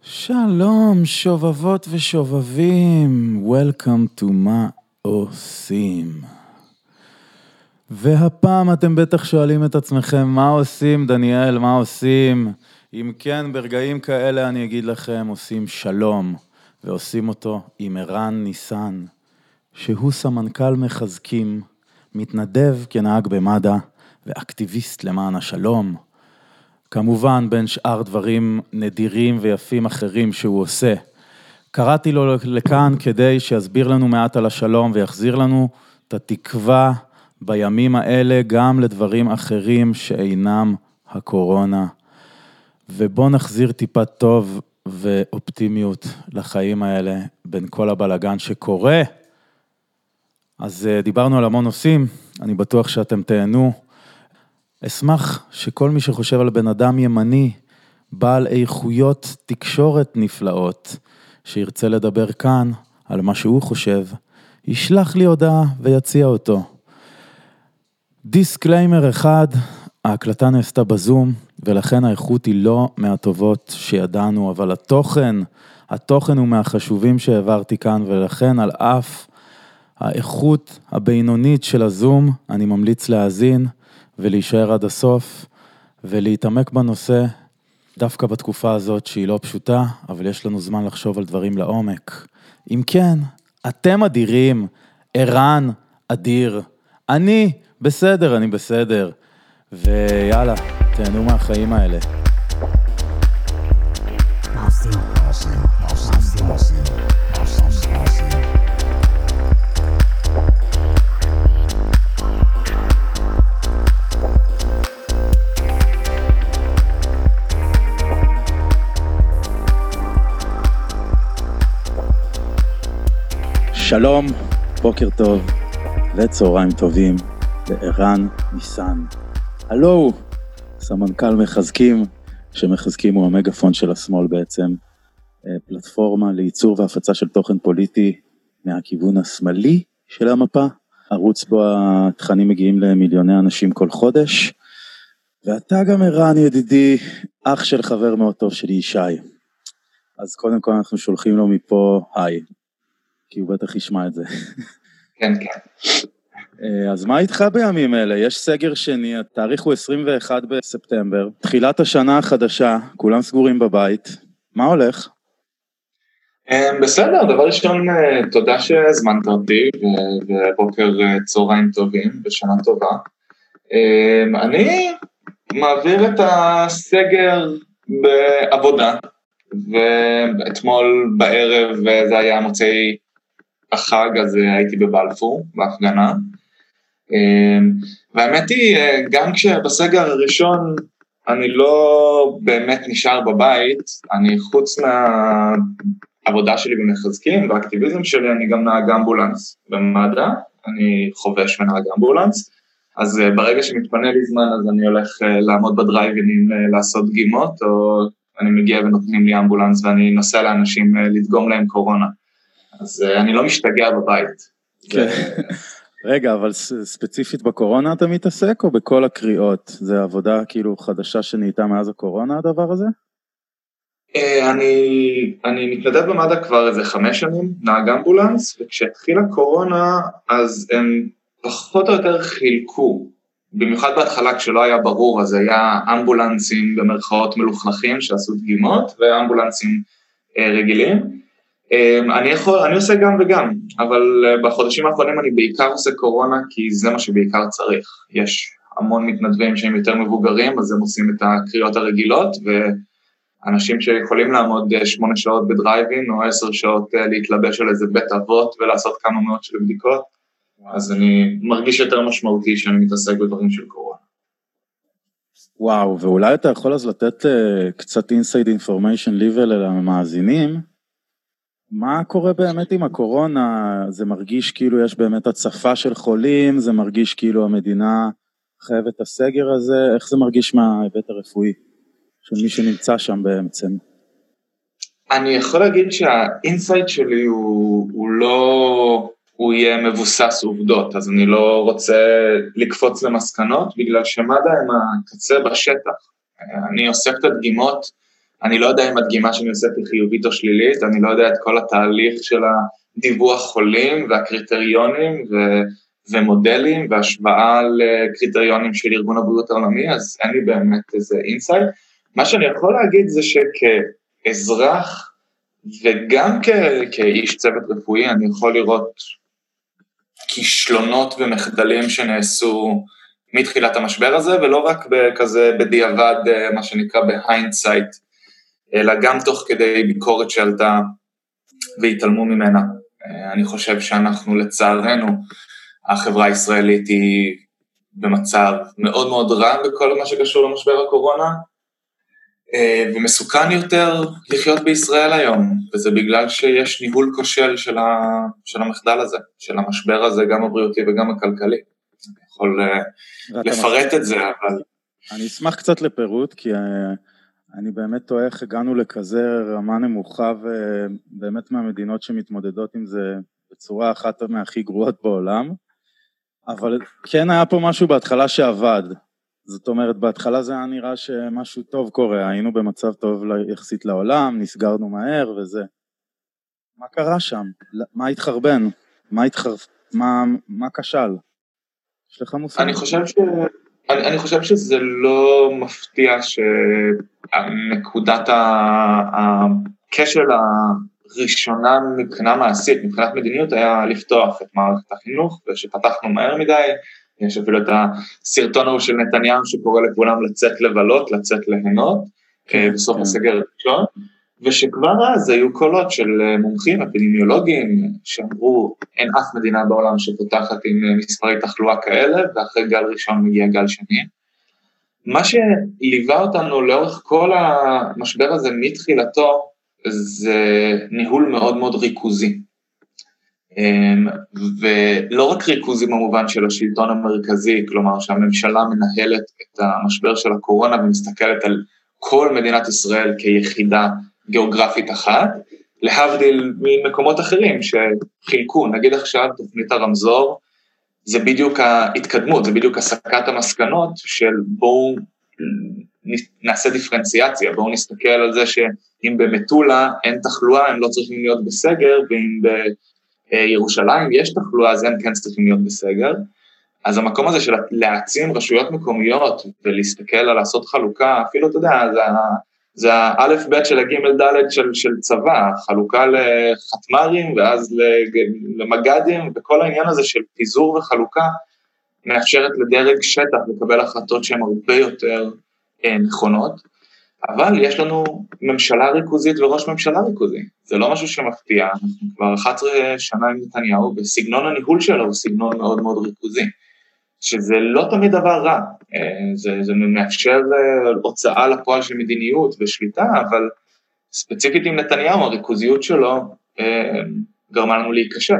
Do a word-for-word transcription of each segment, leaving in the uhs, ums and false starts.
שלום, שובבות ושובבים, Welcome to מה עושים. והפעם אתם בטח שואלים את עצמכם, מה עושים דניאל, מה עושים? אם כן, ברגעים כאלה אני אגיד לכם, עושים שלום, ועושים אותו עם ערן ניסן, שהוא סמנכ"ל מחזקים, מתנדב כנהג במד"א, ואקטיביסט למען השלום. כמובן, בין שאר דברים נדירים ויפים אחרים שהוא עושה. קראתי לו לכאן כדי שיסביר לנו מעט על השלום ויחזיר לנו את התקווה בימים האלה גם לדברים אחרים שאינם הקורונה. ובוא נחזיר טיפה טוב ואופטימיות לחיים האלה בין כל הבלגן שקורה. אז דיברנו על המון נושאים, אני בטוח שאתם תהנו. אשמח שכל מי שחושב על בן אדם ימני, בעל איכויות תקשורת נפלאות, שירצה לדבר כאן על מה שהוא חושב, ישלח לי הודעה ויציע אותו. דיסקליימר אחד, ההקלטה נעשתה בזום, ולכן האיכות היא לא מהטובות שידענו, אבל התוכן, התוכן הוא מהחשובים שהעברתי כאן, ולכן על אף האיכות הבינונית של הזום, אני ממליץ להאזין, ולהישאר עד הסוף, ולהתעמק בנושא, דווקא בתקופה הזאת שהיא לא פשוטה, אבל יש לנו זמן לחשוב על דברים לעומק. אם כן, אתם אדירים, ערן אדיר, אני בסדר, אני בסדר, ויאללה, תהנו מהחיים האלה. שלום, בוקר טוב וצהריים טובים לערן ניסן. הלו, סמנכ"ל מחזקים, שמחזקים הוא המגפון של השמאל בעצם, פלטפורמה לייצור והפצה של תוכן פוליטי מהכיוון השמאלי של המפה, ערוץ בו התכנים מגיעים למיליוני אנשים כל חודש, ואתה גם ערן ידידי, אח של חבר מאוד טוב שלי ישי. אז קודם כל אנחנו שולחים לו מפה היי. כי הוא בטח ישמע את זה. כן, כן. אז מה איתך בימים אלה? יש סגר שני, התאריך הוא עשרים ואחד בספטמבר, תחילת השנה החדשה, כולם סגורים בבית, מה הולך? בסדר, דבר ראשון, תודה שהזמנת אותי, ובוקר צהריים טובים, ושנה טובה. אני מעביר את הסגר בעבודה, ואתמול בערב זה היה מוצאי החג, אז הייתי בבלפור, בהפגנה, והאמת היא, גם כשבסגר הראשון אני לא באמת נשאר בבית, אני חוץ מהעבודה שלי במחזקים והאקטיביזם שלי, אני גם נהג אמבולנס במד"א, אני חובש ונהג אמבולנס, אז ברגע שמתפנה לי זמן, אז אני הולך לעמוד בדרייבינים לעשות דגימות, או אני מגיע ונותנים לי אמבולנס, ואני נוסע לאנשים לדגום להם קורונה. אז אני לא משתגע בבית. רגע, אבל ספציפית בקורונה אתה מתעסק, או בכל הקריאות? זה עבודה כאילו חדשה שנהייתה מאז הקורונה, הדבר הזה? אני, אני מתנדב במד"א כבר איזה חמש שנים, נהג אמבולנס, וכשהתחילה קורונה, אז הם פחות או יותר חילקו, במיוחד בהתחלה כשלא היה ברור, אז היה אמבולנסים במרכאות מלוכלכים שעשו דגימות, ואמבולנסים רגילים. אני יכול, אני עושה גם וגם, אבל בחודשים האחרונים אני בעיקר עושה קורונה, כי זה מה שבעיקר צריך. יש המון מתנדבים שהם יותר מבוגרים, אז הם עושים את הקריאות הרגילות, ואנשים שיכולים לעמוד שמונה שעות בדרייבין, או עשר שעות להתלבש על איזה בית אבות, ולעשות כמה מאות של בדיקות, אז אני מרגיש יותר משמעותי שאני מתעסק בדברים של קורונה. וואו, ואולי אתה יכול אז לתת קצת inside information לי ולמאזינים, מה קורה באמת עם הקורונה? זה מרגיש כאילו יש באמת הצפה של חולים, זה מרגיש כאילו המדינה חייבת את הסגר הזה, איך זה מרגיש מההיבט הרפואי של מי שנמצא שם בעצם? אני יכול להגיד שהאינסייט שלי הוא, הוא לא, הוא יהיה מבוסס עובדות, אז אני לא רוצה לקפוץ למסקנות, בגלל שמד"א הם הקצה בשטח. אני אוסף את הדגימות, אני לא יודע אם הדגימה שאני עושה היא חיובית או שלילית, אני לא יודע את כל התהליך של הדיווח חולים והקריטריונים ו... ומודלים והשוואה לקריטריונים של ארגון הבריאות העולמי, אז אין לי באמת איזה אינסייט. מה שאני יכול להגיד זה שכאזרח וגם כ- כאיש צוות רפואי, אני יכול לראות כישלונות ומחדלים שנעשו מתחילת המשבר הזה, ולא רק כזה בדיעבד, מה שנקרא בהיינדסייט, אלא גם תוך כדי ביקורת שעלתה והתעלמו ממנה. אני חושב שאנחנו לצערנו, החברה הישראלית היא במצב מאוד מאוד רע בכל מה שקשור למשבר הקורונה, ומסוכן יותר לחיות בישראל היום, וזה בגלל שיש ניהול כושל של, ה, של המחדל הזה, של המשבר הזה, גם הבריאותי וגם הכלכלי. אני יכול לפרט את זה, אבל... אני אשמח קצת לפירוט, כי אני באמת טועה איך הגענו לכזה רמה נמוכה, ובאמת מהמדינות שמתמודדות עם זה בצורה אחת מהכי גרועות בעולם, אבל כן היה פה משהו בהתחלה שעבד. זאת אומרת, בהתחלה זה היה נראה שמשהו טוב קורה, היינו במצב טוב יחסית לעולם, נסגרנו מהר וזה. מה קרה שם? מה התחרבן? מה התחרפ... מה, מה כשל? יש לך מושג? אני חושב ש... אני, אני חושב שזה לא מפתיע שנקודת הכשל הראשונה מבחינה מעשית, מבחינת מדיניות, היה לפתוח את מערכת החינוך, ושפתחנו מהר מדי, יש אפילו את הסרטון ההוא של נתניהו שקורא לכולם לצאת לבלות, לצאת ליהנות, בסוף הסגר הראשון, ושכבר אז היו קולות של מומחים, אפידמיולוגים, שאמרו אין אף מדינה בעולם שפותחת עם מספרי תחלואה כאלה, ואחרי גל ראשון מגיע גל שני. מה שליווה אותנו לאורך כל המשבר הזה מתחילתו, זה ניהול מאוד מאוד ריכוזי. ולא רק ריכוזי במובן של השלטון המרכזי, כלומר שהממשלה מנהלת את המשבר של הקורונה ומסתכלת על כל מדינת ישראל כיחידה גיאוגרפית אחת, להבדיל ממקומות אחרים שחילקו, נגיד עכשיו תוכנית הרמזור, זה בדיוק ההתקדמות, זה בדיוק הסקת המסקנות של בואו נעשה דיפרנציאציה, בואו נסתכל על זה שאם במטולה אין תחלואה, הם לא צריכים להיות בסגר, ואם בירושלים יש תחלואה, אז הם כן צריכים להיות בסגר. אז המקום הזה של להעצים רשויות מקומיות ולהסתכל על לעשות חלוקה, אפילו אתה יודע, זה, זה האלף בית של הגימל דלת של, של צבא, חלוקה לחתמרים ואז למגדים, וכל העניין הזה של פיזור וחלוקה מאפשרת לדרג שטח לקבל החלטות שהן הרבה יותר אה, נכונות, אבל יש לנו ממשלה ריכוזית וראש ממשלה ריכוזי, זה לא משהו שמפתיע, אנחנו כבר אחת עשרה שנה עם נתניהו, בסגנון הניהול שלו הוא סגנון מאוד מאוד ריכוזי, שזה לא תמיד דבר רע, זה, זה מאפשר הוצאה לפועל של מדיניות ושליטה, אבל ספציפית עם נתניהו, הריכוזיות שלו גרמה לנו להיכשל,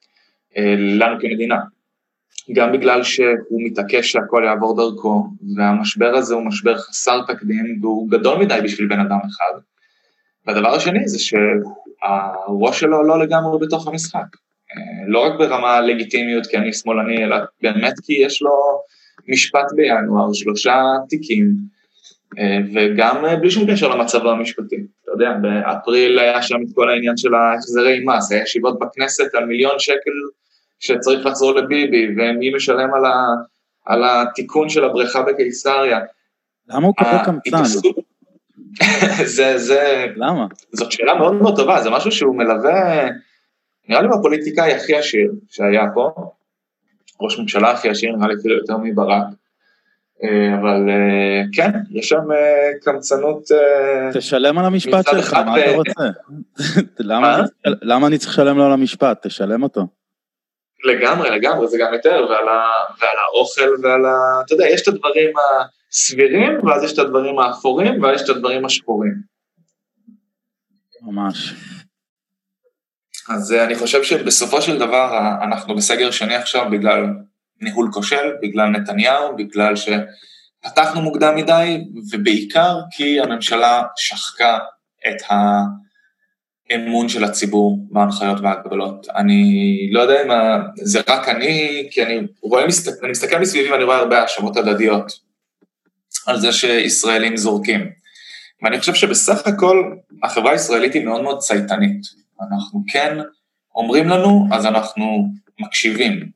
לנו כמדינה, גם בגלל שהוא מתעקש שהכל יעבור דרכו, והמשבר הזה הוא משבר חסר תקדים, והוא גדול מדי בשביל בן אדם אחד, והדבר השני זה שהראש שלו לא לגמרי בתוך המשחק, לא רק ברמה לגיטימיות כי אני שמאלני, אלא באמת כי יש לו משפט בינואר, שלושה תיקים, וגם בלי שום קשר למצב המשפטי. אתה יודע, באפריל היה שם את כל העניין של ההחזרי מס, היה ישיבות בכנסת על מיליון שקל שצריך לחזור לביבי, ומי משלם על, ה, על התיקון של הבריכה בקיסריה. למה הוא כזה קמצן? זה, זה, למה? זאת שאלה מאוד מאוד טובה, זה משהו שהוא מלווה... נראה לי בפוליטיקאי הכי עשיר שהיה פה, ראש ממשלה הכי עשיר, נראה לי אפילו יותר מברק, אבל כן, יש שם קמצנות... תשלם על המשפט שלך, מה אתה רוצה? למה אני צריך לשלם לו על המשפט? תשלם אותו. לגמרי, לגמרי, זה גם יותר, ועל האוכל ועל ה... אתה יודע, יש את הדברים הסבירים, ואז יש את הדברים האפורים, ואז יש את הדברים השחורים. ממש. אז אני חושב שבסופו של דבר אנחנו בסגר שני עכשיו בגלל ניהול כושל, בגלל נתניהו, בגלל שפתחנו מוקדם מדי, ובעיקר כי הממשלה שחקה את האמון של הציבור בהנחיות והגבלות. אני לא יודע אם זה רק אני, כי אני רואה, אני מסתכל מסביבי ואני רואה הרבה האשמות הדדיות על זה שישראלים זורקים. ואני חושב שבסך הכל החברה הישראלית היא מאוד מאוד צייתנית. אנחנו כן אומרים לנו, אז אנחנו מקשיבים.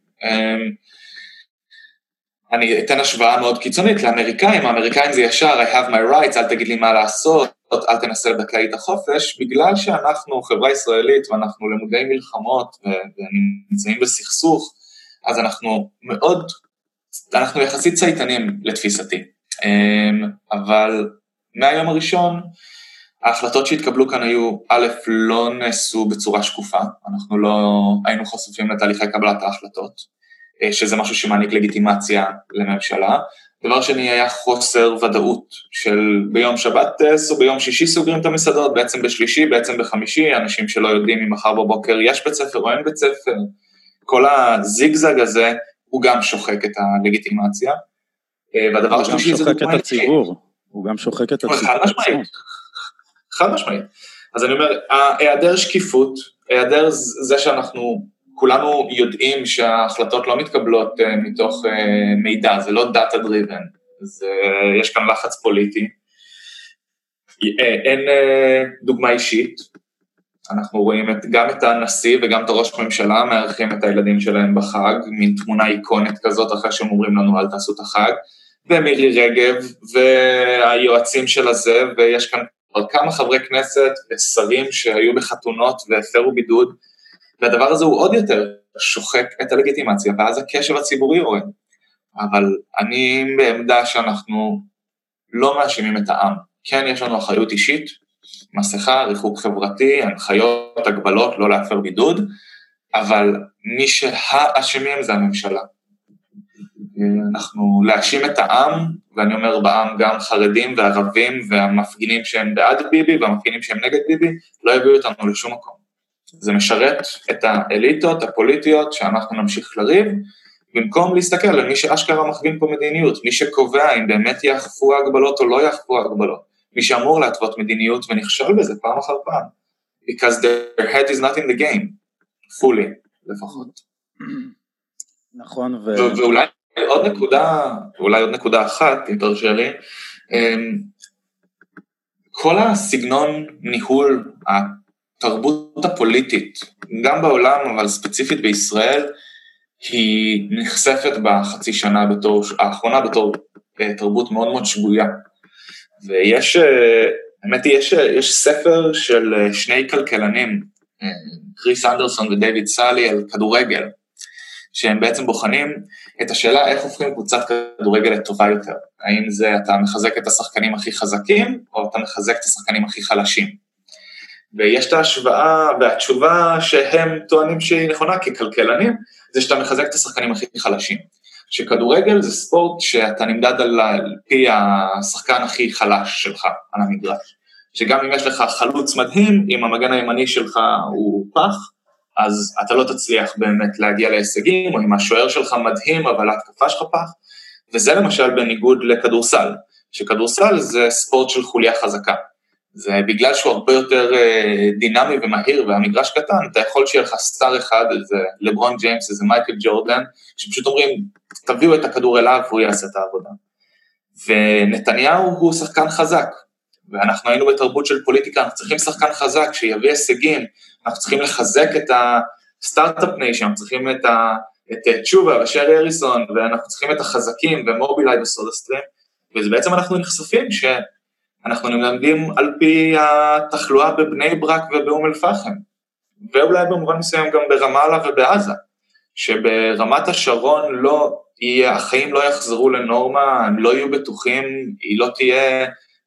אני אתן השוואה מאוד קיצונית לאמריקאים, האמריקאים זה ישר, I have my rights, אל תגיד לי מה לעשות, אל תנסה לדכא לי את החופש, בגלל שאנחנו חברה ישראלית ואנחנו למודי מלחמות ונמצאים בסכסוך, אז אנחנו מאוד, אנחנו יחסית צייתנים לתפיסתי. אבל מהיום הראשון, ההחלטות שהתקבלו כאן היו, א', לא נעשו בצורה שקופה, אנחנו לא היינו חשופים לתהליכי קבלת ההחלטות, שזה משהו שמעניק לגיטימציה לממשלה. דבר שני היה חוסר ודאות של ביום שבת או ביום שישי סוגרים את המסעדות, בעצם בשלישי, בעצם בחמישי, אנשים שלא יודעים אם מחר בבוקר יש בית ספר או אין בית ספר, כל הזיגזג הזה הוא גם שוחק את הלגיטימציה. והדבר השלישי זה דוגמה... הוא גם שוחק את הציבור, הוא גם שוחק את הציבור. חד משמעית, חד משמעית. אז אני אומר, היעדר שקיפות, היעדר זה שאנחנו כולנו יודעים שההחלטות לא מתקבלות מתוך מידע, זה לא data driven, זה, יש כאן לחץ פוליטי, אין דוגמה אישית, אנחנו רואים את, גם את הנשיא וגם את הראש הממשלה, מארחים את הילדים שלהם בחג, מין תמונה איקונית כזאת, אחרי שהם אומרים לנו אל תעשו את החג, ומירי רגב, והיועצים של הזה, ויש כאן עוד כמה חברי כנסת ושרים שהיו בחתונות והפרו בידוד, והדבר הזה הוא עוד יותר שוחק את הלגיטימציה, ואז הקשב הציבורי יורד. אבל אני בעמדה שאנחנו לא מאשימים את העם. כן, יש לנו אחריות אישית, מסכה, ריחוק חברתי, הנחיות, הגבלות, לא להפר בידוד, אבל מי שהאשמים זה הממשלה. אנחנו להאשים את העם, ואני אומר בעם גם חרדים וערבים, והמפגינים שהם בעד ביבי, והמפגינים שהם נגד ביבי, לא יביאו אותנו לשום מקום. זה משרת את האליטות הפוליטיות שאנחנו נמשיך לריב, במקום להסתכל על מי שאשכרה מכווין פה מדיניות, מי שקובע אם באמת יאכפו ההגבלות או לא יאכפו ההגבלות, מי שאמור להתוות מדיניות ונכשל בזה פעם אחר פעם, because their head is not in the game, fully לפחות. נכון. ו... ואולי עוד נקודה, אולי עוד נקודה אחת, אם תרשה לי, כל הסגנון ניהול, התרבות הפוליטית, גם בעולם, אבל ספציפית בישראל, היא נחשפת בחצי שנה בתור, האחרונה בתור תרבות מאוד מאוד שגויה. ויש, האמת היא, יש, יש ספר של שני כלכלנים, קריס אנדרסון ודייוויד סאלי, על כדורגל, שהם בעצם בוחנים את השאלה איך הופכים קבוצת כדורגל לטובה יותר. האם זה אתה מחזק את השחקנים הכי חזקים, או אתה מחזק את השחקנים הכי חלשים. ויש את ההשוואה, והתשובה שהם טוענים שהיא נכונה ככלכלנים, זה שאתה מחזק את השחקנים הכי חלשים. שכדורגל זה ספורט שאתה נמדד על פי השחקן הכי חלש שלך על המגרש. שגם אם יש לך חלוץ מדהים, אם המגן הימני שלך הוא פח, אז אתה לא תצליח באמת להגיע להישגים, או אם השוער שלך מדהים, אבל ההתקפה שלך פח. וזה למשל בניגוד לכדורסל, שכדורסל זה ספורט של חוליה חזקה. זה בגלל שהוא הרבה יותר דינמי ומהיר, והמגרש קטן, אתה יכול שיהיה לך סטאר אחד, איזה לברון ג'יימס, איזה מייקל ג'ורדן, שפשוט אומרים, תביאו את הכדור אליו, והוא יעשה את העבודה. ונתניהו הוא שחקן חזק, ואנחנו היינו בתרבות של פוליטיקה, אנחנו צריכים שחקן חזק, שיביא הישגים, אנחנו צריכים לחזק את הסטארט-אפ ניישן, אנחנו צריכים את, ה, את תשובה ושרי אריסון, ואנחנו צריכים את החזקים, ומובילאיי וסודה סטרים, וזה בעצם אנחנו נחשפים ש... אנחנו נלמדים על פי התחלואה בבני ברק ובאום אל-פחם, ואולי במובן מסוים גם ברמאללה ובעזה, שברמת השרון לא יהיה, החיים לא יחזרו לנורמה, הם לא יהיו בטוחים, היא לא תהיה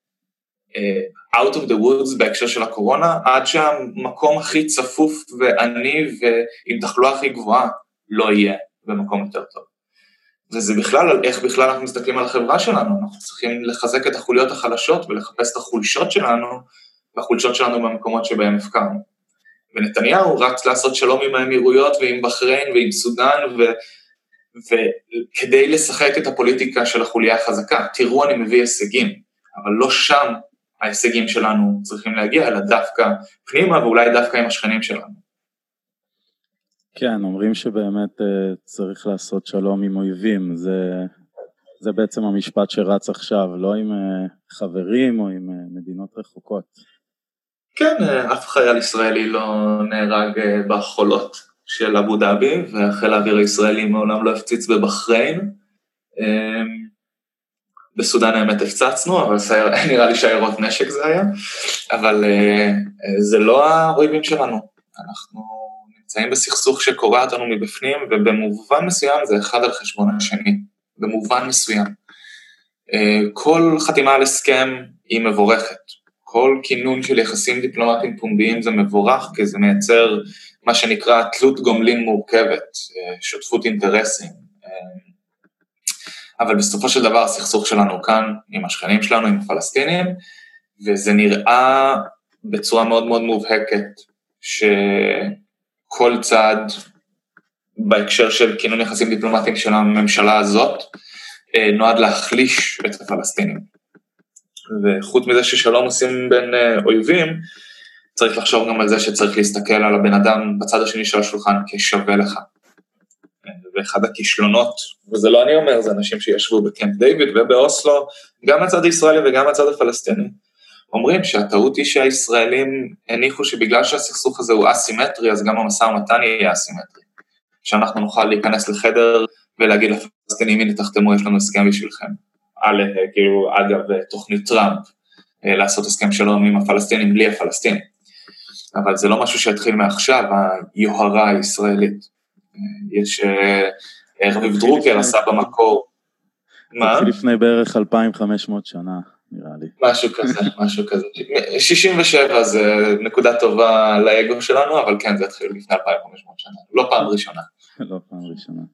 uh, out of the woods בהקשר של הקורונה, עד שהמקום הכי צפוף ועני ועם תחלואה הכי גבוהה לא יהיה במקום יותר טוב. וזה בכלל על איך בכלל אנחנו מסתכלים על החברה שלנו, אנחנו צריכים לחזק את החוליות החלשות ולחפש את החולשות שלנו, והחולשות שלנו במקומות שבהם הפקרנו. ונתניהו רץ לעשות שלום עם האמירויות ועם בחריין ועם סודן, ו... וכדי לשחק את הפוליטיקה של החוליה החזקה, תראו אני מביא הישגים, אבל לא שם ההישגים שלנו צריכים להגיע, אלא דווקא פנימה ואולי דווקא עם השכנים שלנו. כן, אומרים שבאמת צריך לעשות שלום עם אויבים, זה, זה בעצם המשפט שרץ עכשיו, לא עם חברים או עם מדינות רחוקות. כן, אף חייל ישראלי לא נהרג בחולות של אבו דאבי, והחיל האוויר הישראלי מעולם לא הפציץ בבחריין. בסודן האמת הפצצנו, אבל נראה לי שיירות נשק זה היה, אבל זה לא האויבים שלנו. אנחנו נמצאים בסכסוך שקורע אותנו מבפנים, ובמובן מסוים זה אחד על חשבון השני, במובן מסוים. כל חתימה על הסכם היא מבורכת, כל כינון של יחסים דיפלומטיים פומביים זה מבורך, כי זה מייצר מה שנקרא תלות גומלין מורכבת, שותפות אינטרסים. אבל בסופו של דבר הסכסוך שלנו כאן עם השכנים שלנו, עם הפלסטינים, וזה נראה בצורה מאוד מאוד מובהקת, שכל צעד בהקשר של כינון יחסים דיפלומטיים של הממשלה הזאת, נועד להחליש את הפלסטינים. וחוץ מזה ששלום עושים בין אויבים, צריך לחשוב גם על זה שצריך להסתכל על הבן אדם בצד השני של השולחן כשווה לך. ואחד הכישלונות, וזה לא אני אומר, זה אנשים שישבו בקמפ דיוויד ובאוסלו, גם הצד הישראלי וגם הצד הפלסטיני, אומרים שהטעות היא שהישראלים הניחו שבגלל שהסכסוך הזה הוא אסימטרי, אז גם המשא ומתן יהיה אסימטרי. שאנחנו נוכל להיכנס לחדר ולהגיד לפלסטינים, הנה תחתמו, יש לנו הסכם בשבילכם. על, כאילו, אגב, תוכנית טראמפ, לעשות הסכם שלום עם הפלסטינים בלי הפלסטינים. אבל זה לא משהו שהתחיל מעכשיו, היוהרה הישראלית. יש רביב דרוקר עשה במקור. מה? לפני בערך אלפיים וחמש מאות שנה, נראה לי. משהו כזה, משהו כזה. שישים ושבע זה נקודה טובה לאגו שלנו, אבל כן, זה התחיל לפני אלפיים וחמש מאות שנה. לא פעם ראשונה. לא פעם ראשונה.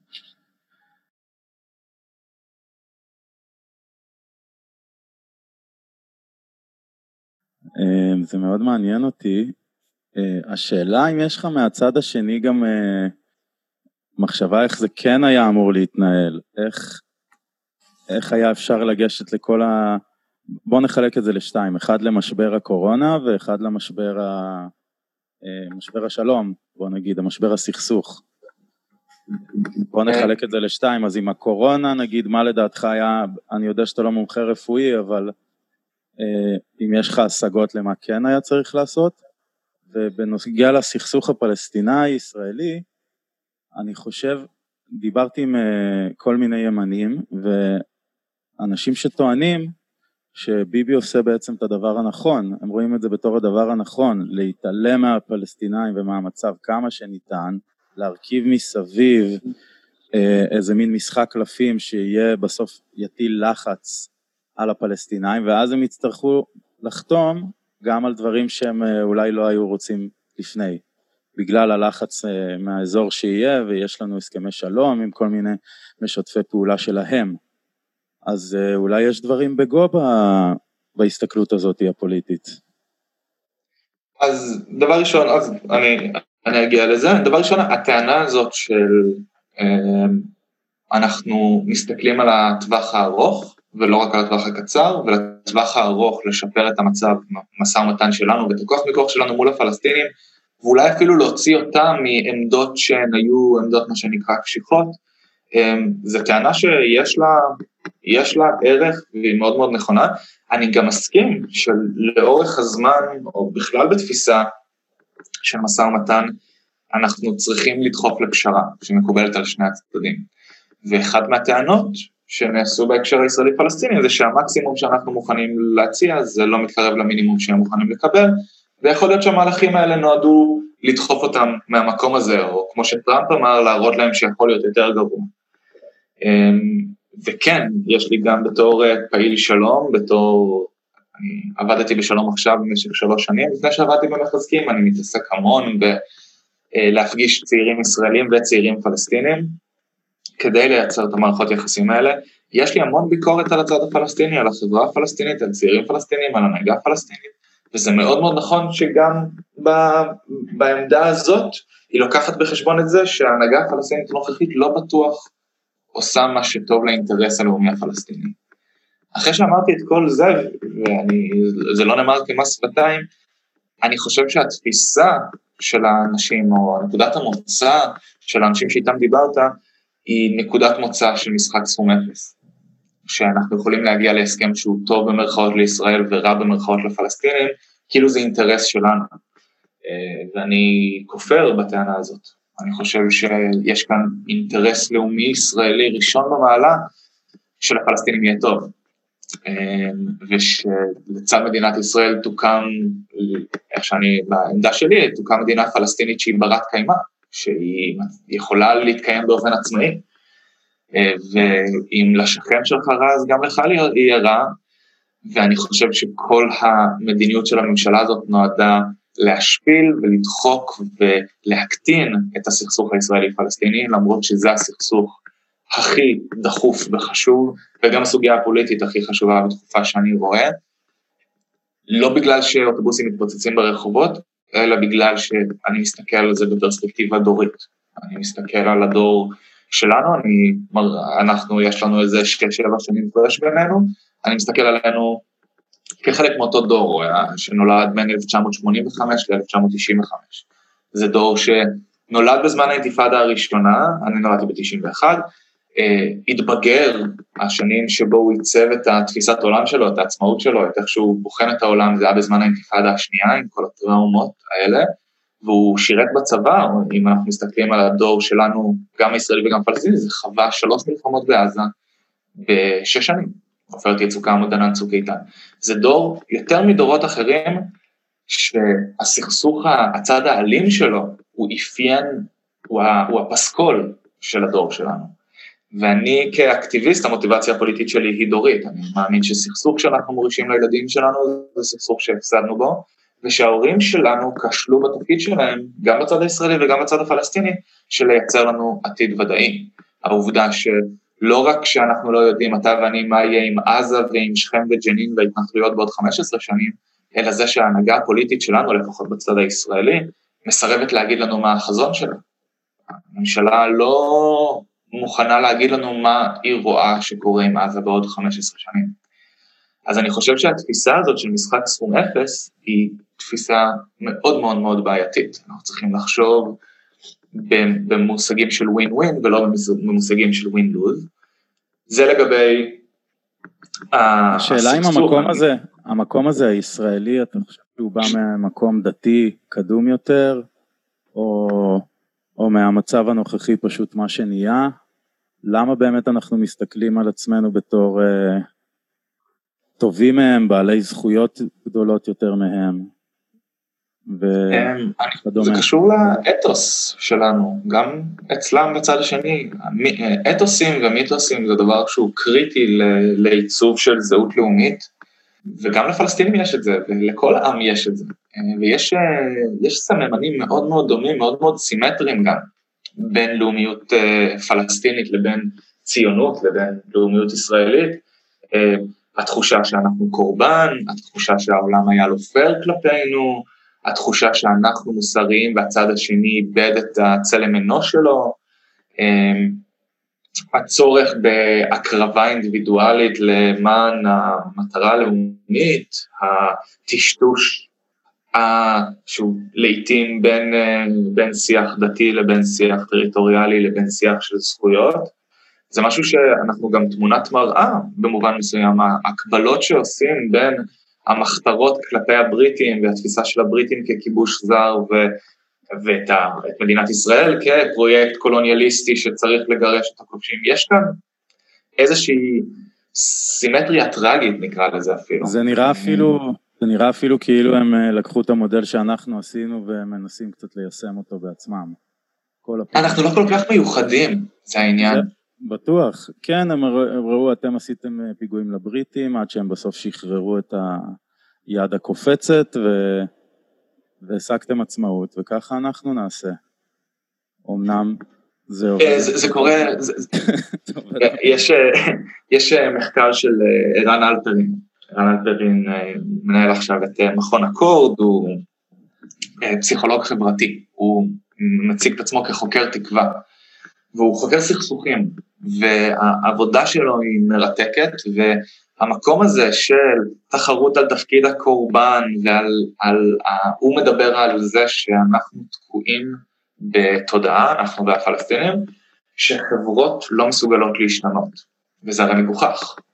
זה מאוד מעניין אותי. השאלה אם יש לך מהצד השני גם מחשבה איך זה כן היה אמור להתנהל, איך, איך היה אפשר לגשת לכל ה... בוא נחלק את זה לשתיים, אחד למשבר הקורונה ואחד למשבר ה... משבר השלום, בוא נגיד, המשבר הסכסוך. בוא נחלק את זה לשתיים, אז עם הקורונה נגיד, מה לדעתך היה, אני יודע שאתה לא מומחה רפואי, אבל אם יש לך השגות למה כן היה צריך לעשות, ובנוגע לסכסוך הפלסטיני-ישראלי, אני חושב, דיברתי עם כל מיני ימנים, ואנשים שטוענים שביבי עושה בעצם את הדבר הנכון, הם רואים את זה בתור הדבר הנכון, להתעלם מהפלסטינאים ומהמצב כמה שניתן, להרכיב מסביב איזה מין משחק קלפים שיהיה בסוף יטיל לחץ על הפלסטינאים, ואז הם יצטרכו לחתום גם על דברים שהם אולי לא היו רוצים לפני, בגלל הלחץ מהאזור שיהיה, ויש לנו הסכמי שלום עם כל מיני משתפי פעולה שלהם. אז אולי יש דברים בגו בהסתכלות הזאת הפוליטית. אז דבר ראשון, אז אני, אני אגיע לזה, דבר ראשון, הטענה הזאת של אנחנו מסתכלים על הטווח הארוך, ולא רק על הטווח הקצר, ולטווח הארוך לשפר את המצב, משא ומתן שלנו, ואת הכוח מכוח שלנו מול הפלסטינים, ואולי אפילו להוציא אותם מעמדות שהן היו עמדות מה שנקרא קשיחות, זו טענה שיש לה, יש לה ערך והיא מאוד מאוד נכונה. אני גם מסכים שלאורך הזמן, או בכלל בתפיסה של משא ומתן, אנחנו צריכים לדחוף לפשרה, שמקובלת על שני הצדדים. ואחד מהטענות שנעשו בהקשר הישראלי-פלסטיני, זה שהמקסימום שאנחנו מוכנים להציע, זה לא מתקרב למינימום שהם מוכנים לקבל, ויכול להיות שהמהלכים האלה נועדו לדחוף אותם מהמקום הזה, או כמו שטראמפ אמר, להראות להם שיכול להיות יותר גרוע. וכן, יש לי גם בתור פעיל שלום, בתור, אני עבדתי בשלום עכשיו במשך שלוש שנים, לפני שעבדתי במחזקים, אני מתעסק המון בלהפגיש צעירים ישראלים וצעירים פלסטינים, כדי לייצר את המערכות יחסים האלה. יש לי המון ביקורת על הצד הפלסטיני, על החברה הפלסטינית, על צעירים פלסטינים, על הנהגה הפלסטינית, וזה מאוד מאוד נכון שגם בעמדה הזאת, היא לוקחת בחשבון את זה שההנהגה הפלסטינית הנוכחית לא בטוח עושה מה שטוב לאינטרס הלאומי הפלסטיני. אחרי שאמרתי את כל זה, וזה לא נאמר כמס שפתיים, אני חושב שהתפיסה של האנשים, או נקודת המוצא של האנשים שאיתם דיברת, היא נקודת מוצא של משחק סכום אפס. שאנחנו יכולים להגיע להסכם שהוא טוב במרכאות לישראל ורע במרכאות לפלסטינים, כאילו זה אינטרס שלנו. ואני כופר בטענה הזאת. אני חושב שיש כאן אינטרס לאומי ישראלי ראשון במעלה, שלפלסטינים יהיה טוב. ושלצד מדינת ישראל תוקם, איך שאני, בעמדה שלי, תוקם מדינה פלסטינית שהיא ברת קיימה, שהיא יכולה להתקיים באופן עצמאי, ואם לשכם שלך רע, אז גם לך יהיה רע, ואני חושב שכל המדיניות של הממשלה הזאת נועדה להשפיל ולדחוק ולהקטין את הסכסוך הישראלי-פלסטיני, למרות שזה הסכסוך הכי דחוף וחשוב, וגם הסוגיה הפוליטית הכי חשובה ודחופה שאני רואה, לא בגלל שאוטובוסים מתפוצצים ברחובות, אלא בגלל שאני מסתכל על זה בפרספקטיבה דורית. אני מסתכל על הדור שלנו, אני, אנחנו, יש לנו איזה שבע שנים פרש בינינו, אני מסתכל עלינו כחלק מאותו דור, שנולד בין אלף תשע מאות שמונים וחמש ל-אלף תשע מאות תשעים וחמש. זה דור שנולד בזמן האינתיפאדה הראשונה, אני נולדתי ב-תשעים ואחת, התבגר השנים שבו הוא ייצב את התפיסת העולם שלו, את העצמאות שלו, את איך שהוא בוחן את העולם, זה היה בזמן האינתיפאדה השנייה, עם כל הטראומות האלה, והוא שירת בצבא, אם אנחנו מסתכלים על הדור שלנו, גם הישראלי וגם פלסטיני, זה חווה שלוש מלחמות בעזה, בשש שנים, עופרת יצוקה, עמוד ענן, צוק איתן. זה דור יותר מדורות אחרים, שהסכסוך, הצד האלים שלו, הוא אפיין, הוא, הוא הפסקול של הדור שלנו. ואני כאקטיביסט, המוטיבציה הפוליטית שלי היא דורית, אני מאמין שסכסוך שאנחנו מורישים לילדים שלנו, זה סכסוך שהפסדנו בו, ושההורים שלנו כשלו בתפקיד שלהם, גם בצד הישראלי וגם בצד הפלסטיני, של לייצר לנו עתיד ודאי. העובדה שלא רק שאנחנו לא יודעים אתה ואני מה יהיה עם עזה ועם שכם וג'נין והתנחלויות בעוד חמש עשרה שנים, אלא זה שההנהגה הפוליטית שלנו, לפחות בצד הישראלי, מסרבת להגיד לנו מה החזון שלה. הממשלה לא מוכנה להגיד לנו מה היא רואה שקורה עם עזה בעוד חמש עשרה שנים. אז אני חושב שהתפיסה הזאת של משחק סכום אפס, היא תפיסה מאוד מאוד מאוד בעייתית. אנחנו צריכים לחשוב במושגים של ווין ווין, ולא במושגים של ווין לוז. זה לגבי השאלה אם המקום הזה, המקום הזה הישראלי, אתה חושב שהוא בא ממקום דתי קדום יותר, או, או מהמצב הנוכחי פשוט מה שנהיה? למה באמת אנחנו מסתכלים על עצמנו בתור uh, טובים מהם, בעלי זכויות גדולות יותר מהם? ו... זה קשור לאתוס שלנו, גם אצלם בצד השני. אתוסים ומיתוסים זה דבר שהוא קריטי לעיצוב של זהות לאומית, וגם לפלסטינים יש את זה, ולכל עם יש את זה. ויש יש סממנים מאוד מאוד דומים, מאוד מאוד סימטריים גם, בין לאומיות פלסטינית לבין ציונות, לבין לאומיות ישראלית. התחושה שאנחנו קורבן, התחושה שהעולם היה לא פייר כלפינו, התחושה שאנחנו מוסריים והצד השני איבד את הצלם אנוש שלו, הצורך בהקרבה אינדיבידואלית למען המטרה הלאומית, הטשטוש שהוא לעתים בין, בין שיח דתי לבין שיח טריטוריאלי לבין שיח של זכויות, זה משהו שאנחנו גם תמונת מראה במובן מסוים, ההקבלות שעושים בין המחתרות כלפי הבריטים והתפיסה של הבריטים ככיבוש זר ו... ואת ה... את מדינת ישראל כפרויקט קולוניאליסטי שצריך לגרש את הכובשים. יש כאן איזושהי סימטריה טרגית נקרא לזה אפילו. זה נראה אפילו, זה נראה אפילו כאילו הם לקחו את המודל שאנחנו עשינו ומנסים קצת ליישם אותו בעצמם. אנחנו לא כל כך מיוחדים, זה העניין. בטוח, כן, הם ראו, אתם עשיתם פיגועים לבריטים, עד שהם בסוף שחררו את היד הקופצת, ו... והשגתם עצמאות, וככה אנחנו נעשה. אמנם זה עובד. זה, זה קורה, זה, יש, יש מחקר של ערן אלפרין, ערן אלפרין מנהל עכשיו את מכון אקורד, הוא פסיכולוג חברתי, הוא מציג את עצמו כחוקר תקווה, והוא חוקר סכסוכים, והעבודה שלו היא מרתקת, והמקום הזה של תחרות על תפקיד הקורבן, ועל, על, הוא מדבר על זה שאנחנו תקועים בתודעה, אנחנו והפלסטינים, שחברות לא מסוגלות להשתנות, וזה הרי מגוחך.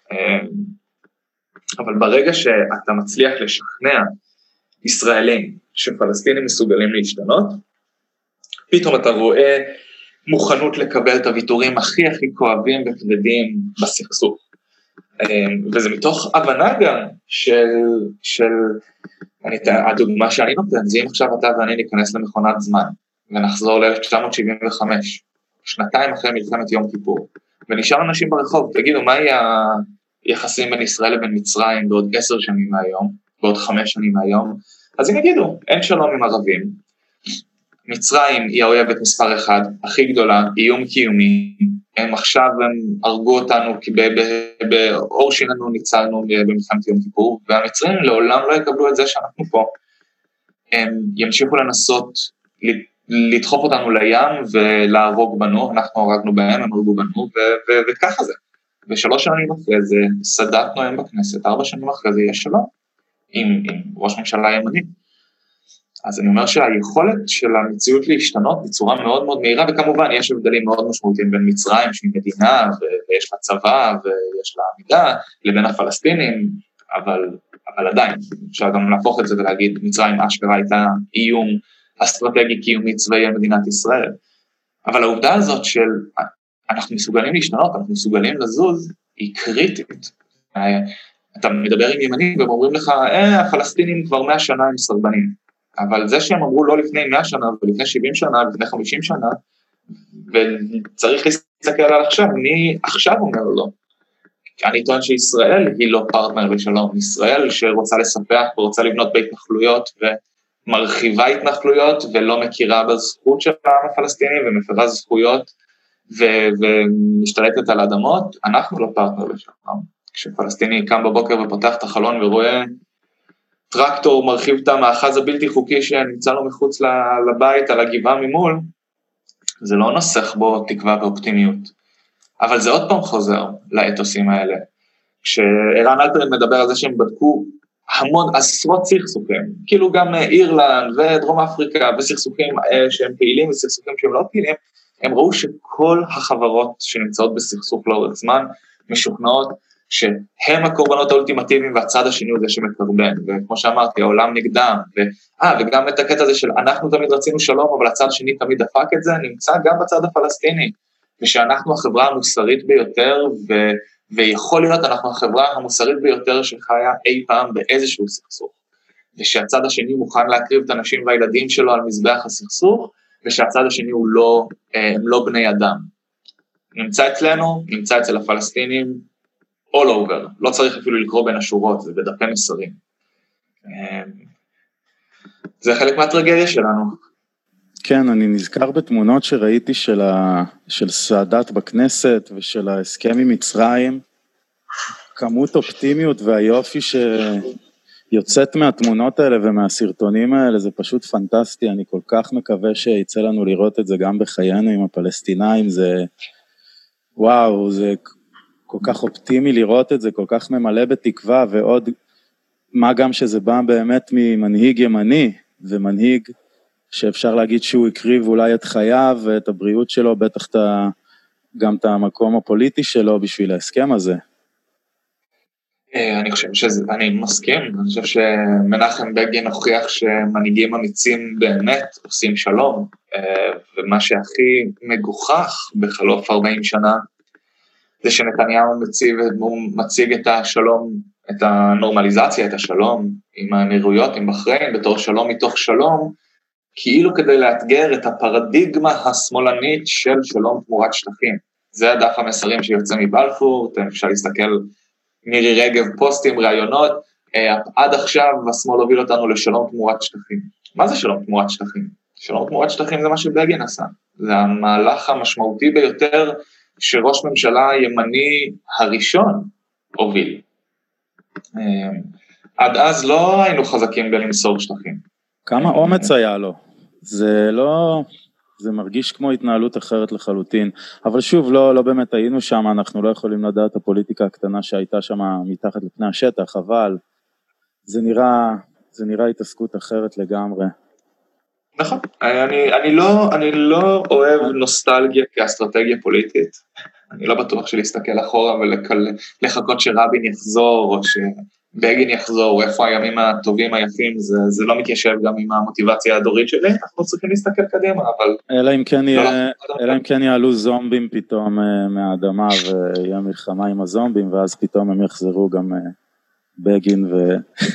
אבל ברגע שאתה מצליח לשכנע ישראלים שפלסטינים מסוגלים להשתנות, פתאום אתה רואה מוכנות לקבל את הוויתורים הכי הכי כואבים וכבדים בסכסוך. וזה מתוך הבנה גם של, של אני, הדוגמה שאני נותן, זה אם עכשיו אתה ואני ניכנס למכונת זמן, ונחזור ל-אלף תשע מאות שבעים וחמש, שנתיים אחרי מלחמת יום כיפור, ונשאר אנשים ברחוב, תגידו, מה יהיה היחסים בין ישראל לבין מצרים בעוד עשר שנים מהיום, בעוד חמש שנים מהיום? אז הם יגידו, אין שלום עם ערבים, מצרים היא האויבת מספר אחד, הכי גדולה, איום קיומי, הם עכשיו הם הרגו אותנו, כי באור שלנו ניצלנו במלחמת יום כיפור, והמצרים לעולם לא יקבלו את זה שאנחנו פה, הם ימשיכו לנסות לדחוף אותנו לים ולהרוג בנו, אנחנו הרגנו בהם, הם הרגו בנו, וככה זה. ושלוש שנים אחרי זה, סדאט נואם בכנסת, ארבע שנים אחרי זה יש שלום, עם ראש ממשלה ימני. אז אני אומר שהיכולת של המציאות להשתנות בצורה מאוד מאוד מהירה, וכמובן יש הבדלים מאוד משמעותיים בין מצרים, שהיא מדינה, ויש לה צבא, ויש לה עמידה, לבין הפלסטינים, אבל, אבל עדיין, אפשר גם להפוך את זה ולהגיד, מצרים אשכרה הייתה איום אסטרטגי קיומי צבאי על מדינת ישראל. אבל העובדה הזאת של, אנחנו מסוגלים להשתנות, אנחנו מסוגלים לזוז, היא קריטית. אתה מדבר עם ימנים, והם אומרים לך, אה, הפלסטינים כבר מאה שנה הם סרבנים. אבל זה שהם אמרו לא לפני מאה שנה, ולפני שבעים שנה, ולפני חמישים שנה, וצריך להסתכל על עכשיו, מי עכשיו אומר לא. אני טוען שישראל היא לא פרטנר לשלום, ישראל שרוצה לספח ורוצה לבנות בהתנחלויות, ומרחיבה התנחלויות, ולא מכירה בזכות של העם הפלסטיני, ומפרה זכויות, ו- ומשתלטת על אדמות, אנחנו לא פרטנר לשלום. כשפלסטיני קם בבוקר ופותח את החלון ורואה, טרקטור מרחיב את המאחז הבלתי חוקי שנמצא לו מחוץ לבית על הגבעה ממול, זה לא נסח בו תקווה ואופטימיות. אבל זה עוד פעם חוזר לאתוסים האלה. כשערן אלפרין מדבר על זה שהם בדקו המון עשרות סכסוכים, כאילו גם אירלנד ודרום אפריקה וסכסוכים שהם פעילים וסכסוכים שהם לא פעילים, הם ראו שכל החברות שנמצאות בסכסוך לאורך זמן משוכנעות שהם הקורבנות האולטימטיביים והצד השני הוא זה שמקרבן, וכמו שאמרתי, העולם נגדם, ו... 아, וגם את הקטע הזה של אנחנו תמיד רצינו שלום, אבל הצד השני תמיד דפק את זה, נמצא גם בצד הפלסטיני, ושאנחנו החברה המוסרית ביותר, ו... ויכול להיות אנחנו החברה המוסרית ביותר שחיה אי פעם באיזשהו סכסוך, ושהצד השני מוכן להקריב את האנשים והילדים שלו על מזבח הסכסוך, ושהצד השני הוא לא, הם לא בני אדם. נמצא אצלנו, נמצא אצל הפלסטינים, all over, לא צריך אפילו לקרוא בין השורות, זה בדפי מסרים. זה חלק מהטרגדיה שלנו. כן, אני נזכר בתמונות שראיתי של, ה... של סאדאת בכנסת ושל ההסכם עם מצרים, כמות אופטימיות והיופי שיוצאת מהתמונות האלה ומהסרטונים האלה, זה פשוט פנטסטי, אני כל כך מקווה שיצא לנו לראות את זה גם בחיינו עם הפלסטינאים, זה וואו, זה כל כך אופטימי לראות את זה, כל כך ממלא בתקווה, ועוד מה גם שזה בא באמת ממנהיג ימני, ומנהיג שאפשר להגיד שהוא הקריב אולי את חייו ואת הבריאות שלו, בטח את, גם את המקום הפוליטי שלו בשביל ההסכם הזה. אני חושב שזה, אני מסכים, אני חושב שמנחם בגין הוכיח שמנהיגים אמיצים באמת עושים שלום, ומה שהכי מגוחך בחלוף ארבעים שנה, זה שנתניהו מציג, מציג את השלום, את הנורמליזציה, את השלום עם האמירויות, עם בחריין, בתור שלום מתוך שלום, כאילו כדי לאתגר את הפרדיגמה השמאלנית של שלום תמורת שטחים. זה הדף המסרים שיוצא מבלפור, אתם אפשר להסתכל מירי רגב פוסטים, ראיונות, עד עכשיו השמאל הוביל אותנו לשלום תמורת שטחים. מה זה שלום תמורת שטחים? שלום תמורת שטחים זה מה שבגין עשה. זה המהלך המשמעותי ביותר שראש ממשלה ימני הראשון הוביל. עד אז לא היינו חזקים בלמסור שטחים. כמה אומץ היה לו? זה לא, זה מרגיש כמו התנהלות אחרת לחלוטין, אבל שוב, לא, לא באמת היינו שם, אנחנו לא יכולים לדעת את הפוליטיקה הקטנה שהייתה שם מתחת לפני השטח, אבל זה נראה, זה נראה התעסקות אחרת לגמרי. נכון, אני, אני, לא, אני לא אוהב נוסטלגיה כאסטרטגיה פוליטית, אני לא בטוח שלהסתכל אחורה ולחכות שרבין יחזור, או שבגין יחזור, או איפה הימים הטובים היפים, זה, זה לא מתיישב גם עם המוטיבציה הדורית שלי, אנחנו צריכים להסתכל קדימה, אבל... אלא אם כן, יהיה, אלא אם כן יעלו זומבים פתאום מהאדמה, ויהיה מלחמה עם הזומבים, ואז פתאום הם יחזרו גם בגין ו...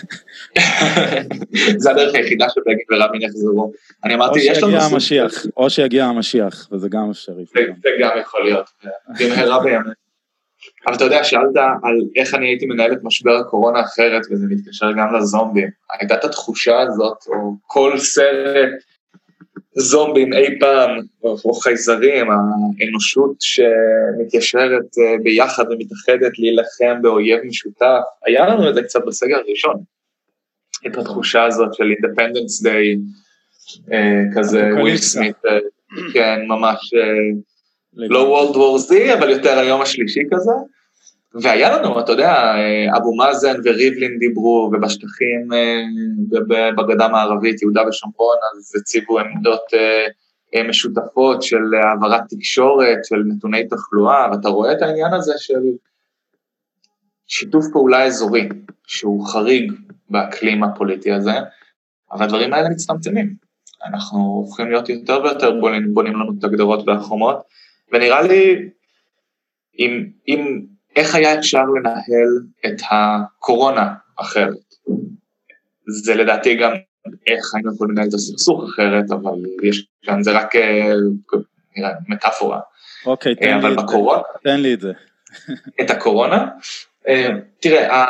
זה הדרך היחידה שבגין ורבין יחזרו. אני אמרתי, יש לנו... המשיח, או שיגיע המשיח, וזה גם אפשרי. זה גם יכול להיות, במהרה בימים. אבל אתה יודע, שאלת על איך אני הייתי מנהל את משבר הקורונה אחרת, וזה מתקשר גם לזומבים. הייתה את התחושה הזאת, או כל סרט זומבים אי פעם, או חייזרים, האנושות שמתיישרת ביחד ומתאחדת להילחם באויב משותף. היה לנו את זה קצת בסגר הראשון. את התחושה הזאת של Independence Day, כזה וויל סמית, כן, ממש... לא World War Z, אבל יותר היום השלישי כזה, והיה לנו, אתה יודע, אבו מאזן וריבלין דיברו, ובשטחים בגדה המערבית, יהודה ושומרון, אז הציבו עמדות משותפות של העברת תקשורת, של נתוני תחלואה, ואתה רואה את העניין הזה של שיתוף פעולה אזורי, שהוא חריג באקלים הפוליטי הזה, אבל הדברים האלה מצטמצמים. אנחנו הופכים להיות יותר ויותר בונים, בונים לנו את הגדרות והחומות, ונראה לי, אם, אם, איך היה אפשר לנהל את הקורונה אחרת? זה לדעתי גם איך היינו יכולים לנהל את הסכסוך אחרת, אבל יש כאן, זה רק נראה, מטאפורה. אוקיי, תן אבל לי בקורונה, את זה. תן לי את זה. את הקורונה, תראה,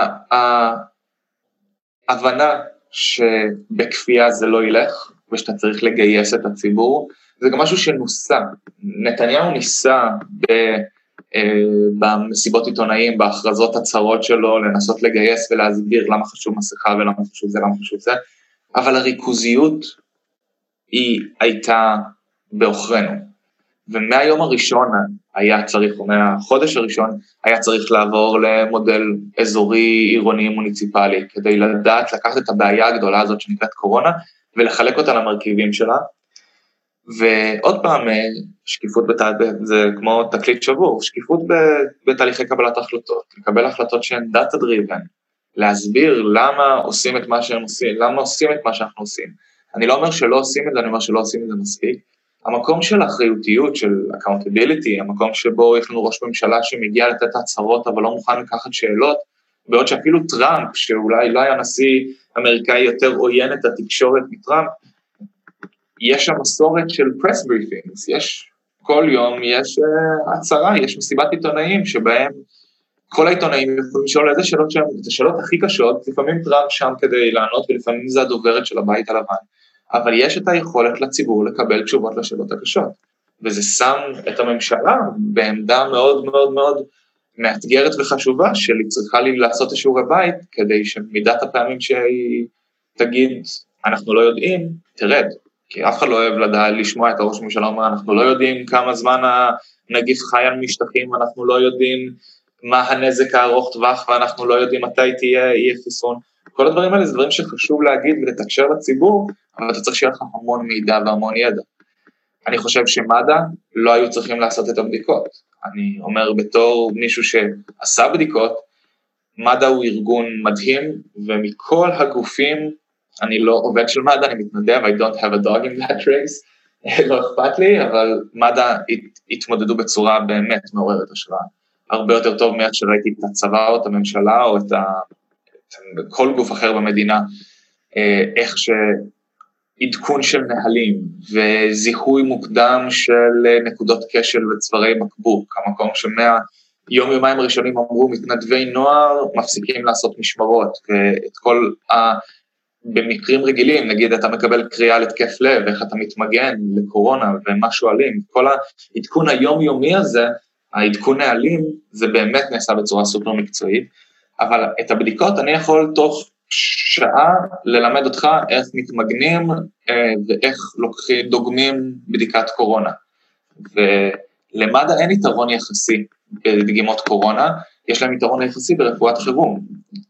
ההבנה שבכפייה זה לא ילך, ושאתה צריך לגייס את הציבור, זה גם משהו שנוסה. נתניהו ניסה ב, אה, במסיבות עיתונאים, בהכרזות הצרות שלו, לנסות לגייס ולהסביר למה חשוב מסכה ולמה חשוב זה, למה חשוב זה, אבל הריכוזיות היא הייתה באוכרנו. ומהיום הראשון היה צריך, או מהחודש הראשון, היה צריך לעבור למודל אזורי, עירוני, מוניציפלי, כדי לדעת לקחת את הבעיה הגדולה הזאת שנקראת קורונה, ולחלק אותה למרכיבים שלה, ועוד פעם, שקיפות בתהליך, זה כמו תקליט שבור, שקיפות בתהליכי קבלת החלטות, לקבל החלטות שהן דאטה דריבן, להסביר למה עושים את מה שהם עושים, למה עושים את מה שאנחנו עושים. אני לא אומר שלא עושים את זה, אני אומר שלא עושים את זה מספיק. המקום של האחריותיות, של accountability, המקום שבו יש לנו ראש ממשלה שמגיע לתת הצהרות, אבל לא מוכן לקחת שאלות, בעוד שאפילו טראמפ, שאולי לא היה נשיא אמריקאי יותר עוין את התקשורת מטראמפ, יש שם מסורת של press briefings, יש כל יום, יש uh, הצהרה, יש מסיבת עיתונאים, שבהם כל העיתונאים יכולים לשאול איזה שאלות שהם, את השאלות הכי קשות, לפעמים טראמפ שם כדי לענות, ולפעמים זה הדוברת של הבית הלבן, אבל יש את היכולת לציבור לקבל תשובות לשאלות הקשות, וזה שם את הממשלה בעמדה מאוד מאוד מאוד מאתגרת וחשובה, שלי צריכה לי לעשות שיעורי בית, כדי שמידת הפעמים שהיא תגיד, אנחנו לא יודעים, תרד. כי אף אחד לא אוהב לדעת לשמוע את הראש הממשלה אומר, אנחנו לא יודעים כמה זמן הנגיף חי על משטחים, אנחנו לא יודעים מה הנזק הארוך טווח, ואנחנו לא יודעים מתי תהיה יהיה חיסון. כל הדברים האלה זה דברים שחשוב להגיד ולתקשר לציבור, אבל אתה צריך שיהיה לך המון מידע והמון ידע. אני חושב שמד"א לא היו צריכים לעשות את הבדיקות. אני אומר בתור מישהו שעשה בדיקות, מד"א הוא ארגון מדהים, ומכל הגופים, אני לא עובד של מד"א, אני מתנדב, I don't have a dog in that race, לא אכפת לי, אבל מד"א התמודדו בצורה באמת מעוררת השראה. הרבה יותר טוב מאיך שראיתי את הצבא או את הממשלה, או את ה... כל גוף אחר במדינה, איך שעדכון של נהלים, וזיהוי מוקדם של נקודות כשל וצווארי בקבוק, המקום שמה... יום יומיים הראשונים אמרו, מתנדבי נוער מפסיקים לעשות משמרות, ואת כל ה... במקרים רגילים, נגיד אתה מקבל קריאה לתקף לב, איך אתה מתמגן לקורונה ומה שואלים, כל העדכון היומיומי הזה, העדכון נהלים, זה באמת נעשה בצורה סופר מקצועית, אבל את הבדיקות אני יכול תוך שעה ללמד אותך איך מתמגנים ואיך לוקחים, דוגמים בדיקת קורונה. ולמד"א אין יתרון יחסי בדגימות קורונה, יש להם יתרון יחסי ברפואת חירום,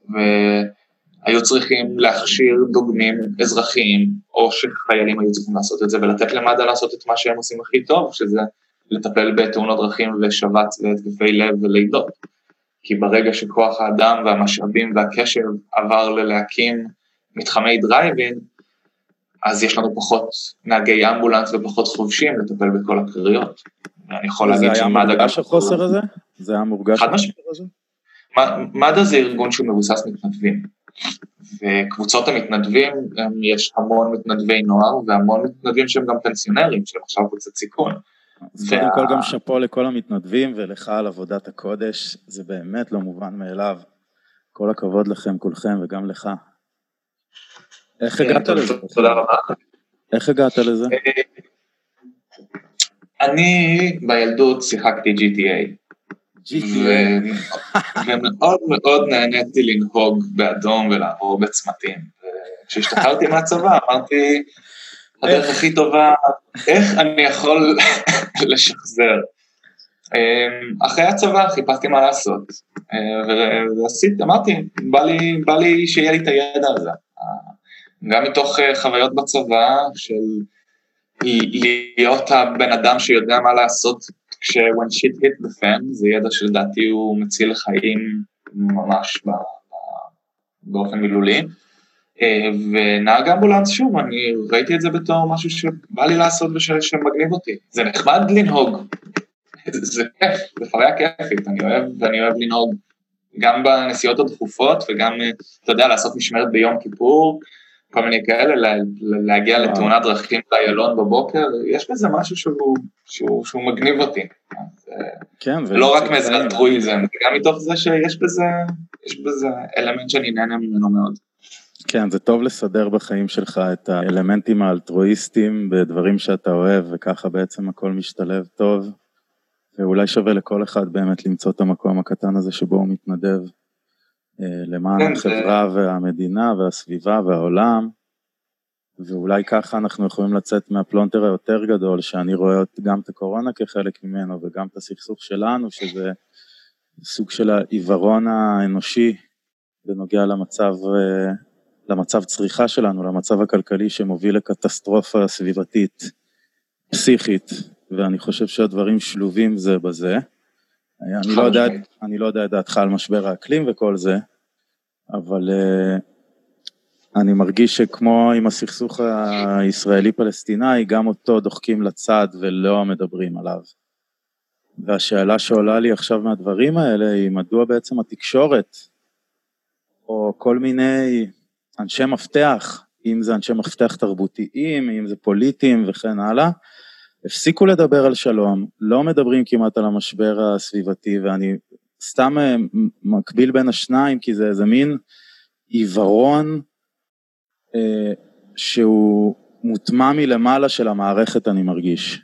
והיו צריכים להכשיר דוגמים אזרחיים, או שחיילים היו צריכים לעשות את זה, ולתת למד"א לעשות את מה שהם עושים הכי טוב, שזה לטפל בתאונות דרכים ושבץ והתקפי לב ולידות. כי ברגע שכוח האדם והמשאבים והקשב עבר ללהקים מתחמי דרייבין, אז יש לנו פחות נהגי אמבולנס ופחות חובשים לטפל בכל הקריות. אני יכול להגיד שמד"א... זה היה מורגש החוסר הזה? זה היה מורגש החוסר הזה? מד"א זה ארגון שהוא מבוסס מתנדבים, וקבוצות המתנדבים, יש המון מתנדבי נוער, והמון מתנדבים שהם גם פנסיונרים, שהם עכשיו קבוצת סיכון. אז קודם כל גם שפו לכל המתנדבים, ולך על עבודת הקודש, זה באמת לא מובן מאליו. כל הכבוד לכם כולכם, וגם לך. איך הגעת לזה? תודה רבה. איך הגעת לזה? אני בילדות שיחקתי ג'י טי איי. ומאוד מאוד נהניתי לנהוג באדום ולעבור בצמתים. כשהשתחררתי מהצבא אמרתי, הדרך הכי טובה, איך אני יכול לשחזר. אחרי הצבא חיפשתי מה לעשות, ועשיתי, אמרתי, בא לי שיהיה לי את הידע הזה. גם מתוך חוויות בצבא של להיות הבן אדם שיודע מה לעשות כש- when shit hit the fan, זה ידע שלדעתי הוא מציל חיים ממש באופן מילולי, ונהג אמבולנס שוב, אני ראיתי את זה בתור משהו שבא לי לעשות ושמגניב אותי, זה נחמד לנהוג, זה כיף, זה חוויה כיפית, אני אוהב ואני אוהב לנהוג גם בנסיעות הדחופות וגם, אתה יודע, לעשות משמרת ביום כיפור, כל מיני כאלה, להגיע לתאונת דרכים באיילון בבוקר, יש בזה משהו שהוא, שהוא, שהוא מגניב אותי. כן, לא רק מאיזה אלטרואיזם, גם מתוך זה שיש בזה, יש בזה אלמנט שאני נהנה ממנו מאוד. כן, זה טוב לסדר בחיים שלך את האלמנטים האלטרואיסטיים בדברים שאתה אוהב, וככה בעצם הכל משתלב טוב, ואולי שווה לכל אחד באמת למצוא את המקום הקטן הזה שבו הוא מתנדב. למען החברה והמדינה והסביבה והעולם, ואולי ככה אנחנו יכולים לצאת מהפלונטר היותר גדול, שאני רואה גם את הקורונה כחלק ממנו, וגם את הסכסוך שלנו, שזה סוג של העיוורון האנושי, בנוגע למצב, למצב צריכה שלנו, למצב הכלכלי שמוביל לקטסטרופה סביבתית, פסיכית, ואני חושב שהדברים שלובים זה בזה. אני לא יודע, אני לא יודע את דעתך על משבר האקלים וכל זה, אבל uh, אני מרגיש שכמו עם הסכסוך הישראלי-פלסטיני, גם אותו דוחקים לצד ולא מדברים עליו. והשאלה שעולה לי עכשיו מהדברים האלה היא, מדוע בעצם התקשורת, או כל מיני אנשי מפתח, אם זה אנשי מפתח תרבותיים, אם זה פוליטיים וכן הלאה, הפסיקו לדבר על שלום, לא מדברים כמעט על המשבר הסביבתי, ואני סתם מקביל בין השניים, כי זה איזה מין עיוורון אה, שהוא מוטמע מלמעלה של המערכת, אני מרגיש.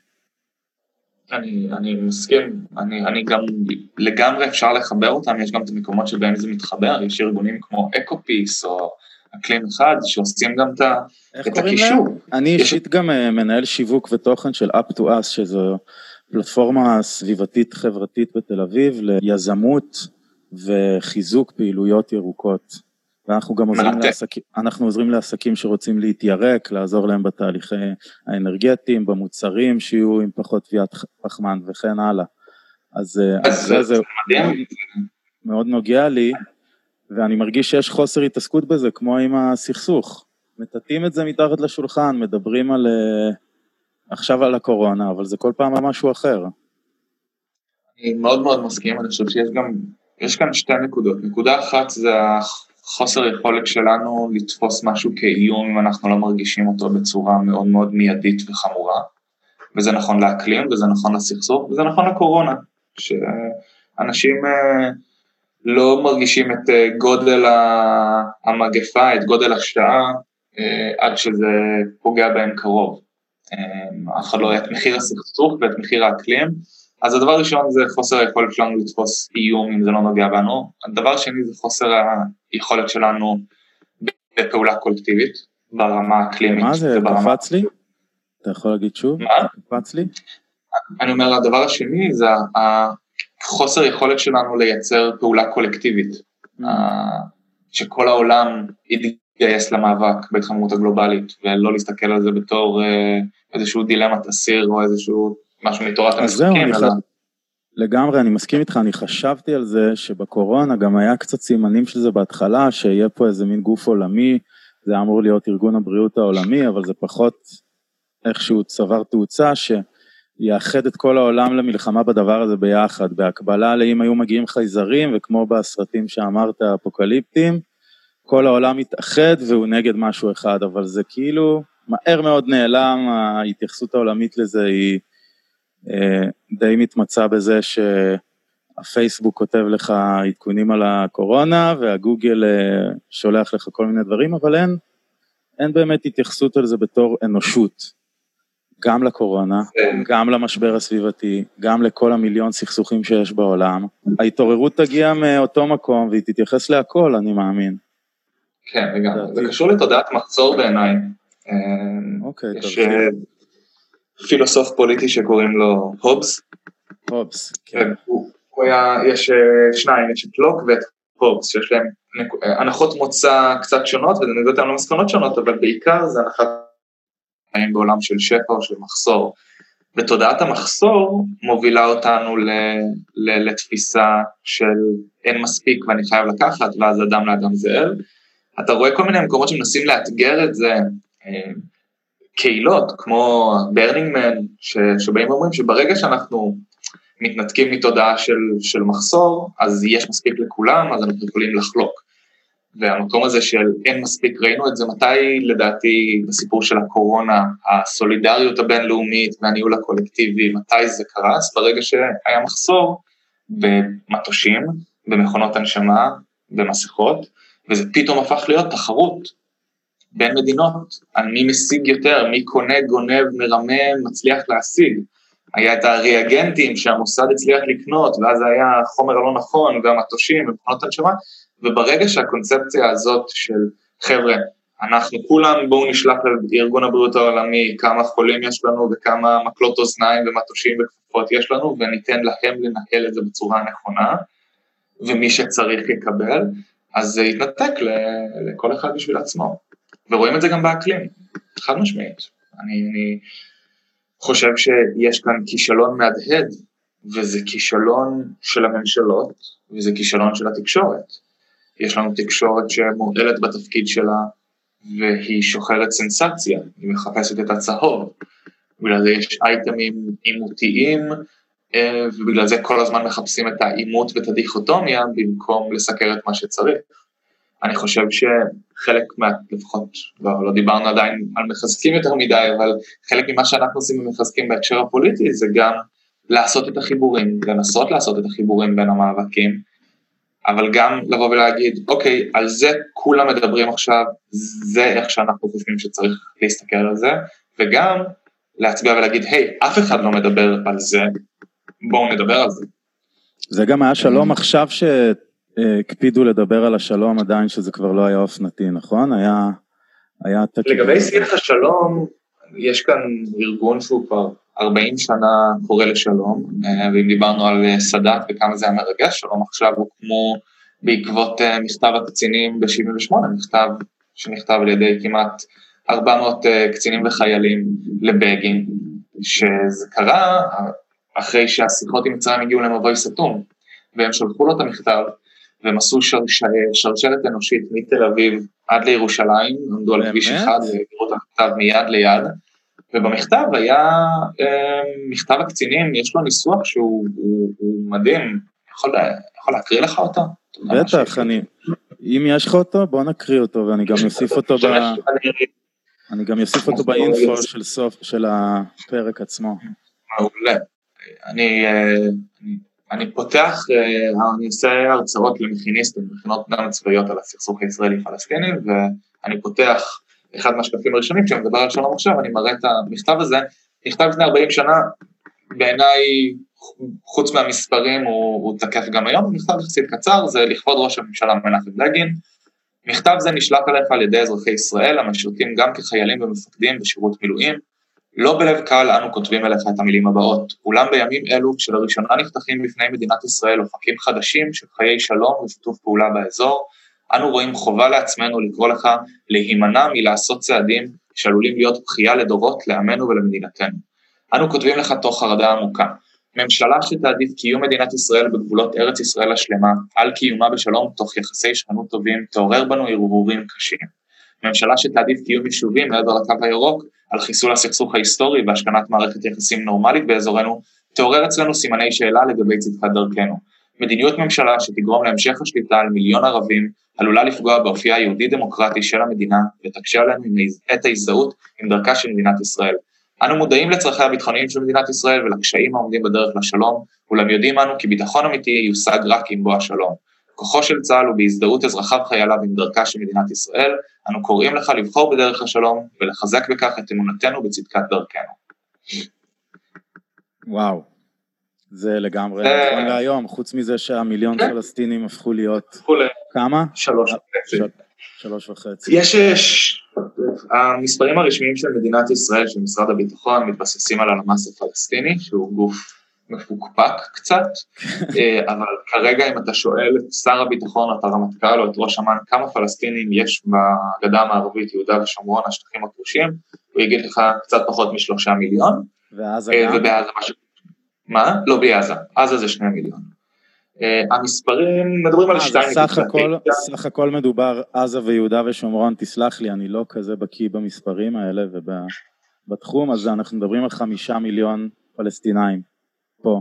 אני, אני מסכים, אני, אני גם לגמרי אפשר לחבר אותם, יש גם את המקומות שבהם זה מתחבר, יש ארגונים כמו אקופיס או אקלים אחד, שעושים גם את, את הקישור. אני יש... אישית גם מנהל שיווק ותוכן של Up to Us, שזו פלטפורמה סביבתית חברתית בתל אביב, ליזמות וחיזוק פעילויות ירוקות. ואנחנו גם עוזרים לעסקים, אנחנו עוזרים לעסקים שרוצים להתיירק, לעזור להם בתהליכי האנרגטיים, במוצרים שיהיו עם פחות טביעת פחמן וכן הלאה. אז, אז זה, זה מאוד, מאוד נוגע לי, ואני מרגיש שיש חוסר התעסקות בזה, כמו עם הסכסוך. מטאטים את זה מתחת לשולחן, מדברים על, עכשיו על הקורונה, אבל זה כל פעם על משהו אחר. אני מאוד מאוד מסכים, אני חושב שיש גם, יש כאן שתי נקודות. נקודה אחת זה החוסר יכולת שלנו לתפוס משהו כאיום, אם אנחנו לא מרגישים אותו בצורה מאוד מאוד מיידית וחמורה. וזה נכון לאקלים, וזה נכון לסכסוך, וזה נכון לקורונה. שאנשים לא מרגישים את גודל המגפה, את גודל השעה, עד שזה פוגע בהם קרוב. אף אחד לא רואה את מחיר הסכסוך ואת מחיר האקלים, אז הדבר הראשון זה חוסר היכולת שלנו לתפוס איום אם זה לא נוגע בנו, הדבר השני זה חוסר היכולת שלנו בפעולה קולקטיבית, ברמה האקלימית. מה זה, קפץ לי? אתה יכול להגיד שוב? מה? קפץ לי? אני אומר, הדבר השני זה החוסר היכולת שלנו לייצר פעולה קולקטיבית, שכל העולם יתגייס למאבק בהתחממות הגלובלית, ולא להסתכל על זה בתור איזשהו דילמת אסיר, או איזשהו משהו מתורת המשחקים, אלא... לגמרי, אני מסכים איתך, אני חשבתי על זה שבקורונה גם היה קצת סימנים של זה בהתחלה, שיהיה פה איזה מין גוף עולמי, זה אמור להיות ארגון הבריאות העולמי, אבל זה פחות איכשהו צבר תאוצה, שיאחד את כל העולם למלחמה בדבר הזה ביחד, בהקבלה לאם היו מגיעים חייזרים, וכמו בסרטים שאמרת, אפוקליפטיים, כל העולם מתאחד והוא נגד משהו אחד, אבל זה כאילו מהר מאוד נעלם, ההתייחסות העולמית לזה היא די מתמצא בזה שהפייסבוק כותב לך עדכונים על הקורונה, והגוגל שולח לך כל מיני דברים, אבל אין, אין באמת התייחסות על זה בתור אנושות, גם לקורונה, גם למשבר הסביבתי, גם לכל המיליון סכסוכים שיש בעולם. ההתעוררות תגיע מאותו מקום, והיא תתייחס להכל, אני מאמין. כן, וגם, זה קשור לתודעת מחסור בעיניי. אוקיי, יש פילוסוף פוליטי שקוראים לו הובס. הובס, כן. הוא היה, יש שניים, יש את לוק ואת הובס, שיש להם הנחות מוצא קצת שונות, וזה נגד אותם למסקנות שונות, אבל בעיקר זה הנחת חיים בעולם של שפע או של מחסור. ותודעת המחסור מובילה אותנו ל, ל, לתפיסה של אין מספיק ואני חייב לקחת, ואז אדם לאדם זאב. אתה רואה כל מיני מקומות שמנסים לאתגר את זה, קהילות כמו ברנינג מן, שבאים ואומרים שברגע שאנחנו מתנתקים מתודעה של, של מחסור, אז יש מספיק לכולם, אז אנחנו יכולים לחלוק. והמקום הזה של אין מספיק, ראינו את זה מתי לדעתי בסיפור של הקורונה, הסולידריות הבינלאומית והניהול הקולקטיבי, מתי זה קרס? ברגע שהיה מחסור במטושים, במכונות הנשמה, במסכות, וזה פתאום הפך להיות תחרות בין מדינות, על מי משיג יותר, מי קונה, גונב, מרמם, מצליח להשיג. היה את הריאגנטים שהמוסד הצליח לקנות, ואז היה חומר לא נכון, והמטושים ומכונות הנשמה, וברגע שהקונספציה הזאת של חבר'ה, אנחנו כולם בואו נשלח לארגון הבריאות העולמי, כמה חולים יש לנו, וכמה מקלות אוזניים ומטושים וכפפות יש לנו, וניתן להם לנהל את זה בצורה נכונה, ומי שצריך יקבל, אז זה יתנתק לכל אחד בשביל עצמו. ורואים את זה גם באקלים, חד משמעית. אני, אני חושב שיש כאן כישלון מהדהד, וזה כישלון של הממשלות, וזה כישלון של התקשורת. יש לנו תקשורת שמועלת בתפקיד שלה, והיא שוחרת סנסציה, היא מחפשת את הצהוב. בגלל זה יש אייטמים אימותיים, ובגלל זה כל הזמן מחפשים את האימות ואת הדיכוטומיה, במקום לסקר את מה שצריך. אני חושב שחלק מה, לפחות, לא, לא דיברנו עדיין על מחזקים יותר מדי, אבל חלק ממה שאנחנו עושים במחזקים בהקשר הפוליטי, זה גם לעשות את החיבורים, לנסות לעשות את החיבורים בין המאבקים, אבל גם לבוא ולהגיד, אוקיי, על זה כולם מדברים עכשיו, זה איך שאנחנו חושבים שצריך להסתכל על זה, וגם להצביע ולהגיד, היי, אף אחד לא מדבר על זה, בואו נדבר על זה. זה גם היה שלום עכשיו שהקפידו לדבר על השלום עדיין, שזה כבר לא היה אופנתי, נכון? היה... היה לגבי שיח השלום, יש כאן ארגון שהוא כבר ארבעים שנה קורא לשלום, ואם דיברנו על סדאת וכמה זה היה מרגש, שלום עכשיו הוא כמו בעקבות מכתב הקצינים ב-שבעים ושמונה, מכתב שנכתב על ידי כמעט ארבע מאות קצינים וחיילים לבגין, שזה קרה אחרי שהשיחות עם מצרים הגיעו למבוי סתום, והם שלחו לו את המכתב, והם עשו שרשרת אנושית מתל אביב עד לירושלים, עמדו על כביש אחד והגיעו את המכתב מיד ליד, ובמכתב היה מכתב הקצינים, יש לו ניסוח שהוא הוא, הוא מדהים, יכול, יכול להקריא לך אותו? בטח, אני, אם יש לך אותו, בוא נקריא אותו, ואני גם אוסיף אותו, ב... אני גם אוסיף אותו באינפו של סוף, של הפרק עצמו. מעולה. אני, אני, אני פותח, אני עושה הרצאות למכיניסטים, מכינות קדם צבאיות על הסכסוך הישראלי-פלסטיני, ואני פותח אחד מהשקפים הראשונים, כשאני מדבר על שלום עכשיו, אני מראה את המכתב הזה, נכתב לפני ארבעים שנה, בעיניי, חוץ מהמספרים, הוא, הוא תקף גם היום, מכתב יחסית קצר, זה לכבוד ראש הממשלה מנחם בגין, מכתב זה נשלח עליך על ידי אזרחי ישראל, המשרתים גם כחיילים ומפקדים בשירות מילואים, לא בלב קל אנו כותבים אליך את המילים הבאות, אולם בימים אלו, כשלראשונה נפתחים בפני מדינת ישראל אופקים חדשים של חיי שלום ושיתוף פעולה באזור, אנו רואים חובה לעצמנו לקרוא לך להימנע מלעשות צעדים שעלולים להיות בכייה לדורות לעמנו ולמדינתנו. אנו כותבים לך תוך חרדה עמוקה. ממשלה שתעדיף קיום מדינת ישראל בגבולות ארץ ישראל השלמה, על קיומה בשלום תוך יחסי שכנות טובים, תעורר בנו הרהורים קשים. ממשלה שתעדיף קיום יישובים מעבר לקו הירוק, על חיסול הסכסוך ההיסטורי והשכנת מערכת יחסים נורמלית באזורנו, תעורר אצלנו סימני שאלה לגבי צדקת דרכנו. מדיניות ממשלה שתגרום להמשך השליטה על מיליון ערבים, עלולה לפגוע באופייה היהודי דמוקרטי של המדינה, ותקשה עלינו את ההזדהות עם דרכה של מדינת ישראל. אנו מודעים לצרכי הביטחוניים של מדינת ישראל ולקשיים העומדים בדרך לשלום, אולם יודעים אנו כי ביטחון אמיתי יושג רק עם בוא השלום. כוחו של צה"ל הוא בהזדהות אזרחיו חייליו עם דרכה של מדינת ישראל, אנו קוראים לך לבחור בדרך השלום ולחזק בכך את אמונתנו בצדקת דרכנו. וואו, זה לגמרי נכון להיום, חוץ מזה שהמיליון פלסטינים הפכו להיות כמה? שלוש וחצי. שלוש וחצי. יש, המספרים הרשמיים של מדינת ישראל, של משרד הביטחון, מתבססים על הלמ"ס הפלסטיני, שהוא גוף מפוקפק קצת, אבל כרגע אם אתה שואל את שר הביטחון, או את הרמטכ"ל, או את ראש אמ"ן, כמה פלסטינים יש בגדה המערבית, יהודה ושומרון, השטחים הכבושים, הוא יגיד לך קצת פחות משלושה מיליון. ועזה גם? ובעזה משהו. מה? לא בעזה, עזה זה שני מיליון. המספרים מדברים על שתיים נקודה תשע. סך הכל מדובר עזה ויהודה ושומרון, תסלח לי, אני לא כזה בקיא במספרים האלה ובתחום, אז אנחנו מדברים על חמישה מיליון פלסטינאים פה.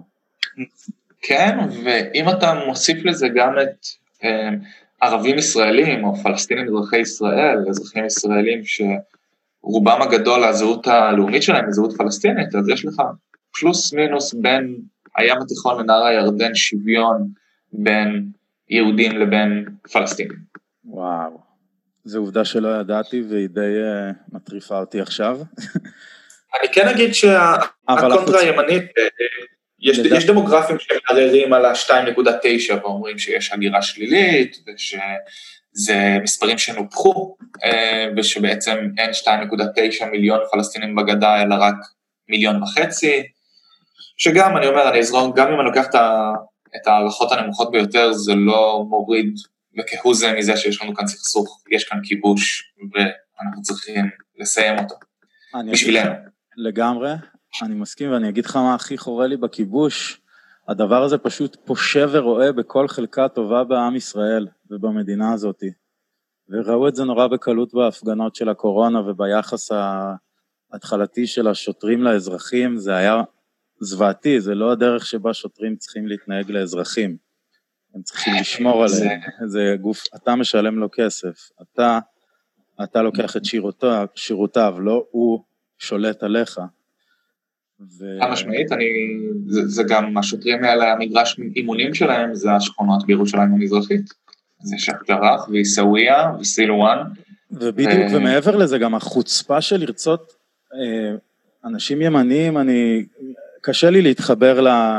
כן, ואם אתה מוסיף לזה גם את ערבים ישראלים או פלסטינים אזרחי ישראל, אזרחים ישראלים שרובם הגדול הזהות הלאומית שלהם היא זהות פלסטינית, אז יש לך פלוס מינוס בין הים התיכון לנהר הירדן שוויון בין יהודים לבין פלסטינים. וואו, זו עובדה שלא ידעתי והיא די uh, מטריפה אותי עכשיו. אני כן אגיד שהקונטרה הימנית, יש, יש דמוגרפים שמערערים על ה-שתיים נקודה תשע ואומרים שיש הגירה שלילית, ושזה מספרים שנופחו, ושבעצם אין שתיים נקודה תשע מיליון פלסטינים בגדה, אלא רק מיליון וחצי, שגם, אני אומר, אני אזרום, גם אם אני לוקח את הערכות הנמוכות ביותר, זה לא מוריד וכהו זה מזה שיש לנו כאן סכסוך, יש כאן כיבוש, ואנחנו צריכים לסיים אותו, בשבילנו. לגמרי, אני מסכים, ואני אגיד לך מה הכי חורה לי בכיבוש, הדבר הזה פשוט פושה ורואה בכל חלקה טובה בעם ישראל, ובמדינה הזאת, וראו את זה נורא בקלות בהפגנות של הקורונה, וביחס ההתחלתי של השוטרים לאזרחים, זה היה זוועתי, זה לא הדרך שבה שוטרים צריכים להתנהג לאזרחים, הם צריכים לשמור עליהם, זה גוף, אתה משלם לו כסף, אתה, אתה לוקח את שירותיו, שירותיו, לא הוא שולט עליך. המשמעית, אני, זה, זה גם השוטרים האלה, המגרש אימונים שלהם, זה השכונות בירושלים המזרחית, זה שחטרח ועיסאוויה וסילואן. ובדיוק, ו... ומעבר לזה גם החוצפה של לרצות אנשים ימניים, אני, קשה לי להתחבר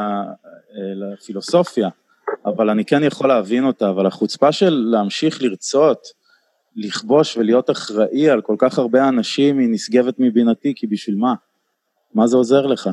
לפילוסופיה, אבל אני כן יכול להבין אותה, אבל החוצפה של להמשיך לרצות, לכבוש ולהיות אחראי על כל כך הרבה אנשים, היא נשגבת מבינתי, כי בשביל מה? מה זה עוזר לך?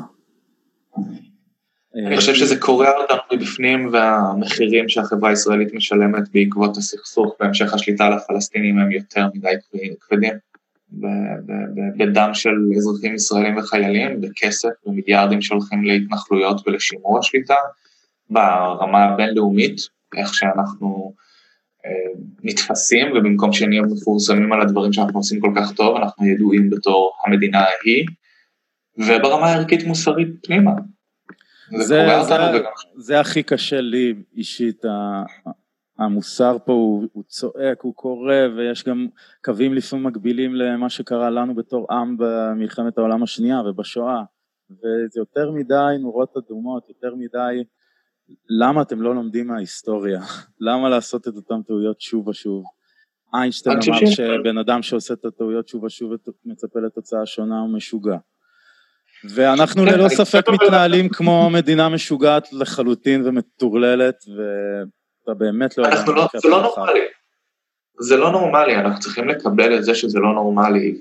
אני חושב שזה קורע אותנו מבפנים, והמחירים שהחברה הישראלית משלמת בעקבות הסכסוך, בהמשך השליטה על הפלסטינים הם יותר מדי כבדים, בדם של אזרחים ישראלים וחיילים, בכסף ומיליארדים שהולכים להתנחלויות ולשימור השליטה, ברמה הבינלאומית, איך שאנחנו נתפסים, ובמקום שנהיה מפורסמים על הדברים שאנחנו עושים כל כך טוב, אנחנו ידועים בתור המדינה ההיא, וברמה הערכית מוסרית פנימה. זה, זה, זה, זה הכי קשה לי אישית, המוסר פה הוא, הוא צועק, הוא קורא, ויש גם קווים לפעמים מקבילים למה שקרה לנו בתור עם במלחמת העולם השנייה ובשואה, וזה יותר מדי נורות אדומות, יותר מדי, למה אתם לא לומדים מההיסטוריה? למה לעשות את אותם טעויות שוב ושוב? איינשטיין אמר שבן אדם שעושה את הטעויות שוב ושוב מצפה לתוצאה שונה ומשוגע. ואנחנו ללא ספק מתנהלים כמו מדינה משוגעת לחלוטין ומטורללת, ואתה באמת לא... אנחנו לא, זה לא נורמלי. זה לא נורמלי, אנחנו צריכים לקבל את זה שזה לא נורמלי,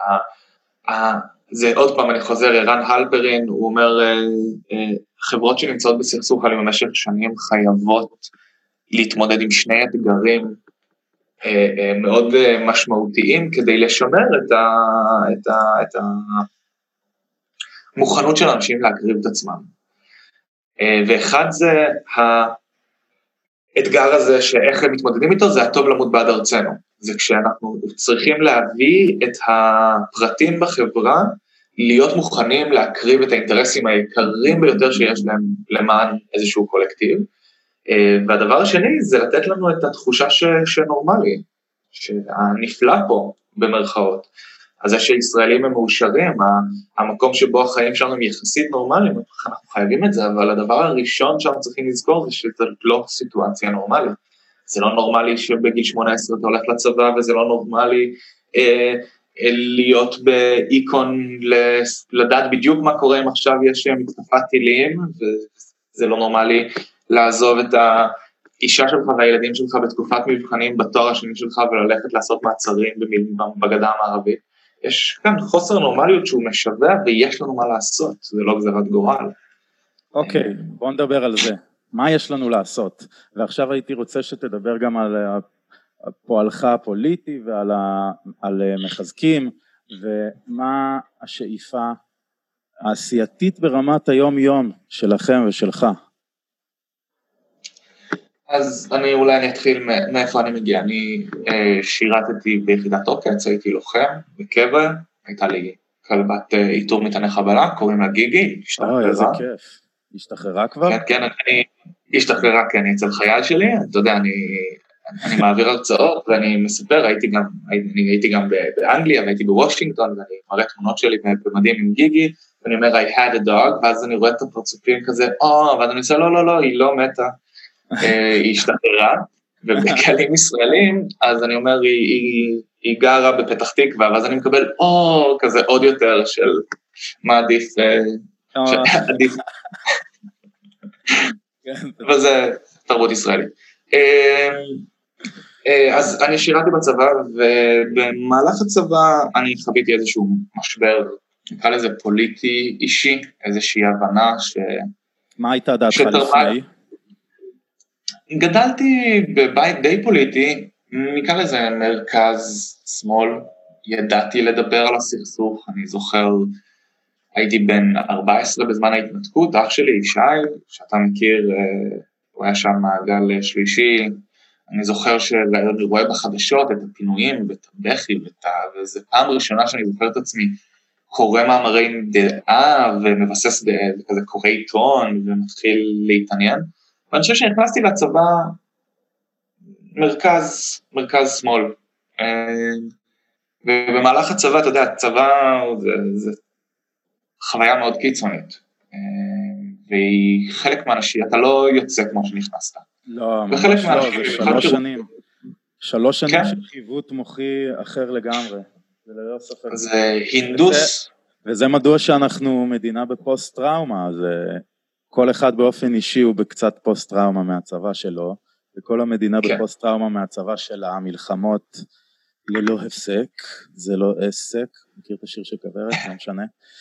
וזה עוד פעם אני חוזר, ערן הלפרין, הוא אומר, חברות שנמצאות בסכסוך עליהם במשך שנים חייבות להתמודד עם שני אתגרים מאוד משמעותיים, כדי לשמר את ה... את ה... את ה המוכנות של אנשים להקריב את עצמם. ואחד זה האתגר הזה שאיך הם מתמודדים איתו, זה הטוב למות בעד ארצנו. זה כשאנחנו צריכים להביא את הפרטים בחברה, להיות מוכנים להקריב את האינטרסים היקרים ביותר שיש להם למען איזשהו קולקטיב. והדבר השני זה לתת לנו את התחושה ש, שנורמלי, שהנפלא פה במרכאות. אז זה שישראלים הם מאושרים, המקום שבו החיים שלנו הם יחסית נורמליים, אנחנו חייבים את זה, אבל הדבר הראשון שאנחנו צריכים לזכור זה שזה לא סיטואציה נורמלית. זה לא נורמלי שבגיל שמונה עשרה אתה הולך לצבא, וזה לא נורמלי אה, אה, להיות באיקון, לדעת בדיוק מה קורה אם עכשיו יש מתקפת טילים, וזה לא נורמלי לעזוב את האישה שלך והילדים שלך בתקופת מבחנים בתואר השני שלך, וללכת לעשות מעצרים בגדה המערבית. יש כאן חוסר נורמליות שהוא משווה, ויש לנו מה לעשות, זה לא גזרת גורל. אוקיי, בוא נדבר על זה. מה יש לנו לעשות? ועכשיו הייתי רוצה שתדבר גם על פועלך הפוליטי ועל ה, על מחזקים, ומה השאיפה העשייתית ברמת היום-יום שלכם ושלך. אז אני אולי אני אתחיל מאיפה אני מגיע. אני אה, שירתתי ביחידת עוקץ, הייתי לוחם בקבע, הייתה לי כלבת אה, איתור מטעני חבלה, קוראים לה גיגי, השתחררה. אוי, איזה כיף. השתחררה כבר? כן, כן, אני השתחררה, כן, אצל חייל שלי, אתה יודע, אני, אני מעביר הרצאות, ואני מספר, הייתי גם, הייתי, הייתי גם באנגליה, והייתי בוושינגטון, ואני מראה תמונות שלי במדים עם גיגי, ואני אומר, I had a dog, ואז אני רואה את הפרצופים כזה, או, ואז אני עושה, לא, לא, לא, היא לא מתה. היא השתחררה, ובקהלים ישראלים, אז אני אומר, היא, היא, היא גרה בפתח תקווה, ואז אני מקבל, או, כזה עוד יותר של מה עדיף, עדיף. וזה תרבות ישראלית. אז אני שירתי בצבא, ובמהלך הצבא אני חוויתי איזשהו משבר, נקרא לזה פוליטי אישי, איזושהי הבנה ש... מה הייתה דעתך לפני? גדלתי בבית די פוליטי, נקרא לזה מרכז שמאל, ידעתי לדבר על הסכסוך, אני זוכר, הייתי בן ארבע עשרה בזמן ההתנתקות, אח שלי, ישי, שאתה מכיר, הוא היה שם מעגל שלישי, אני זוכר שאני רואה בחדשות את הפינויים, ואת הבכי, וזו פעם ראשונה שאני זוכר את עצמי, קורא מאמרי דעה, ומבסס כזה קורא עיתון, ומתחיל להתעניין, ואני חושב שנכנסתי לצבא מרכז, מרכז שמאל, ובמהלך הצבא, אתה יודע, הצבא זה, זה חוויה מאוד קיצונית, והיא חלק מהאנשים, אתה לא יוצא כמו שנכנסת. לא, ממש לא, זה שלוש שנים, שלוש שנים של חיווט מוחי אחר לגמרי, זה לא ספק. זה הינדוס. וזה מדוע שאנחנו מדינה בפוסט טראומה, זה... כל אחד באופן אישי הוא בקצת פוסט טראומה מהצבא שלו, וכל המדינה כן. בפוסט טראומה מהצבא שלה, המלחמות ללא הפסק, זה לא עסק, מכיר את השיר של כברת, לא משנה.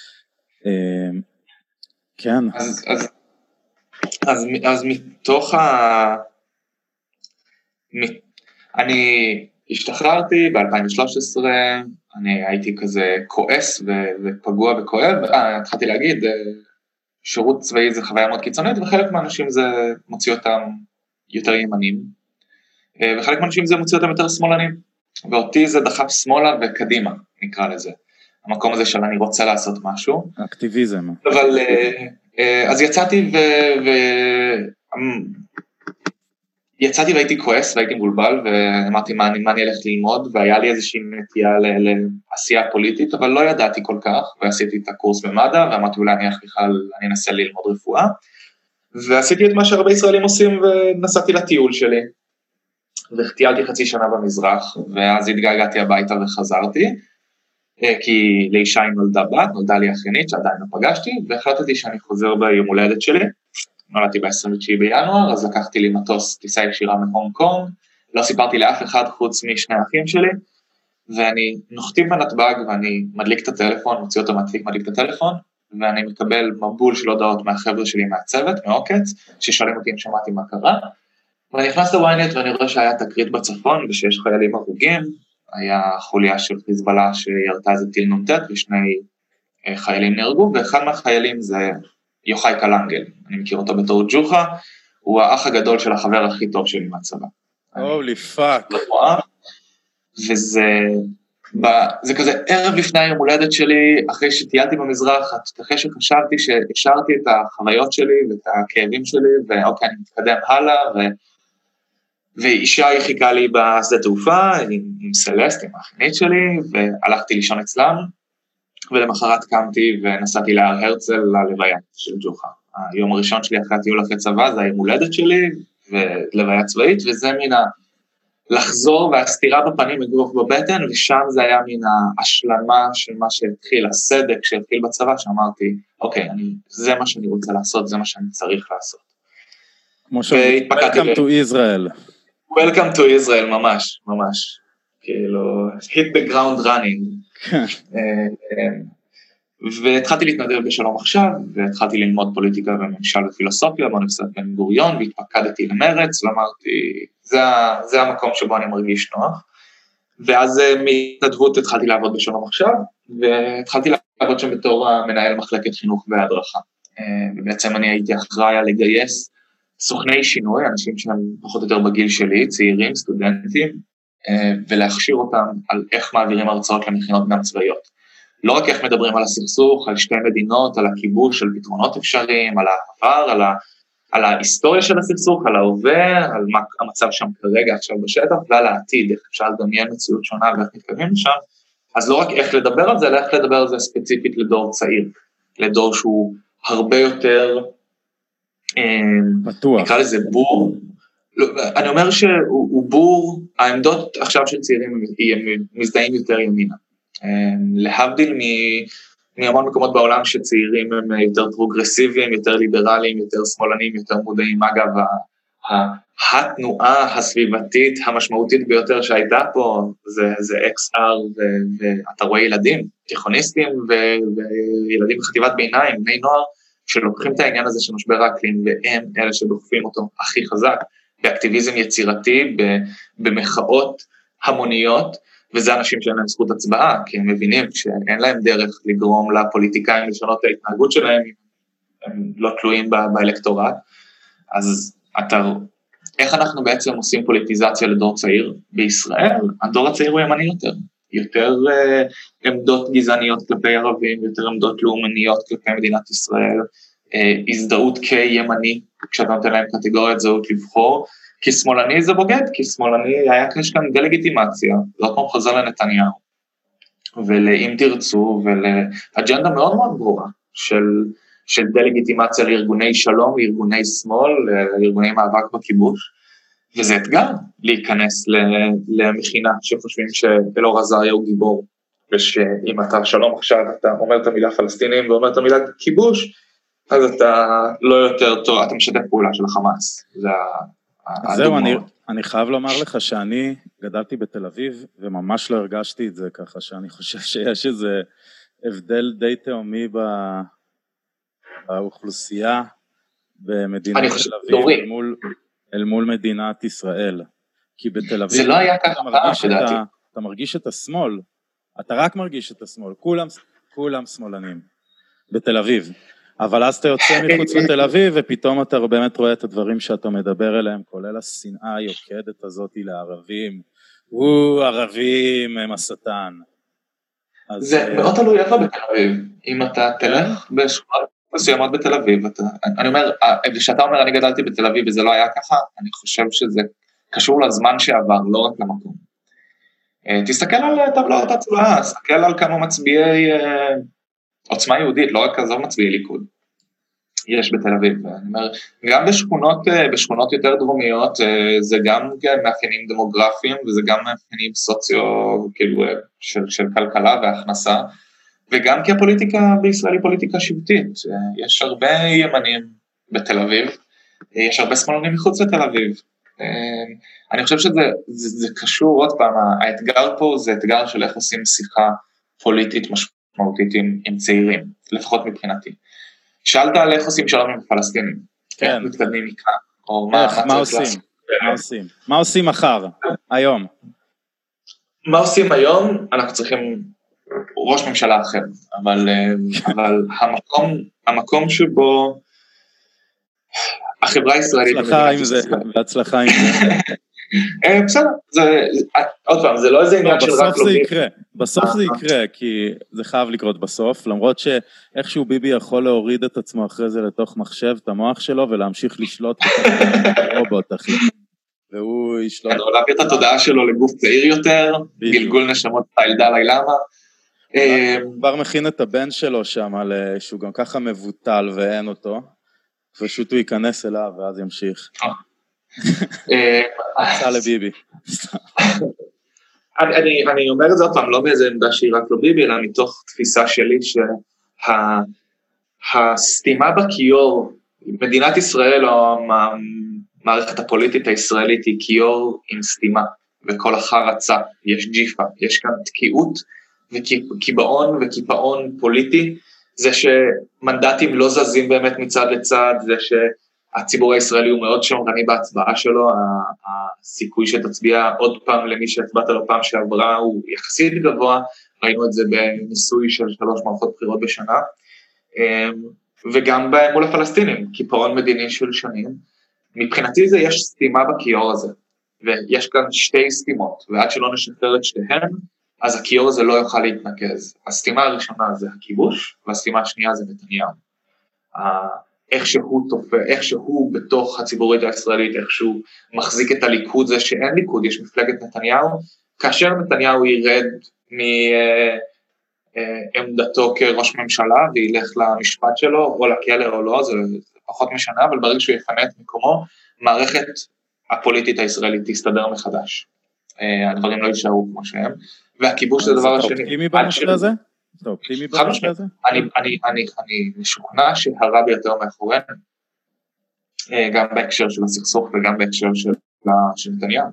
כן. אז, אז, אז, אז מתוך ה... אני השתחררתי ב-אלפיים ושלוש עשרה, אני הייתי כזה כועס ופגוע וכואב, אה, התחלתי להגיד, שירות צבאי זה חוויה מאוד קיצונית, וחלק מהאנשים זה מוציא אותם יותר ימנים, וחלק מהאנשים זה מוציא אותם יותר שמאלנים, ואותי זה דחף שמאלה וקדימה, נקרא לזה. המקום הזה של אני רוצה לעשות משהו. אקטיביזם. אבל, אז יצאתי ו... ו... יצאתי והייתי כועס והייתי מבולבל, ואמרתי מה אני, מה אני הלכת ללמוד, והיה לי איזושהי נטייה לעשייה פוליטית, אבל לא ידעתי כל כך, ועשיתי את הקורס במד"א, ואמרתי אולי אני בכלל, אני אנסה ללמוד רפואה, ועשיתי את מה שהרבה ישראלים עושים, ונסעתי לטיול שלי, וטיילתי חצי שנה במזרח, ואז התגעגעתי הביתה וחזרתי, כי לאישה נולדה בת, נולדה לי אחיינית שעדיין לא פגשתי, והחלטתי שאני חוזר ביום הולדת שלי, נולדתי ב-עשרים ותשעה בינואר, אז לקחתי לי מטוס טיסה ישירה מהונג קונג, לא סיפרתי לאף אחד חוץ משני האחים שלי, ואני נוחתים בנתב"ג ואני מדליק את הטלפון, מוציא אותו מהתיק, מדליק את הטלפון, ואני מקבל מבול של הודעות מהחבר'ה שלי מהצוות, מעוקץ, ששואלים אותי אם שמעתי מה קרה, ואני נכנס לוויינט ואני רואה שהיה תקרית בצפון, ושיש חיילים הרוגים, היה חוליה של חיזבאללה שירתה איזה טיל נ"ט, ושני חיילים נהרגו, ואחד מהחיילים זה יוחאי קלנגל, אני מכיר אותו בתור ג'וחה, הוא האח הגדול של החבר הכי טוב שלי מהצבא. הולי פאק. וזה זה כזה ערב לפני היום הולדת שלי, אחרי שטיילתי במזרח, אחרי שחשבתי שהשארתי את החוויות שלי ואת הכאבים שלי, ואוקיי, אני מתקדם הלאה, ו... ואישה היא חיכה לי בשדה תעופה, עם, עם סלסט, עם האחינית שלי, והלכתי לישון אצלם, ולמחרת קמתי ונסעתי להר הרצל ללוויה של ג'וחה. היום הראשון שלי אחרי הטיול אחרי צבא, זה היום הולדת שלי, ולוויה צבאית, וזה מן ה... לחזור והסתירה בפנים אגרוף בבטן, ושם זה היה מן ההשלמה של מה שהתחיל, הסדק שהתחיל בצבא, שאמרתי, אוקיי, אני, זה מה שאני רוצה לעשות, זה מה שאני צריך לעשות. כמו שאומרים, Welcome to Israel. Welcome to Israel, ממש, ממש. כאילו, hit the ground running. והתחלתי להתנדב בשלום עכשיו, והתחלתי ללמוד פוליטיקה וממשל ופילוסופיה, באוניברסיטת בן גוריון, והתפקדתי למרץ, ואמרתי, זה, זה המקום שבו אני מרגיש נוח, ואז מהתנדבות התחלתי לעבוד בשלום עכשיו, והתחלתי לעבוד שם בתור המנהל מחלקת חינוך והדרכה, ובעצם אני הייתי אחראי על לגייס סוכני שינוי, אנשים שהם פחות או יותר בגיל שלי, צעירים, סטודנטים, ולהכשיר אותם על איך מעבירים הרצאות למכינות גם צבאיות. לא רק איך מדברים על הסכסוך, על שתי מדינות, על הכיבוש, על פתרונות אפשריים, על העבר, על, ה, על ההיסטוריה של הסכסוך, על ההווה, על מה המצב שם כרגע עכשיו בשטח, ועל העתיד, איך אפשר לדמיין מציאות שונה ואיך מתקדמים לשם. אז לא רק איך לדבר על זה, אלא איך לדבר על זה ספציפית לדור צעיר, לדור שהוא הרבה יותר, בטוח. נקרא לזה בור, אני אומר שהוא בור, העמדות עכשיו של צעירים הם מזדהים יותר ימינה. להבדיל מהמון מקומות בעולם שצעירים הם יותר פרוגרסיביים, יותר ליברליים, יותר שמאלנים, יותר מודעים. אגב, התנועה הסביבתית המשמעותית ביותר שהייתה פה זה, זה אקס אר, ואתה רואה ילדים, תיכוניסטים וילדים בחטיבת ביניים, בני נוער, שלוקחים את העניין הזה של משבר האקלים, והם אלה שדוחפים אותו הכי חזק, באקטיביזם יצירתי, במחאות המוניות, וזה אנשים שאין להם זכות הצבעה, כי הם מבינים שאין להם דרך לגרום לפוליטיקאים לשנות את ההתנהגות שלהם, הם לא תלויים באלקטורט. אז אתה, איך אנחנו בעצם עושים פוליטיזציה לדור צעיר בישראל? הדור הצעיר הוא ימני יותר, יותר uh, עמדות גזעניות כלפי ערבים, יותר עמדות לאומניות כלפי מדינת ישראל, uh, הזדהות כימני, כשאתה נותן להם קטגוריית זהות לבחור, כי שמאלני זה בוגד, כי שמאלני היה יש כאן דלגיטימציה, זאת כמו חזר לנתניהו, ולאם תרצו, ולאג'נדה מאוד מאוד ברורה, של, של דלגיטימציה לארגוני שלום, לארגוני שמאל, לארגוני מאבק בכיבוש, וזה אתגר להיכנס למכינה שחושבים שאלאור עזריה הוא גיבור, ושאם אתה שלום עכשיו, אתה אומר את המילה פלסטינים, ואומר את המילה כיבוש, אז אתה לא יותר טוב, אתה משתף פעולה של החמאס, זה זהו, אני, אני חייב לומר לך שאני גדלתי בתל אביב, וממש לא הרגשתי את זה ככה, שאני חושב שיש איזה הבדל די תאומי באוכלוסייה, במדינת תל אביב, אל מול, אל מול מדינת ישראל. כי בתל אביב, זה לא היה ככה, אתה מרגיש, את ה, אתה מרגיש את השמאל, אתה רק מרגיש את השמאל, כולם, כולם שמאלנים, בתל אביב. אבל אז אתה יוצא מחוץ לתל אביב, ופתאום אתה באמת רואה את הדברים שאתה מדבר אליהם, כולל השנאה היוקדת הזאת לערבים, הוא ערבים הם השטן. זה מאוד תלוי איפה בתל אביב, אם אתה תלך בשכונות מסוימות בתל אביב, אני אומר, כשאתה אומר אני גדלתי בתל אביב וזה לא היה ככה, אני חושב שזה קשור לזמן שעבר, לא רק למקום. תסתכל על טבלאות הצבעה, תסתכל על כמה מצביעי עוצמה יהודית, לא רק כזו מצביעי ליכוד. יש בתל אביב, אני אומר, גם בשכונות, בשכונות יותר דרומיות, זה גם מאפיינים דמוגרפיים, וזה גם מאפיינים סוציו, כאילו, של, של כלכלה והכנסה, וגם כי הפוליטיקה בישראל היא פוליטיקה שבטית, יש הרבה ימנים בתל אביב, יש הרבה שמאלנים מחוץ לתל אביב, אני חושב שזה זה, זה קשור, עוד פעם, האתגר פה זה אתגר של איך עושים שיחה פוליטית משמעותית עם, עם צעירים, לפחות מבחינתי. שאלת על איך עושים שלום עם פלסטינים, כן. איך מתקדמים מכאן, או מה, איך, מה, מה עושים, מה עושים, מה עושים מחר, היום? מה עושים היום? אנחנו צריכים ראש ממשלה אחר, אבל, אבל המקום, המקום שבו החברה הישראלית... הצלחה עם זה, והצלחה עם זה. בסדר, עוד פעם, זה לא איזה עניין של רק בסוף זה יקרה, בסוף זה יקרה, כי זה חייב לקרות בסוף, למרות שאיכשהו ביבי יכול להוריד את עצמו אחרי זה לתוך מחשב, את המוח שלו, ולהמשיך לשלוט ברובוט, אחי. והוא ישלוט... הוא להביא את התודעה שלו לגוף צעיר יותר, גלגול נשמות הילדה לילמה. הוא כבר מכין את הבן שלו שם, שהוא גם ככה מבוטל ואין אותו, פשוט הוא ייכנס אליו ואז ימשיך. עצה לביבי. אני אומר את זה עוד פעם, לא באיזה עמדה שהיא רק לא ביבי, אלא מתוך תפיסה שלי שהסתימה בכיור, מדינת ישראל או המערכת הפוליטית הישראלית היא כיור עם סתימה, וכל אחר רצה, יש ג'יפה, יש כאן תקיעות וקיבעון וקיפאון פוליטי, זה שמנדטים לא זזים באמת מצד לצד, זה שהציבור הישראלי הוא מאוד שמרני בהצבעה שלו, הסיכוי שתצביע עוד פעם למי שהצבעת לו פעם שעברה הוא יחסית גבוה, ראינו את זה בניסוי של שלוש מערכות בחירות בשנה, וגם מול הפלסטינים, קיפאון מדיני של שנים, מבחינתי זה יש סתימה בכיור הזה, ויש כאן שתי סתימות, ועד שלא נשחרר את שתיהן, אז הכיור הזה לא יוכל להתנקז. הסתימה הראשונה זה הכיבוש, והסתימה השנייה זה נתניהו. איך שהוא תופע, איך שהוא בתוך הציבורית הישראלית, איך שהוא מחזיק את הליכוד, זה שאין ליכוד, יש מפלגת נתניהו, כאשר נתניהו ירד מעמדתו כראש ממשלה, וילך למשפט שלו, או לכלא או לא, זה פחות משנה, אבל ברגע שהוא יפנה את מקומו, מערכת הפוליטית הישראלית תסתדר מחדש. הדברים לא יישארו כמו שהם. והכיבוש זה דבר השני. אתה אופטימי בנושא הזה? אתה אופטימי בנושא הזה? אני משוכנע שהרע ביותר מאחורינו, גם בהקשר של הסכסוך וגם בהקשר של נתניהו.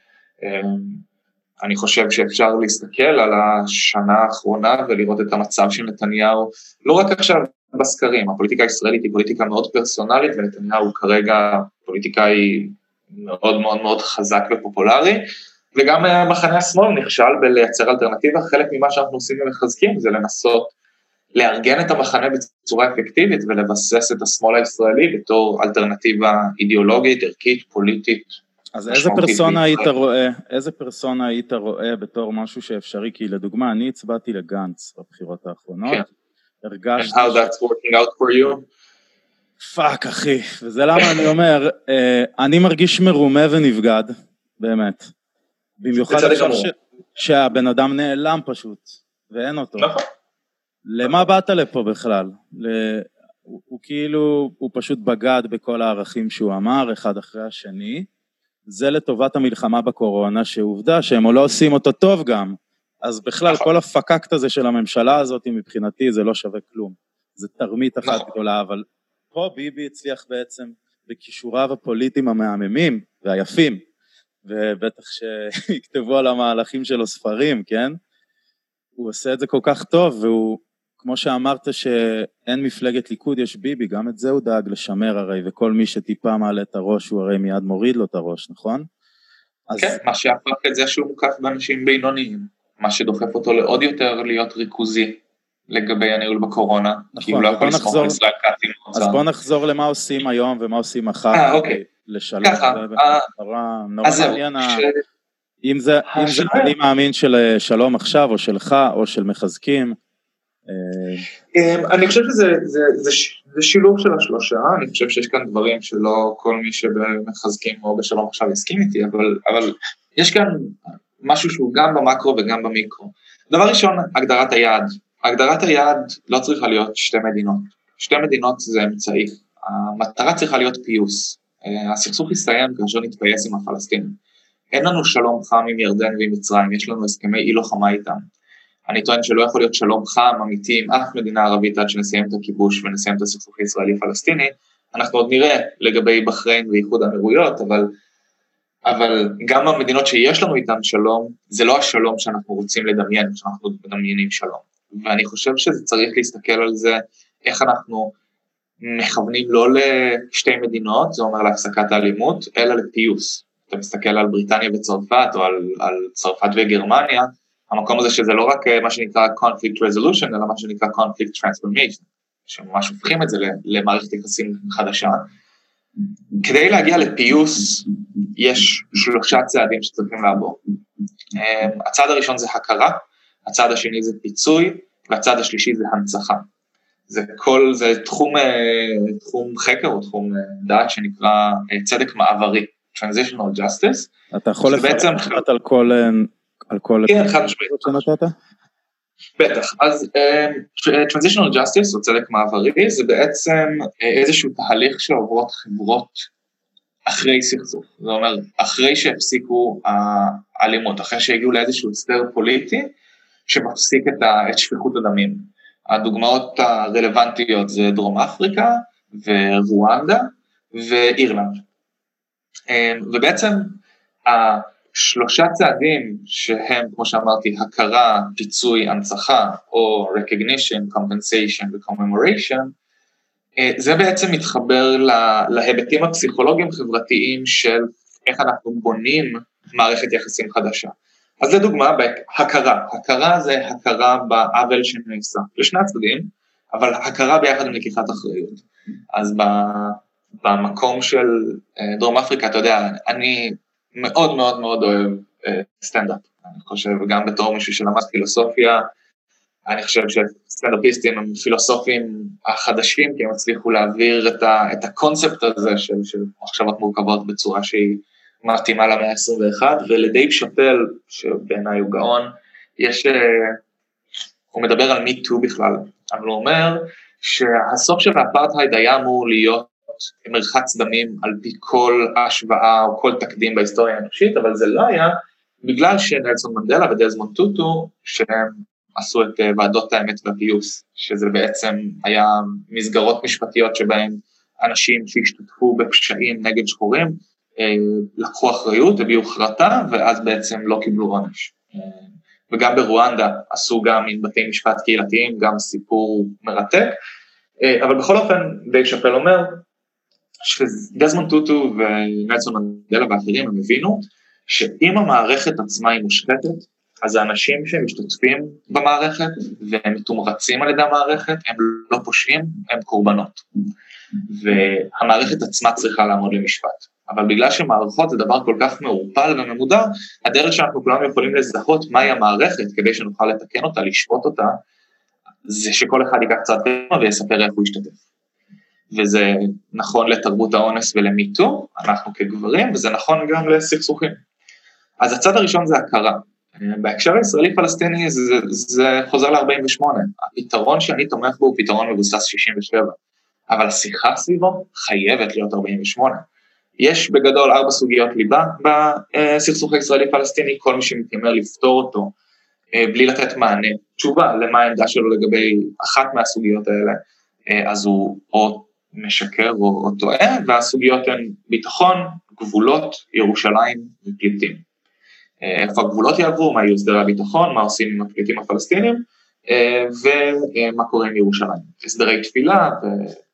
אני חושב שאפשר להסתכל על השנה האחרונה ולראות את המצב של נתניהו, לא רק עכשיו בסקרים, הפוליטיקה הישראלית היא פוליטיקה מאוד פרסונלית, ונתניהו כרגע פוליטיקאי מאוד מאוד מאוד חזק ופופולרי, וגם מחנה השמאל נכשל בלייצר אלטרנטיבה, חלק ממה שאנחנו עושים ומחזקים זה לנסות לארגן את המחנה בצורה אפקטיבית ולבסס את השמאל הישראלי בתור אלטרנטיבה אידיאולוגית, ערכית, פוליטית. אז איזה פרסונה היית רואה, איזה פרסונה היית רואה בתור משהו שאפשרי? כי לדוגמה, אני הצבעתי לגנץ בבחירות האחרונות, הרגשתי... And how that's working out for you? פאק אחי, וזה למה אני אומר, אני מרגיש מרומה ונבגד, באמת. במיוחד עכשיו ש... שהבן אדם נעלם פשוט, ואין אותו. נכון. למה באת לפה בכלל? ל... הוא, הוא כאילו, הוא פשוט בגד בכל הערכים שהוא אמר, אחד אחרי השני, זה לטובת המלחמה בקורונה, שעובדה שהם לא עושים אותו טוב גם, אז בכלל נכון. כל הפקקט הזה של הממשלה הזאת, מבחינתי זה לא שווה כלום. זה תרמית אחת נכון. גדולה, אבל פה ביבי הצליח בעצם, בכישוריו הפוליטיים המהממים והיפים, ובטח שיכתבו על המהלכים שלו ספרים, כן? הוא עושה את זה כל כך טוב, והוא, כמו שאמרת שאין מפלגת ליכוד, יש ביבי, גם את זה הוא דאג לשמר הרי, וכל מי שטיפה מעלה את הראש, הוא הרי מיד מוריד לו את הראש, נכון? כן, אז... מה שהפך את זה שהוא מוקף באנשים בינוניים, מה שדוחף אותו לעוד יותר להיות ריכוזי, לגבי הניהול בקורונה, נכון, כי הוא לא יכול לסמוך על ישראל קאטים. אז בוא נחזור למה עושים היום, ומה עושים מחר. אה, אוקיי. לשלום, ככה, נורא מעניין, אם זה אני מאמין של שלום עכשיו, או שלך, או של מחזקים. אני חושב שזה שילוב של השלושה, אני חושב שיש כאן דברים שלא כל מי שבמחזקים או בשלום עכשיו יסכים איתי, אבל יש כאן משהו שהוא גם במקרו וגם במיקרו. דבר ראשון, הגדרת היעד. הגדרת היעד לא צריכה להיות שתי מדינות. שתי מדינות זה אמצעי. המטרה צריכה להיות פיוס. הסכסוך יסתיים כאשר נתפייס עם הפלסטינים. אין לנו שלום חם עם ירדן ועם מצרים, יש לנו הסכמי אי לוחמה איתם. אני טוען שלא יכול להיות שלום חם אמיתי עם אף מדינה ערבית עד שנסיים את הכיבוש ונסיים את הסכסוך הישראלי-פלסטיני. אנחנו עוד נראה לגבי בחריין ואיחוד האמירויות, אבל, אבל גם המדינות שיש לנו איתן שלום, זה לא השלום שאנחנו רוצים לדמיין, שאנחנו מדמיינים שלום. ואני חושב שזה צריך להסתכל על זה, איך אנחנו מכוונים לא לשתי מדינות, זה אומר להפסקת האלימות, אלא לפיוס. אתה מסתכל על בריטניה וצרפת, או על, על צרפת וגרמניה, המקום הזה שזה לא רק מה שנקרא conflict resolution, אלא מה שנקרא conflict transformation, שממש הופכים את זה למערכת יחסים חדשה. כדי להגיע לפיוס, יש שלושה צעדים שצריכים לעבור. הצעד הראשון זה הכרה, הצעד השני זה פיצוי, והצעד השלישי זה הנצחה. זה כל, זה תחום, תחום חקר או תחום דעת שנקרא צדק מעברי, transitional justice. אתה יכול לפרט על כל, על כל... כן, חד משמעית. שנתת? בטח, אז transitional justice או צדק מעברי זה בעצם איזשהו תהליך שעוברות חברות אחרי סכסוך. זה אומר, אחרי שהפסיקו האלימות, אחרי שהגיעו לאיזשהו הסדר פוליטי שמפסיק את שפיכות הדמים. הדוגמאות הרלוונטיות זה דרום אפריקה ורואנדה ואירלנד. ובעצם השלושה צעדים שהם, כמו שאמרתי, הכרה, פיצוי, הנצחה, או recognition, compensation ו-commemoration, זה בעצם מתחבר להיבטים הפסיכולוגיים חברתיים של איך אנחנו בונים מערכת יחסים חדשה. אז לדוגמה, הכרה, הכרה זה הכרה בעוול שנעשה, לשני הצדדים, אבל הכרה ביחד עם לקיחת אחריות. אז במקום של דרום אפריקה, אתה יודע, אני מאוד מאוד מאוד אוהב סטנדאפ. אני חושב, גם בתור מישהו שלמד פילוסופיה, אני חושב שסטנדאפיסטים הם פילוסופים החדשים, כי הם הצליחו להעביר את, ה, את הקונספט הזה של, של מחשבות מורכבות בצורה שהיא מתאימה למאה ה-עשרים ואחת, ולדייב שאפל, שבעיניי הוא גאון, יש, הוא מדבר על מי טו בכלל, אבל הוא אומר שהסוף של האפרטהייד היה אמור להיות מרחץ דמים על פי כל השוואה או כל תקדים בהיסטוריה האנושית, אבל זה לא היה בגלל שנלסון מנדלה ודזמונד טוטו, שהם עשו את ועדות האמת והפיוס, שזה בעצם היה מסגרות משפטיות שבהם אנשים שהשתתפו בפשעים נגד שחורים, לקחו אחריות, הביאו חרטה, ואז בעצם לא קיבלו עונש. וגם ברואנדה עשו גם עם בתי משפט קהילתיים, גם סיפור מרתק, אבל בכל אופן דייב שאפל אומר, שדזמונד טוטו ונלסון מנדלה ואחרים הם הבינו, שאם המערכת עצמה היא מושחתת, אז האנשים שמשתתפים במערכת, והם מתומרצים על ידי המערכת, הם לא פושעים, הם קורבנות. והמערכת עצמה צריכה לעמוד למשפט. אבל בגלל שמערכות זה דבר כל כך מעורפל וממודר, הדרך שאנחנו כולנו יכולים לזהות מהי המערכת, כדי שנוכל לתקן אותה, לשפוט אותה, זה שכל אחד ייקח קצת קדימה ויספר איך הוא ישתתף. וזה נכון לתרבות האונס ולמיתו, אנחנו כגברים, וזה נכון גם לסכסוכים. אז הצד הראשון זה הכרה. בהקשר הישראלי-פלסטיני זה, זה חוזר ל-ארבעים ושמונה. הפתרון שאני תומך בו הוא פתרון מבוסס שישים ושבע, אבל השיחה סביבו חייבת להיות ארבעים ושמונה. יש בגדול ארבע סוגיות ליבה בסכסוך הישראלי-פלסטיני, כל מי שמתיימר לפתור אותו בלי לתת מענה, תשובה למה העמדה שלו לגבי אחת מהסוגיות האלה, אז הוא או משקר או, או טועה, והסוגיות הן ביטחון, גבולות, ירושלים ופליטים. איפה הגבולות יעברו, מה יהיו הסדרי הביטחון, מה עושים עם הפליטים הפלסטינים, ומה קורה עם ירושלים. הסדרי תפילה ו...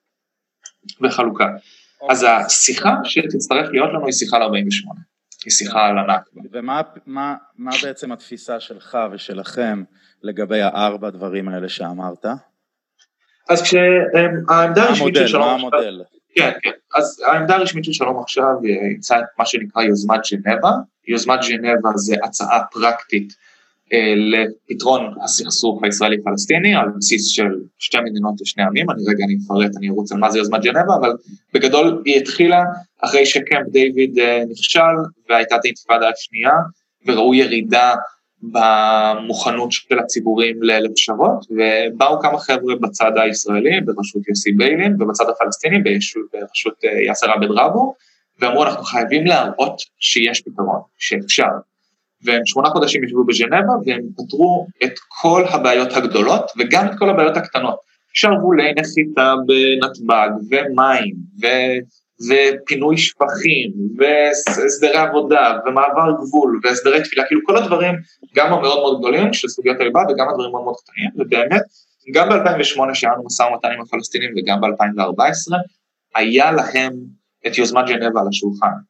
וחלוקה. אז השיחה שתצטרך להיות לנו היא שיחה ל-ארבעים ושמונה, היא שיחה על הנכבה. ומה מה, מה בעצם התפיסה שלך ושלכם לגבי הארבע דברים האלה שאמרת? אז כשהעמדה הרשמית של שלום... מה המודל? כן, כן. אז העמדה הרשמית של שלום עכשיו ימצא את מה שנקרא יוזמת ז'נבה. יוזמת ז'נבה זה הצעה פרקטית אה, לפתרון הסכסוך הישראלי-פלסטיני, על בסיס של שתי מדינות לשני עמים. אני רגע, אני אפרט, אני ארוץ על מה זה יוזמת ז'נבה, אבל בגדול היא התחילה אחרי שקמפ דיוויד אה, נכשל, והייתה את האינתיפאדה השנייה, וראו ירידה במוכנות של הציבורים לפשרות, ובאו כמה חבר'ה בצד הישראלי, בראשות יוסי ביילין, ובצד הפלסטיני, בראשות יאסר עבד רבו, ואמרו, אנחנו חייבים להראות שיש פתרון, שאפשר. והם שמונה חודשים ישבו בז'נבה, והם פתרו את כל הבעיות הגדולות, וגם את כל הבעיות הקטנות. שרוולי נחיתה בנתב"ג, ומים, ו... ופינוי שפכים, והסדרי עבודה, ומעבר גבול, והסדרי תפילה, כאילו כל הדברים, גם המאוד מאוד גדולים של סוגיות הליבה, וגם הדברים מאוד מאוד קטנים, ובאמת, גם ב-אלפיים ושמונה שהיינו משא ומתן עם הפלסטינים, וגם ב-אלפיים וארבע עשרה, היה להם את יוזמת ז'נבה על השולחן.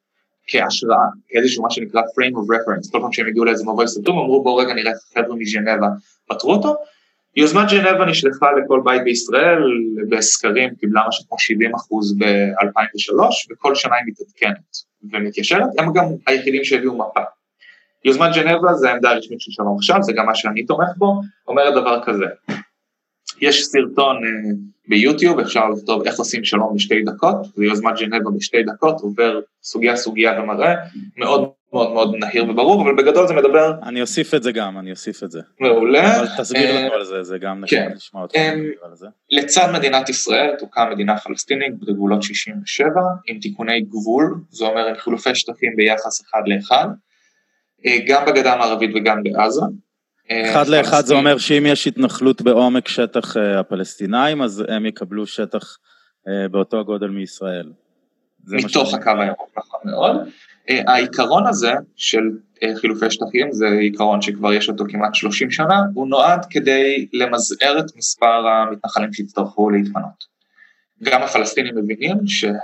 כהשראה, כאיזשהו מה שנקרא frame of reference, כל פעם שהם הגיעו לאיזה מבוי סתום, אמרו בואו רגע נראה חבר'ה מז'נבה, פתרו אותו, יוזמת ז'נבה נשלחה לכל בית בישראל, בסקרים קיבלה משהו כמו שבעים אחוז ב-אלפיים ושלוש, וכל שנה היא מתעדכנת ומתיישרת, הם גם היחידים שהביאו מפה. יוזמת ז'נבה זה העמדה הרשמית של שלום עכשיו, זה גם מה שאני תומך בו, אומרת דבר כזה, יש סרטון uh, ביוטיוב, אפשר לכתוב איך עושים שלום בשתי דקות, ויוזמת ז'נבה בשתי דקות, עובר סוגיה סוגיה ומראה, מאוד מאוד מאוד נהיר וברור, אבל בגדול זה מדבר... אני אוסיף את זה גם, אני אוסיף את זה. מעולה. אבל תסביר לנו על זה, זה גם נחמד לשמוע אותך. לצד מדינת ישראל תוקם מדינה פלסטינית בגבולות שישים ושבע, עם תיקוני גבול, זה אומר עם חילופי שטחים ביחס אחד לאחד, גם בגדה המערבית וגם בעזה. אחד לאחד זה אומר שאם יש התנחלות בעומק שטח הפלסטינאים, אז הם יקבלו שטח באותו הגודל מישראל. מתוך הקו הירוק, נכון מאוד. העיקרון הזה של חילופי שטחים, זה עיקרון שכבר יש אותו כמעט שלושים שנה, הוא נועד כדי למזער את מספר המתנחלים שהצטרכו להתפנות. גם הפלסטינים מבינים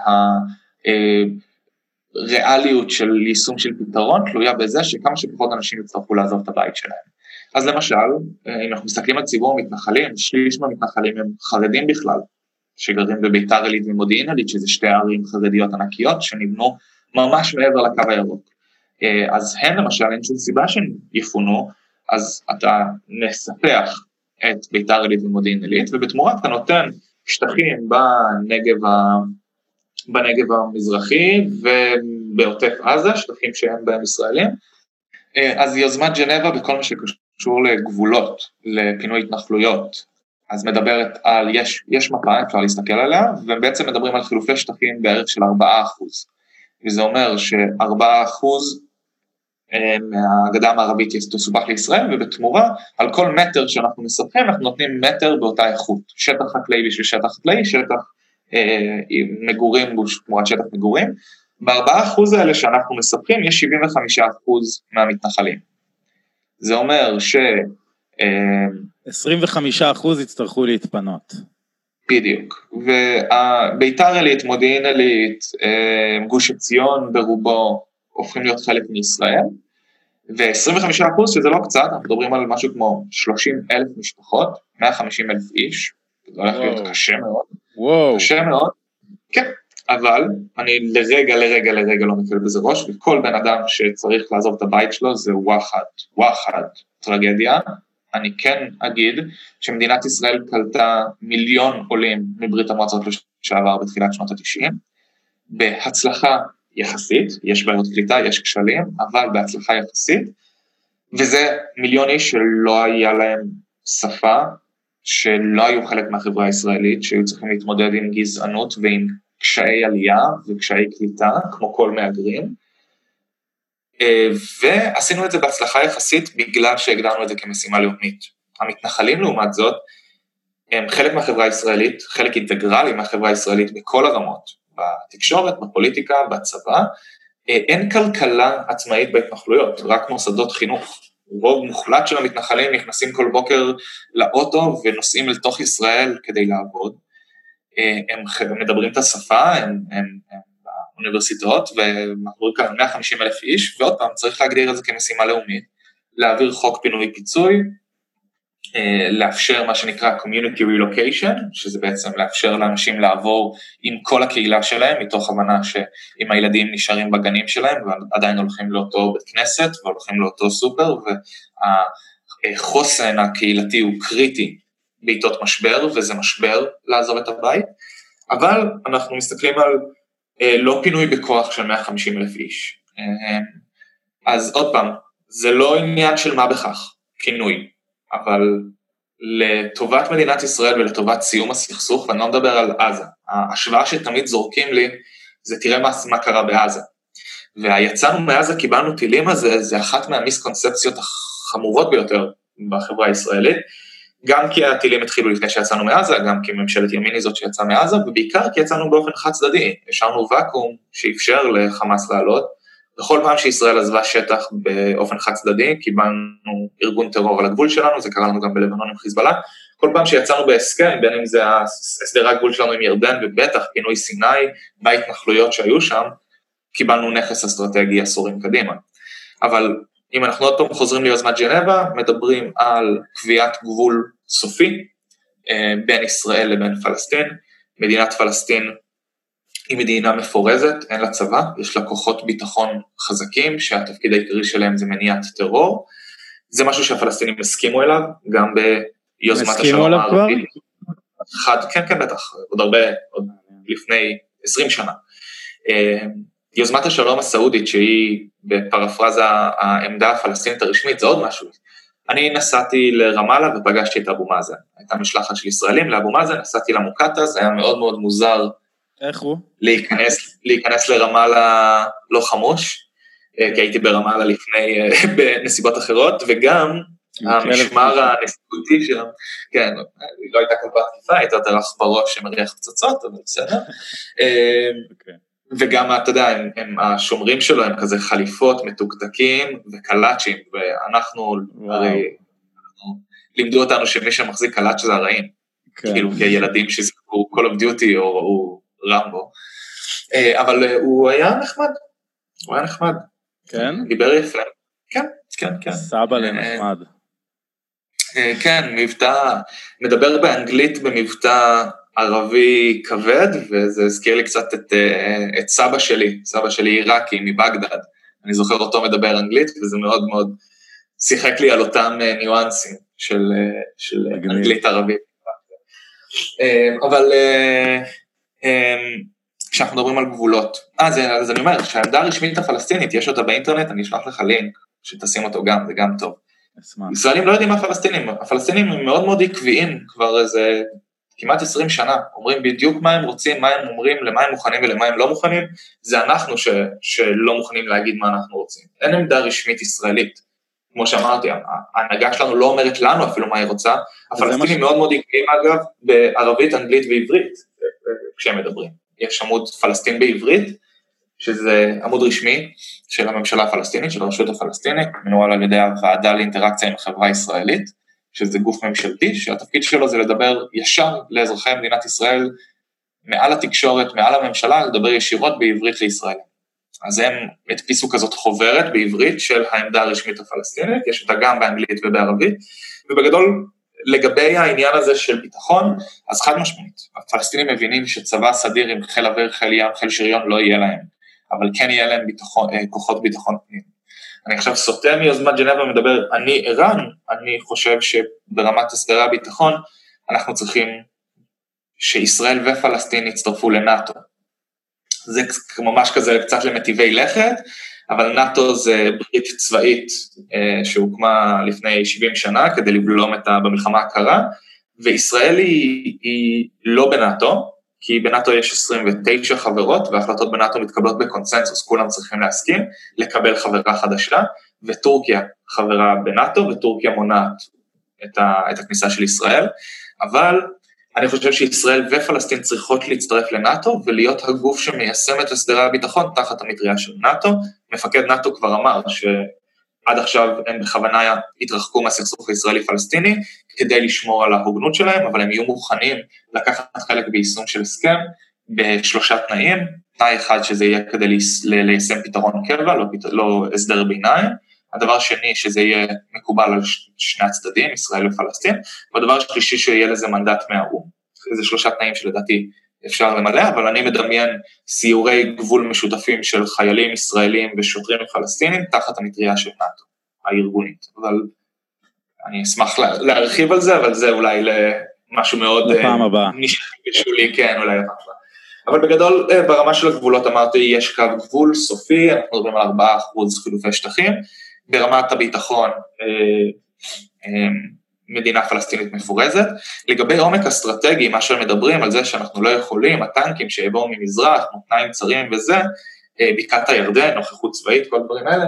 שהריאליות של יישום של פתרון תלויה בזה שכמה שפחות אנשים יצטרכו לעזוב את הבית שלהם. אז למשל, אם אנחנו מסתכלים על ציבור המתנחלים, שליש מהמתנחלים הם חרדים בכלל, שגרים בביתר עילית ומודיעין עילית, שזה שתי ערים חרדיות ענקיות, שנבנו ממש מעבר לקו הירוק. אז הם למשל, אין שום סיבה שהם יפונו, אז אתה נספח את ביתר עילית ומודיעין עילית, ובתמורה אתה נותן שטחים בנגב, ה... בנגב המזרחי ובעוטף עזה, שטחים שהם בהם ישראלים, אז יוזמת ז'נבה בכל מה שקשור לגבולות, לפינוי התנחלויות, אז מדברת על, יש, יש מפה, אפשר להסתכל עליה, ובעצם מדברים על חילופי שטחים בערך של ארבעה אחוז, וזה אומר ש-ארבעה אחוז מהגדה המערבית תסופח לישראל, ובתמורה על כל מטר שאנחנו מספחים, אנחנו נותנים מטר באותה איכות, שטח חקלאי בשביל שטח חקלאי, שטח אה, מגורים תמורת שטח מגורים, ב-ארבעה אחוז האלה שאנחנו מספחים, יש שבעים וחמישה אחוז מהמתנחלים. זה אומר ש... עשרים וחמישה אחוז יצטרכו להתפנות. בדיוק. וביתר עילית, מודיעין עילית, גוש עציון ברובו, הופכים להיות חלק מישראל, ו-עשרים וחמישה אחוז שזה לא קצת, אנחנו מדברים על משהו כמו שלושים אלף משפחות, מאה וחמישים אלף איש, זה הולך להיות קשה מאוד. וואו. קשה מאוד, כן. אבל אני לרגע, לרגע, לרגע לא מקבל בזה ראש, וכל בן אדם שצריך לעזוב את הבית שלו, זה וואחד, וואחד, טרגדיה. אני כן אגיד שמדינת ישראל קלטה מיליון עולים מברית המועצות לשעבר בתחילת שנות ה-תשעים, בהצלחה יחסית, יש בעיות קליטה, יש כשלים, אבל בהצלחה יחסית, וזה מיליון איש שלא היה להם שפה, שלא היו חלק מהחברה הישראלית, שהיו צריכים להתמודד עם גזענות ועם קשיי עלייה וקשיי קליטה, כמו כל מהגרים, ועשינו את זה בהצלחה יחסית, בגלל שהגדרנו את זה כמשימה לאומית. המתנחלים לעומת זאת, הם חלק מהחברה הישראלית, חלק אינטגרלי מהחברה הישראלית בכל הרמות, בתקשורת, בפוליטיקה, בצבא, אין כלכלה עצמאית בהתנחלויות, רק מוסדות חינוך. רוב מוחלט של המתנחלים נכנסים כל בוקר לאוטו ונוסעים לתוך ישראל כדי לעבוד, הם מדברים את השפה, הם, הם, הם באוניברסיטאות, ומחברים כאן מאה וחמישים אלף איש, ועוד פעם צריך להגדיר את זה כמשימה לאומית, להעביר חוק פינוי פיצוי, לאפשר מה שנקרא community relocation, שזה בעצם לאפשר לאנשים לעבור עם כל הקהילה שלהם, מתוך הבנה שאם הילדים נשארים בגנים שלהם, ועדיין הולכים לאותו בית כנסת, והולכים לאותו סופר, והחוסן הקהילתי הוא קריטי, בעיתות משבר, וזה משבר לעזוב את הבית, אבל אנחנו מסתכלים על אה, לא פינוי בכוח של מאה וחמישים אלף איש. אה, אז עוד פעם, זה לא עניין של מה בכך, פינוי, אבל לטובת מדינת ישראל ולטובת סיום הסכסוך, ואני לא מדבר על עזה, ההשוואה שתמיד זורקים לי, זה תראה מה, מה קרה בעזה. והיצאנו מעזה, קיבלנו טילים הזה, זה אחת מהמיסקונספציות החמורות ביותר בחברה הישראלית, גם כי הטילים התחילו לפני שיצאנו מעזה, גם כי ממשלת ימין היא זאת שיצאה מעזה, ובעיקר כי יצאנו באופן חד צדדי, השארנו וקום שאפשר לחמאס לעלות, בכל פעם שישראל עזבה שטח באופן חד צדדי, קיבלנו ארגון טרור על הגבול שלנו, זה קרה לנו גם בלבנון עם חיזבאללה, כל פעם שיצאנו בהסכם, בין אם זה הסדר הגבול שלנו עם ירדן, ובטח פינוי סיני, בהתנחלויות שהיו שם, קיבלנו נכס אסטרטגי עשורים קדימה. אבל אם אנחנו עוד פעם חוזרים ליוזמת ג'נבה, מדברים על קביעת גבול סופי, בין ישראל לבין פלסטין. מדינת פלסטין היא מדינה מפורזת, אין לה צבא, יש לה כוחות ביטחון חזקים, שהתפקיד העיקרי שלהם זה מניעת טרור. זה משהו שהפלסטינים הסכימו אליו, גם ביוזמת השלום הערבית. חד, כן, כן, בטח, עוד הרבה, עוד לפני עשרים שנה. יוזמת השלום הסעודית, שהיא בפרפרזה העמדה הפלסטינית הרשמית, זה עוד משהו. אני נסעתי לרמאללה ופגשתי את אבו מאזן. הייתה משלחת של ישראלים לאבו מאזן, נסעתי למוקטעה, זה היה מאוד מאוד מוזר. איך הוא? להיכנס, להיכנס לרמאללה לא חמוש, כי הייתי ברמאללה לפני, בנסיבות אחרות, וגם המשמר הנסיבותי שלנו, כן, לא הייתה כל כך תקיפה, הייתה יותר בראש שמריח פצצות, אבל בסדר. וגם, אתה יודע, הם, הם, השומרים שלו הם כזה חליפות, מתוקתקים וקלאצ'ים, ואנחנו, הרי, אנחנו, לימדו אותנו שמי שמחזיק קלאצ' זה הרעים, כן. כאילו כילדים שזכו Call of Duty או, או רמבו, אבל הוא היה נחמד, הוא היה נחמד. כן? דיבר יפה, כן, כן, כן. סבא לנחמד. כן, מבטא, מדבר באנגלית במבטא ערבי כבד, וזה הזכיר לי קצת את, את סבא שלי, סבא שלי עיראקי מבגדד, אני זוכר אותו מדבר אנגלית, וזה מאוד מאוד שיחק לי על אותם ניואנסים של, של אנגלית ערבית. אבל כשאנחנו מדברים על גבולות, אז, אז אני אומר, שהעמדה הרשמית הפלסטינית, יש אותה באינטרנט, אני אשלח לך לינק, שתשים אותו גם, זה גם טוב. ישראלים לא יודעים מה הפלסטינים, הפלסטינים הם מאוד מאוד עקביים, כבר איזה כמעט עשרים שנה, אומרים בדיוק מה הם רוצים, מה הם אומרים, למה הם מוכנים ולמה הם לא מוכנים, זה אנחנו ש, שלא מוכנים להגיד מה אנחנו רוצים. אין עמדה רשמית ישראלית, כמו שאמרתי, ההנהגה שלנו לא אומרת לנו אפילו מה היא רוצה, הפלסטינים מאוד מאוד עקביים אגב, בערבית, אנגלית ועברית, כשהם מדברים. יש עמוד פלסטין בעברית, שזה עמוד רשמי של הממשלה הפלסטינית, של הרשות הפלסטינית, מנוהל על ידי הוועדה לאינטראקציה עם החברה הישראלית, שזה גוף ממשלתי, שהתפקיד שלו זה לדבר ישר לאזרחי מדינת ישראל, מעל התקשורת, מעל הממשלה, לדבר ישירות בעברית לישראל. אז הם הדפיסו כזאת חוברת בעברית של העמדה הרשמית הפלסטינית, יש אותה גם באנגלית ובערבית, ובגדול לגבי העניין הזה של ביטחון, אז חד משמעית, הפלסטינים מבינים שצבא סדיר עם חיל אוויר, חיל ים, חיל שריון לא יהיה להם, אבל כן יהיה להם ביטחון, כוחות ביטחון פנים. אני עכשיו סוטה מיוזמת ג'נבה מדבר, אני איראן, אני חושב שברמת הסדרי הביטחון, אנחנו צריכים שישראל ופלסטין יצטרפו לנאטו. זה ממש כזה קצת למטיבי לכת, אבל נאטו זה ברית צבאית שהוקמה לפני שבעים שנה, כדי לבלום את במלחמה הקרה, וישראל היא, היא לא בנאטו, כי בנאטו יש עשרים ותשע חברות, וההחלטות בנאטו מתקבלות בקונצנזוס, כולם צריכים להסכים, לקבל חברה חדשה, וטורקיה חברה בנאטו, וטורקיה מונעת את, ה, את הכניסה של ישראל, אבל אני חושב שישראל ופלסטין צריכות להצטרף לנאטו, ולהיות הגוף שמיישם את הסדרי הביטחון תחת המטריה של נאטו. מפקד נאטו כבר אמר שעד עכשיו הם בכוונה התרחקו מהסכסוך הישראלי-פלסטיני, כדי לשמור על ההוגנות שלהם, אבל הם יהיו מוכנים לקחת חלק ביישום של הסכם, בשלושה תנאים, תנאי אחד שזה יהיה כדי ליישם פתרון קבע, לא, לא הסדר ביניים, הדבר שני שזה יהיה מקובל על שני הצדדים, ישראל ופלסטין, והדבר השלישי שיהיה לזה מנדט מהאו"ם. זה שלושה תנאים שלדעתי אפשר למלא, אבל אני מדמיין סיורי גבול משותפים של חיילים ישראלים ושוטרים פלסטינים, תחת המטריה של נאטו, הארגונית. אבל אני אשמח להרחיב על זה, אבל זה אולי למשהו מאוד לפעם הבאה. שולי, כן, אולי לפעם הבאה. אבל בגדול, ברמה של הגבולות אמרתי, יש קו גבול סופי, אנחנו מדברים על ארבעה אחוז חילופי שטחים, ברמת הביטחון, מדינה פלסטינית מפורזת. לגבי עומק אסטרטגי, מה שמדברים על זה שאנחנו לא יכולים, הטנקים שיבואו ממזרח, מותניים צרים וזה, בקעת הירדן, נוכחות צבאית, כל הדברים האלה,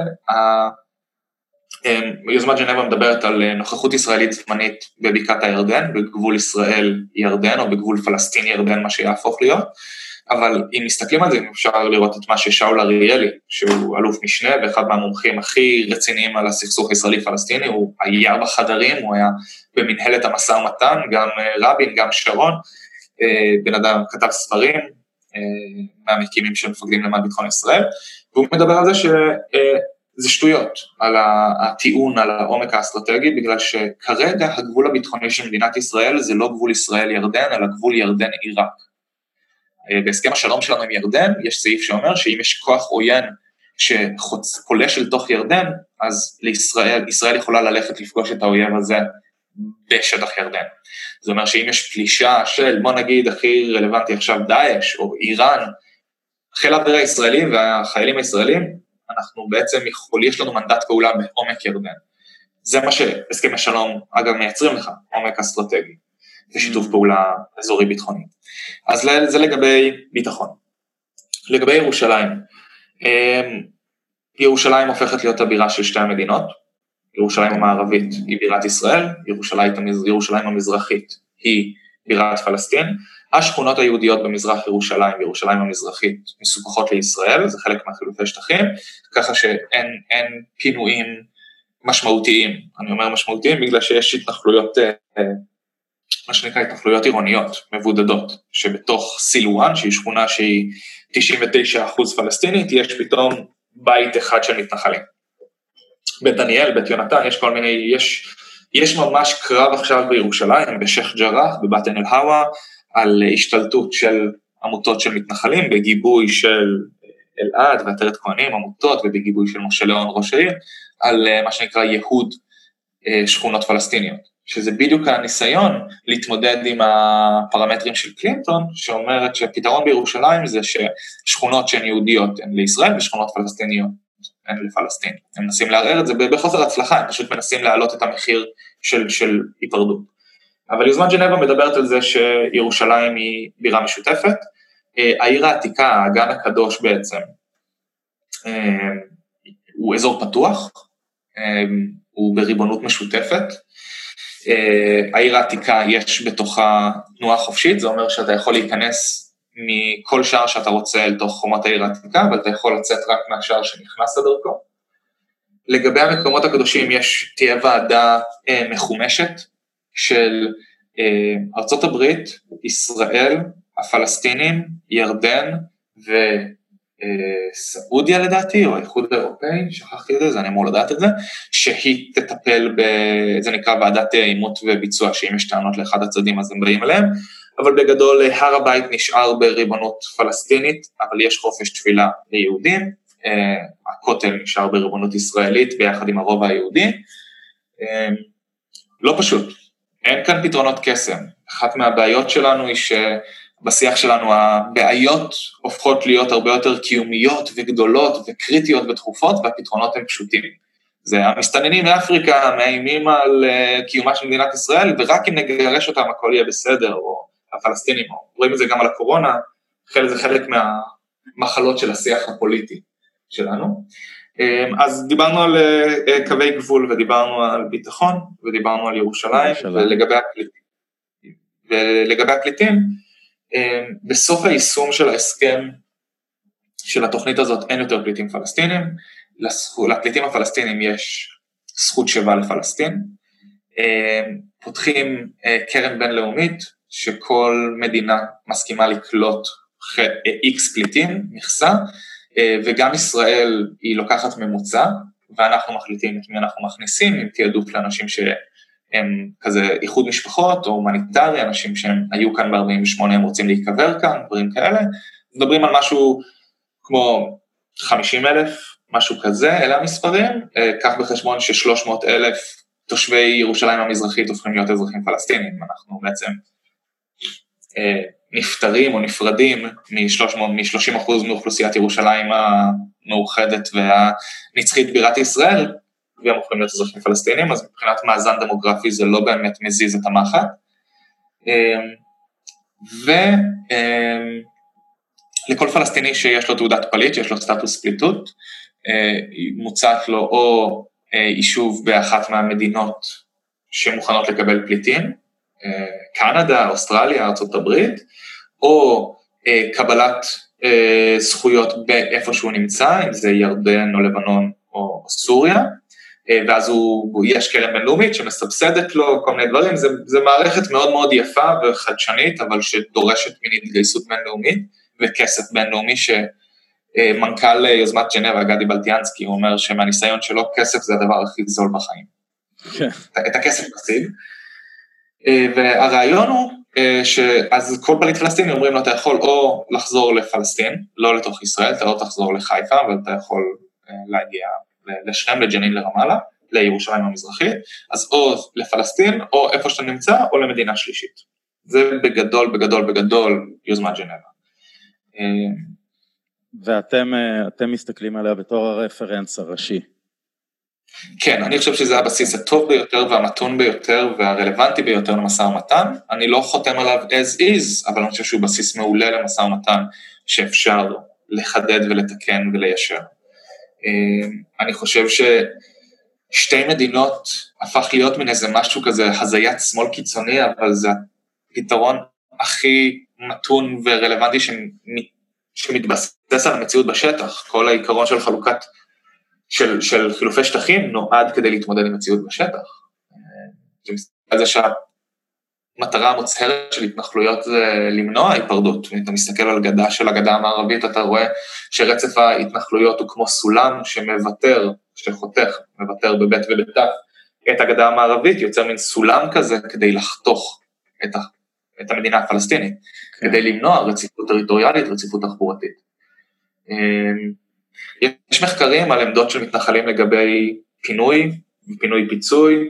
יוזמת ג'נבה מדברת על נוכחות ישראלית זמנית בבקעת הירדן, בגבול ישראל-ירדן, או בגבול פלסטין-ירדן, מה שיהפוך להיות, אבל אם מסתכלים על זה, אפשר לראות את מה ששאול אריאלי, שהוא אלוף משנה, ואחד מהמומחים הכי רציניים על הסכסוך הישראלי-פלסטיני, הוא היה בחדרים, הוא היה במנהלת המשא ומתן, גם רבין, גם שרון, בן אדם כתב ספרים, מהמקימים של מפקדים למען ביטחון ישראל, והוא מדבר על זה שזה שטויות, על הטיעון, על העומק האסטרטגי, בגלל שכרגע הגבול הביטחוני של מדינת ישראל זה לא גבול ישראל-ירדן, אלא גבול ירדן-עיראק. בהסכם השלום שלנו עם ירדן, יש סעיף שאומר שאם יש כוח עוין שפולש אל תוך ירדן, אז לישראל, ישראל יכולה ללכת לפגוש את האויב הזה בשטח ירדן. זה אומר שאם יש פלישה של, בוא נגיד, הכי רלוונטי עכשיו דאעש או איראן, חיל האוויר הישראלי והחיילים הישראלים, אנחנו בעצם יכול, יש לנו מנדט פעולה בעומק ירדן. זה מה שהסכם השלום, אגב, מייצרים לך, עומק אסטרטגי, ושיתוף פעולה אזורי ביטחוני. אז זה לגבי ביטחון. לגבי ירושלים, ירושלים הופכת להיות הבירה של שתי המדינות, ירושלים המערבית היא בירת ישראל, ירושלים, ירושלים המזרחית היא בירת פלסטין, השכונות היהודיות במזרח ירושלים, ירושלים המזרחית, מסופחות לישראל, זה חלק מהחילופי שטחים, ככה שאין אין פינויים משמעותיים, אני אומר משמעותיים בגלל שיש התנחלויות, מה שנקרא התנחלויות עירוניות, מבודדות, שבתוך סילואן, שהיא שכונה שהיא תשעים ותשעה אחוז פלסטינית, יש פתאום בית אחד של מתנחלים. בית דניאל, בית יונתן, יש כל מיני, יש, יש ממש קרב עכשיו בירושלים, בשייח ג'ראח, בבטן אל הווה, על השתלטות של עמותות של מתנחלים, בגיבוי של אלעד ועטרת כהנים, עמותות, ובגיבוי של משה ליאון ראש העיר, על מה שנקרא יהוד שכונות פלסטיניות. שזה בדיוק הניסיון להתמודד עם הפרמטרים של קלינטון, שאומרת שפתרון בירושלים זה ששכונות שהן יהודיות הן לישראל, ושכונות פלסטיניות הן לפלסטין. הם מנסים לערער את זה בחוסר הצלחה, הם פשוט מנסים להעלות את המחיר של, של היפרדות. אבל יוזמת ז'נבה מדברת על זה שירושלים היא בירה משותפת, העיר העתיקה, האגן הקדוש בעצם, הוא אזור פתוח, הוא בריבונות משותפת, העיר העתיקה יש בתוכה תנועה חופשית, זה אומר שאתה יכול להיכנס מכל שער שאתה רוצה אל תוך חומות העיר העתיקה, אבל אתה יכול לצאת רק מהשער שנכנס לדרכו. לגבי המקומות הקדושים יש, תהיה ועדה מחומשת של ארצות הברית, ישראל, הפלסטינים, ירדן וסעודיה לדעתי, או האיחוד האירופאי, שכחתי את זה, אז אני אמור לדעת את זה, שהיא תטפל ב... זה נקרא ועדת אימות וביצוע, שאם יש טענות לאחד הצדדים אז הם באים אליהם, אבל בגדול הר הבית נשאר בריבונות פלסטינית, אבל יש חופש תפילה ליהודים, הכותל נשאר בריבונות ישראלית ביחד עם הרובע היהודי, לא פשוט, אין כאן פתרונות קסם, אחת מהבעיות שלנו היא שבשיח שלנו הבעיות הופכות להיות הרבה יותר קיומיות וגדולות וקריטיות ודחופות, והפתרונות הם פשוטים. זה המסתננים מאפריקה מאיימים על קיומה של מדינת ישראל, ורק אם נגרש אותם הכל יהיה בסדר, או הפלסטינים, או רואים את זה גם על הקורונה, זה חלק מהמחלות של השיח הפוליטי שלנו. אז דיברנו על קווי גבול, ודיברנו על ביטחון, ודיברנו על ירושלים, ולגבי הפליטים. ולגבי הפליטים, בסוף היישום של ההסכם של התוכנית הזאת, אין יותר פליטים פלסטינים, לפליטים הפלסטינים יש זכות שווה לפלסטין, פותחים קרן בינלאומית, שכל מדינה מסכימה לקלוט איקס פליטים, מכסה, וגם ישראל היא לוקחת ממוצע, ואנחנו מחליטים את מי אנחנו מכניסים, עם תיעדוף לאנשים שהם כזה איחוד משפחות, או הומניטרי, אנשים שהם היו כאן ב-ארבעים ושמונה, הם רוצים להיקבר כאן, דברים כאלה, מדברים על משהו כמו חמישים אלף, משהו כזה, אלה המספרים, כך בחשבון ש-שלוש מאות אלף תושבי ירושלים המזרחית הופכים להיות אזרחים פלסטינים, אנחנו בעצם נפטרים או נפרדים מ-שלושים אחוז מאוכלוסיית ירושלים המאוחדת והנצחית בירת ישראל, והם הופכים להיות אזרחים פלסטינים, אז מבחינת מאזן דמוגרפי זה לא באמת מזיז את המחט. ולכל פלסטיני שיש לו תעודת פליט, שיש לו סטטוס פליטות, מוצעת לו או יישוב באחת מהמדינות שמוכנות לקבל פליטים, קנדה, אוסטרליה, ארצות הברית, או קבלת זכויות באיפה שהוא נמצא, אם זה ירדן או לבנון או סוריה, ואז הוא, יש קרן בינלאומית שמסבסדת לו כל מיני דברים, זה, זה מערכת מאוד מאוד יפה וחדשנית, אבל שדורשת מן התגייסות בינלאומית, וכסף בינלאומי, שמנכ"ל יוזמת ג'נבה, גדי בלטיאנסקי, הוא אומר שמהניסיון שלו, כסף זה הדבר הכי זול בחיים. את הכסף משיג. והרעיון הוא, שאז כל פליט פלסטיני אומרים לו, אתה יכול או לחזור לפלסטין, לא לתוך ישראל, אתה לא תחזור לחיפה, אבל אתה יכול להגיע לשכם, לג'נין, לרמאללה, לירושלים המזרחית, אז או לפלסטין, או איפה שאתה נמצא, או למדינה שלישית. זה בגדול, בגדול, בגדול, יוזמת ג'נבה. ואתם אתם מסתכלים עליה בתור הרפרנס הראשי. כן, אני חושב שזה הבסיס הטוב ביותר, והמתון ביותר, והרלוונטי ביותר למשא ומתן. אני לא חותם עליו as is, אבל אני חושב שהוא בסיס מעולה למשא ומתן, שאפשר לחדד ולתקן וליישר. אני חושב ששתי מדינות הפך להיות מן איזה משהו כזה, הזיית שמאל קיצוני, אבל זה הפתרון הכי מתון ורלוונטי שמתבסס על המציאות בשטח. כל העיקרון של חלוקת, של, של חילופי שטחים נועד כדי להתמודד עם מציאות בשטח. זה זה שהמטרה המוצהרת של התנחלויות זה למנוע היפרדות. אם אתה מסתכל על גדה של הגדה המערבית, אתה רואה שרצף ההתנחלויות הוא כמו סולם שמוותר, שחותך, מוותר בבית ובתף, את הגדה המערבית, יוצר מין סולם כזה כדי לחתוך את, ה, את המדינה הפלסטינית, כן. כדי למנוע רציפות טריטוריאלית, רציפות תחבורתית. יש מחקרים על עמדות של מתנחלים לגבי פינוי, פינוי פיצוי,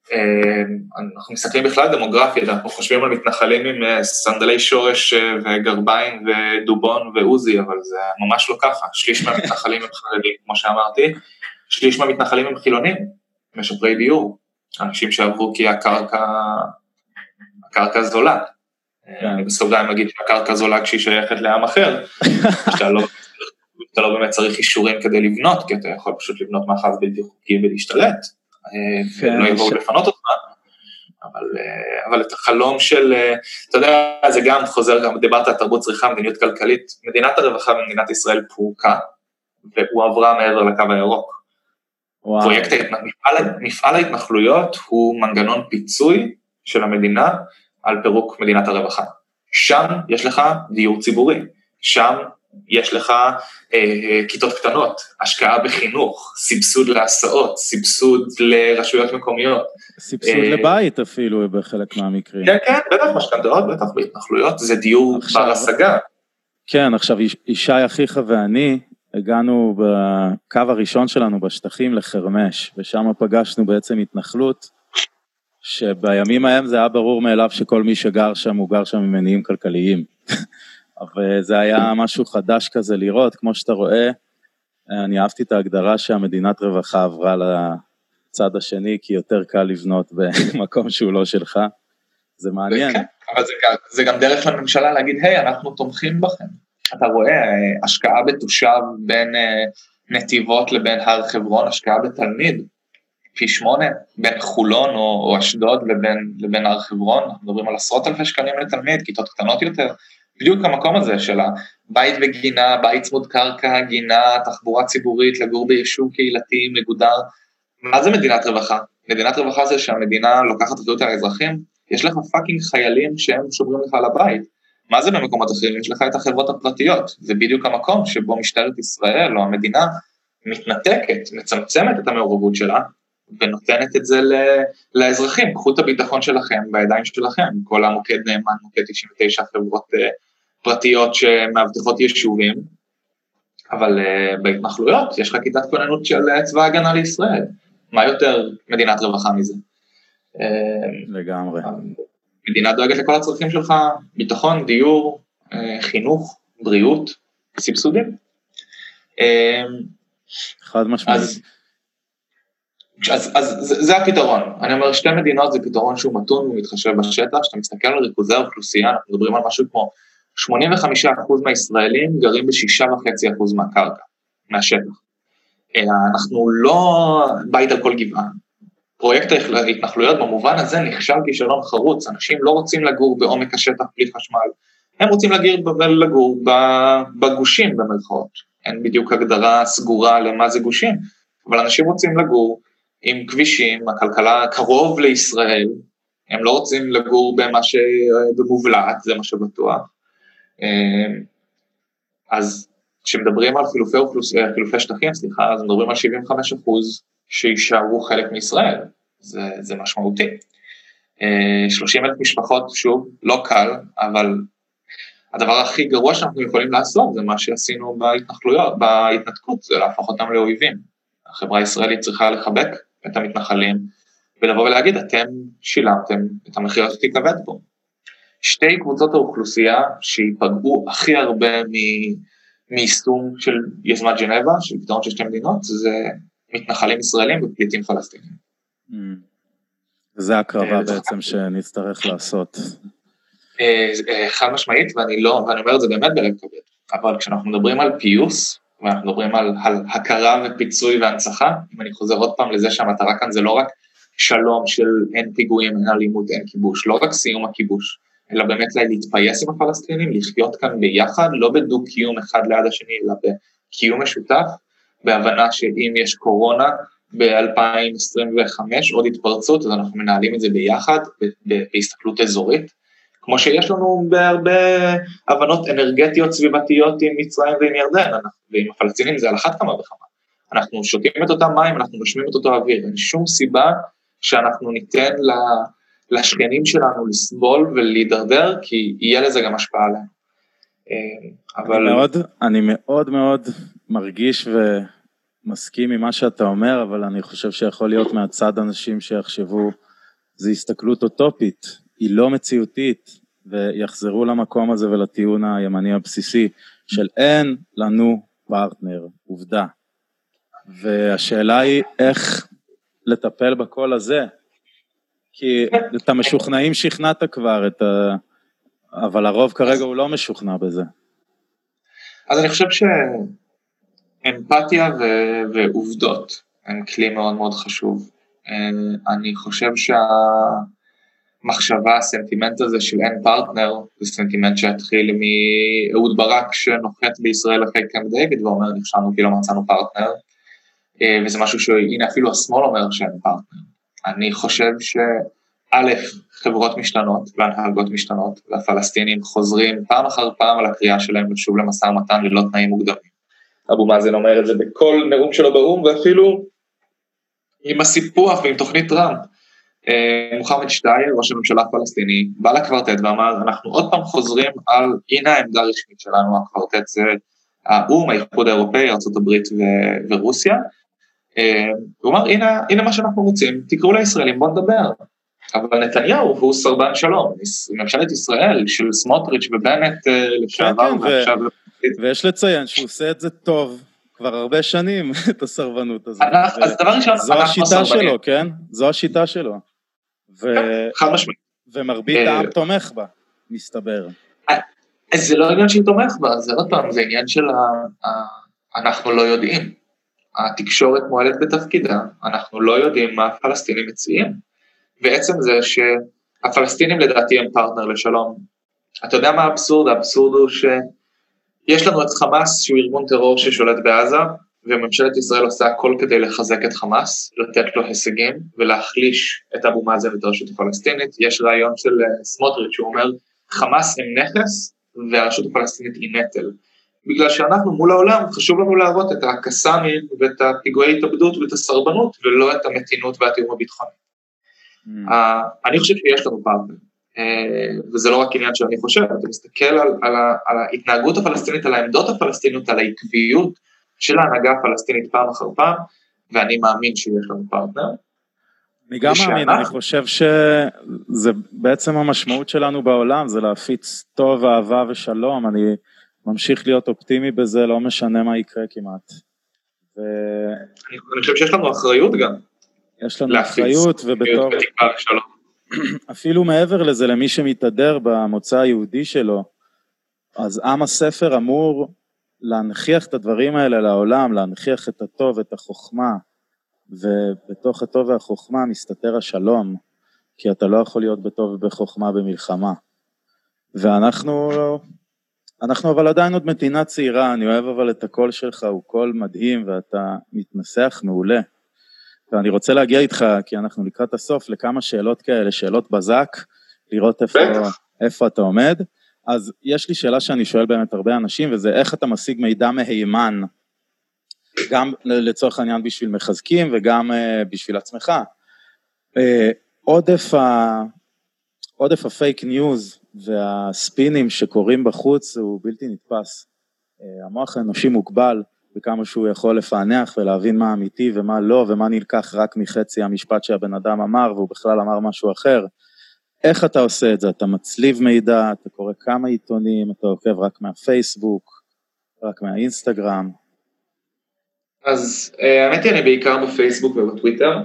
אנחנו מסתכלים בכלל דמוגרפיה, אנחנו חושבים על מתנחלים עם סנדלי שורש וגרביים ודובון ועוזי, אבל זה ממש לא ככה, שליש מהמתנחלים הם חרדים, כמו שאמרתי, שליש מהמתנחלים הם חילונים, משפרי דיור, אנשים שעברו כי הקרקע, הקרקע זולה, אני בסוגריים אגיד שהקרקע זולה כשהיא שייכת לעם אחר, שאתה לא... אתה לא באמת צריך אישורים כדי לבנות, כי אתה יכול פשוט לבנות מאחז בלתי חוקי ולהשתלט, לא יבואו לפנות אותך, אבל, אבל את החלום של, אתה יודע, זה גם חוזר, גם דיברת על תרבות צריכה, מדיניות כלכלית, מדינת הרווחה במדינת ישראל פורקה, והוא עברה מעבר לקו הירוק. פרויקט, מפעל, מפעל ההתנחלויות הוא מנגנון פיצוי של המדינה על פירוק מדינת הרווחה. שם יש לך דיור ציבורי, שם יש לך אה, כיתות קטנות, השקעה בחינוך, סבסוד להסעות, סבסוד לרשויות מקומיות. סבסוד אה, לבית אפילו בחלק מהמקרים. כן, כן, בטח משכנתאות, בטח בהתנחלויות, זה דיור בר השגה. כן, עכשיו ישי אחיך ואני הגענו בקו הראשון שלנו בשטחים לחרמש, ושם פגשנו בעצם התנחלות, שבימים ההם זה היה ברור מאליו שכל מי שגר שם הוא גר שם ממניעים כלכליים. אבל זה היה משהו חדש כזה לראות, כמו שאתה רואה, אני אהבתי את ההגדרה שהמדינת רווחה עברה לצד השני, כי יותר קל לבנות במקום שהוא לא שלך, זה מעניין. כן, אבל זה, זה גם דרך לממשלה להגיד, היי, אנחנו תומכים בכם. אתה רואה, השקעה בתושב בין נתיבות לבין הר חברון, השקעה בתלמיד, פי שמונה, בין חולון או, או אשדוד לבין, לבין הר חברון, אנחנו מדברים על עשרות אלפי שקלים לתלמיד, כיתות קטנות יותר, בדיוק המקום הזה של הבית וגינה, בית צמוד קרקע, גינה, תחבורה ציבורית, לגור ביישוב קהילתי, מגודר. מה זה מדינת רווחה? מדינת רווחה זה שהמדינה לוקחת אחריות על האזרחים, יש לך פאקינג חיילים שהם שומרים לך על הבית. מה זה במקומות אחרים? יש לך את החברות הפרטיות. זה בדיוק המקום שבו משטרת ישראל או המדינה מתנתקת, מצמצמת את המעורבות שלה, ונותנת את זה לאזרחים, קחו את הביטחון שלכם בידיים שלכם, כל המוקד נאמן, מוקד תשעים ותשע חברות פרטיות שמאבטחות יישובים, אבל בהתנחלויות יש לך כיתת כוננות של צבא הגנה לישראל, מה יותר מדינת רווחה מזה? לגמרי. מדינה דואגת לכל הצרכים שלך, ביטחון, דיור, חינוך, בריאות, סבסודים. חד משמעית. אז, אז זה, זה הפתרון, אני אומר שתי מדינות זה פתרון שהוא מתון ומתחשב בשטח, שאתה מסתכל על ריכוזי האוכלוסייה, אנחנו מדברים על משהו כמו שמונים וחמישה אחוז מהישראלים גרים ב-שישה וחצי אחוז מהקרקע, מהשטח. אנחנו לא בית על כל גבעה, פרויקט ההתנחלויות במובן הזה נכשל כישלון חרוץ, אנשים לא רוצים לגור בעומק השטח בלי חשמל, הם רוצים לגור, לגור בגושים במרכאות, אין בדיוק הגדרה סגורה למה זה גושים, אבל אנשים רוצים לגור עם כבישים, הכלכלה קרוב לישראל, הם לא רוצים לגור במה שבמובלעת, זה מה שבטוח. אז כשמדברים על חילופי אוכלוסייה, חילופי שטחים, סליחה, אז מדברים על שבעים וחמישה אחוז שישארו חלק מישראל, זה, זה משמעותי. שלושים אלף משפחות, שוב, לא קל, אבל הדבר הכי גרוע שאנחנו יכולים לעשות, זה מה שעשינו בהתנחלויות, בהתנתקות, זה להפוך אותם לאויבים. החברה הישראלית צריכה לחבק את המתנחלים, ולבוא ולהגיד, אתם שילמתם את המחיר שתיכבד פה. שתי קבוצות האוכלוסייה שיפגעו הכי הרבה מיישום של יוזמת ג'נבה, של פתרון של שתי מדינות, זה מתנחלים ישראלים ופליטים פלסטינים. וזה הקרבה בעצם שנצטרך לעשות. חד משמעית, ואני לא, ואני אומר את זה באמת בלב כבד, אבל כשאנחנו מדברים על פיוס, ואנחנו מדברים על, על הכרה ופיצוי והנצחה, אם אני חוזר עוד פעם לזה שהמטרה כאן זה לא רק שלום של אין פיגועים, אין אלימות, אין כיבוש, לא רק סיום הכיבוש, אלא באמת להתפייס עם הפלסטינים, לחיות כאן ביחד, לא בדו קיום אחד ליד השני, אלא בקיום משותף, בהבנה שאם יש קורונה ב-אלפיים עשרים וחמש, עוד התפרצות, אז אנחנו מנהלים את זה ביחד, בהסתכלות אזורית, כמו שיש לנו בהרבה הבנות אנרגטיות סביבתיות עם מצרים ועם ירדן, ועם הפלסטינים זה על אחת כמה וכמה. אנחנו שותים את אותם מים, אנחנו נושמים את אותו אוויר, אין שום סיבה שאנחנו ניתן לשכנים שלנו לסבול ולהידרדר, כי יהיה לזה גם השפעה עליהם. אבל... אני מאוד, אני מאוד מאוד מרגיש ומסכים עם מה שאתה אומר, אבל אני חושב שיכול להיות מהצד אנשים שיחשבו, זה הסתכלות אוטופית, היא לא מציאותית, ויחזרו למקום הזה ולטיעון הימני הבסיסי, של אין לנו פרטנר, עובדה. והשאלה היא איך לטפל בכל הזה, כי את המשוכנעים שכנעת כבר, את ה... אבל הרוב כרגע הוא לא משוכנע בזה. אז אני חושב שאמפתיה ו... ועובדות הם כלי מאוד מאוד חשוב. אני חושב שהמחשבה, הסנטימנט הזה של אין פרטנר, זה סנטימנט שהתחיל מאהוד ברק שנוחת בישראל אחרי קמפ דיוויד, ואומר נכשלנו כי לא מצאנו פרטנר, וזה משהו שהנה אפילו השמאל אומר שאין פרטנר. אני חושב שא' חברות משתנות והנהגות משתנות, והפלסטינים חוזרים פעם אחר פעם על הקריאה שלהם לשוב למשא ומתן ללא תנאים מוקדמים. אבו מאזן אומר את זה בכל נאום שלו באום, ואפילו עם הסיפוח ועם תוכנית טראמפ. מוחמד שטייר, ראש הממשלה הפלסטיני, בא לקוורטט ואמר, אנחנו עוד פעם חוזרים על, הנה העמדה הרשמית שלנו, הקוורטט זה האום, האיחוד האירופאי, ארצות הברית ו- ורוסיה, הוא אמר, הנה, הנה מה שאנחנו רוצים, תקראו לישראלים, בוא נדבר. אבל נתניהו הוא סרבן שלום, ממשלת ישראל של סמוטריץ' ובנט לשעבר. כן, כן, ו- ויש לציין שהוא עושה את זה טוב, כבר הרבה שנים, את הסרבנות הזאת. אז ו- דבר ראשון, זו השיטה שלו, כן? זו השיטה שלו. ו- חד משמעית. ומרבית העם תומך בה, מסתבר. זה לא עניין של תומך בה, זה עוד פעם, זה עניין של ה- אנחנו לא יודעים. התקשורת מועלת בתפקידה, אנחנו לא יודעים מה הפלסטינים מציעים, ועצם זה שהפלסטינים לדעתי הם פרטנר לשלום. אתה יודע מה האבסורד? האבסורד הוא שיש לנו את חמאס שהוא ארגון טרור ששולט בעזה, וממשלת ישראל עושה הכל כדי לחזק את חמאס, לתת לו הישגים ולהחליש את אבו מאזן ואת הרשות הפלסטינית. יש רעיון של סמוטריץ' שהוא אומר, חמאס הם נכס והרשות הפלסטינית היא נטל. בגלל שאנחנו מול העולם חשוב לנו להראות את הקסאמים ואת הפיגועי התאבדות ואת הסרבנות, ולא את המתינות והתיאום הביטחוני. Mm. אני חושב שיש לנו פרטנר, וזה לא רק עניין שאני חושב, אתה מסתכל על, על, על ההתנהגות הפלסטינית, על העמדות הפלסטיניות, על העקביות של ההנהגה הפלסטינית פעם אחר פעם, ואני מאמין שיש לנו פרטנר. אני גם מאמין, אני חושב שזה בעצם המשמעות שלנו בעולם, זה להפיץ טוב, אהבה ושלום, אני ממשיך להיות אופטימי בזה, לא משנה מה יקרה כמעט. ו... אני, אני חושב שיש לנו אחריות גם. יש לנו אחריות, ובתור... אפילו מעבר לזה, למי שמתהדר במוצא היהודי שלו, אז עם הספר אמור להנכיח את הדברים האלה לעולם, להנכיח את הטוב, את החוכמה, ובתוך הטוב והחוכמה מסתתר השלום, כי אתה לא יכול להיות בטוב ובחוכמה במלחמה. ואנחנו... אנחנו אבל עדיין עוד מדינה צעירה, אני אוהב אבל את הקול שלך, הוא קול מדהים, ואתה מתנסח מעולה. ואני רוצה להגיע איתך, כי אנחנו לקראת הסוף, לכמה שאלות כאלה, שאלות בזק, לראות איפה, איפה אתה עומד. אז יש לי שאלה שאני שואל באמת הרבה אנשים, וזה איך אתה משיג מידע מהימן, גם לצורך העניין בשביל מחזקים, וגם בשביל עצמך. עודף ה... עודף הפייק ניוז והספינים שקורים בחוץ הוא בלתי נתפס. המוח האנושי מוגבל בכמה שהוא יכול לפענח ולהבין מה אמיתי ומה לא, ומה נלקח רק מחצי המשפט שהבן אדם אמר, והוא בכלל אמר משהו אחר. איך אתה עושה את זה? אתה מצליב מידע, אתה קורא כמה עיתונים, אתה עוקב רק מהפייסבוק, רק מהאינסטגרם. אז האמת היא, אני בעיקר בפייסבוק ובטוויטר,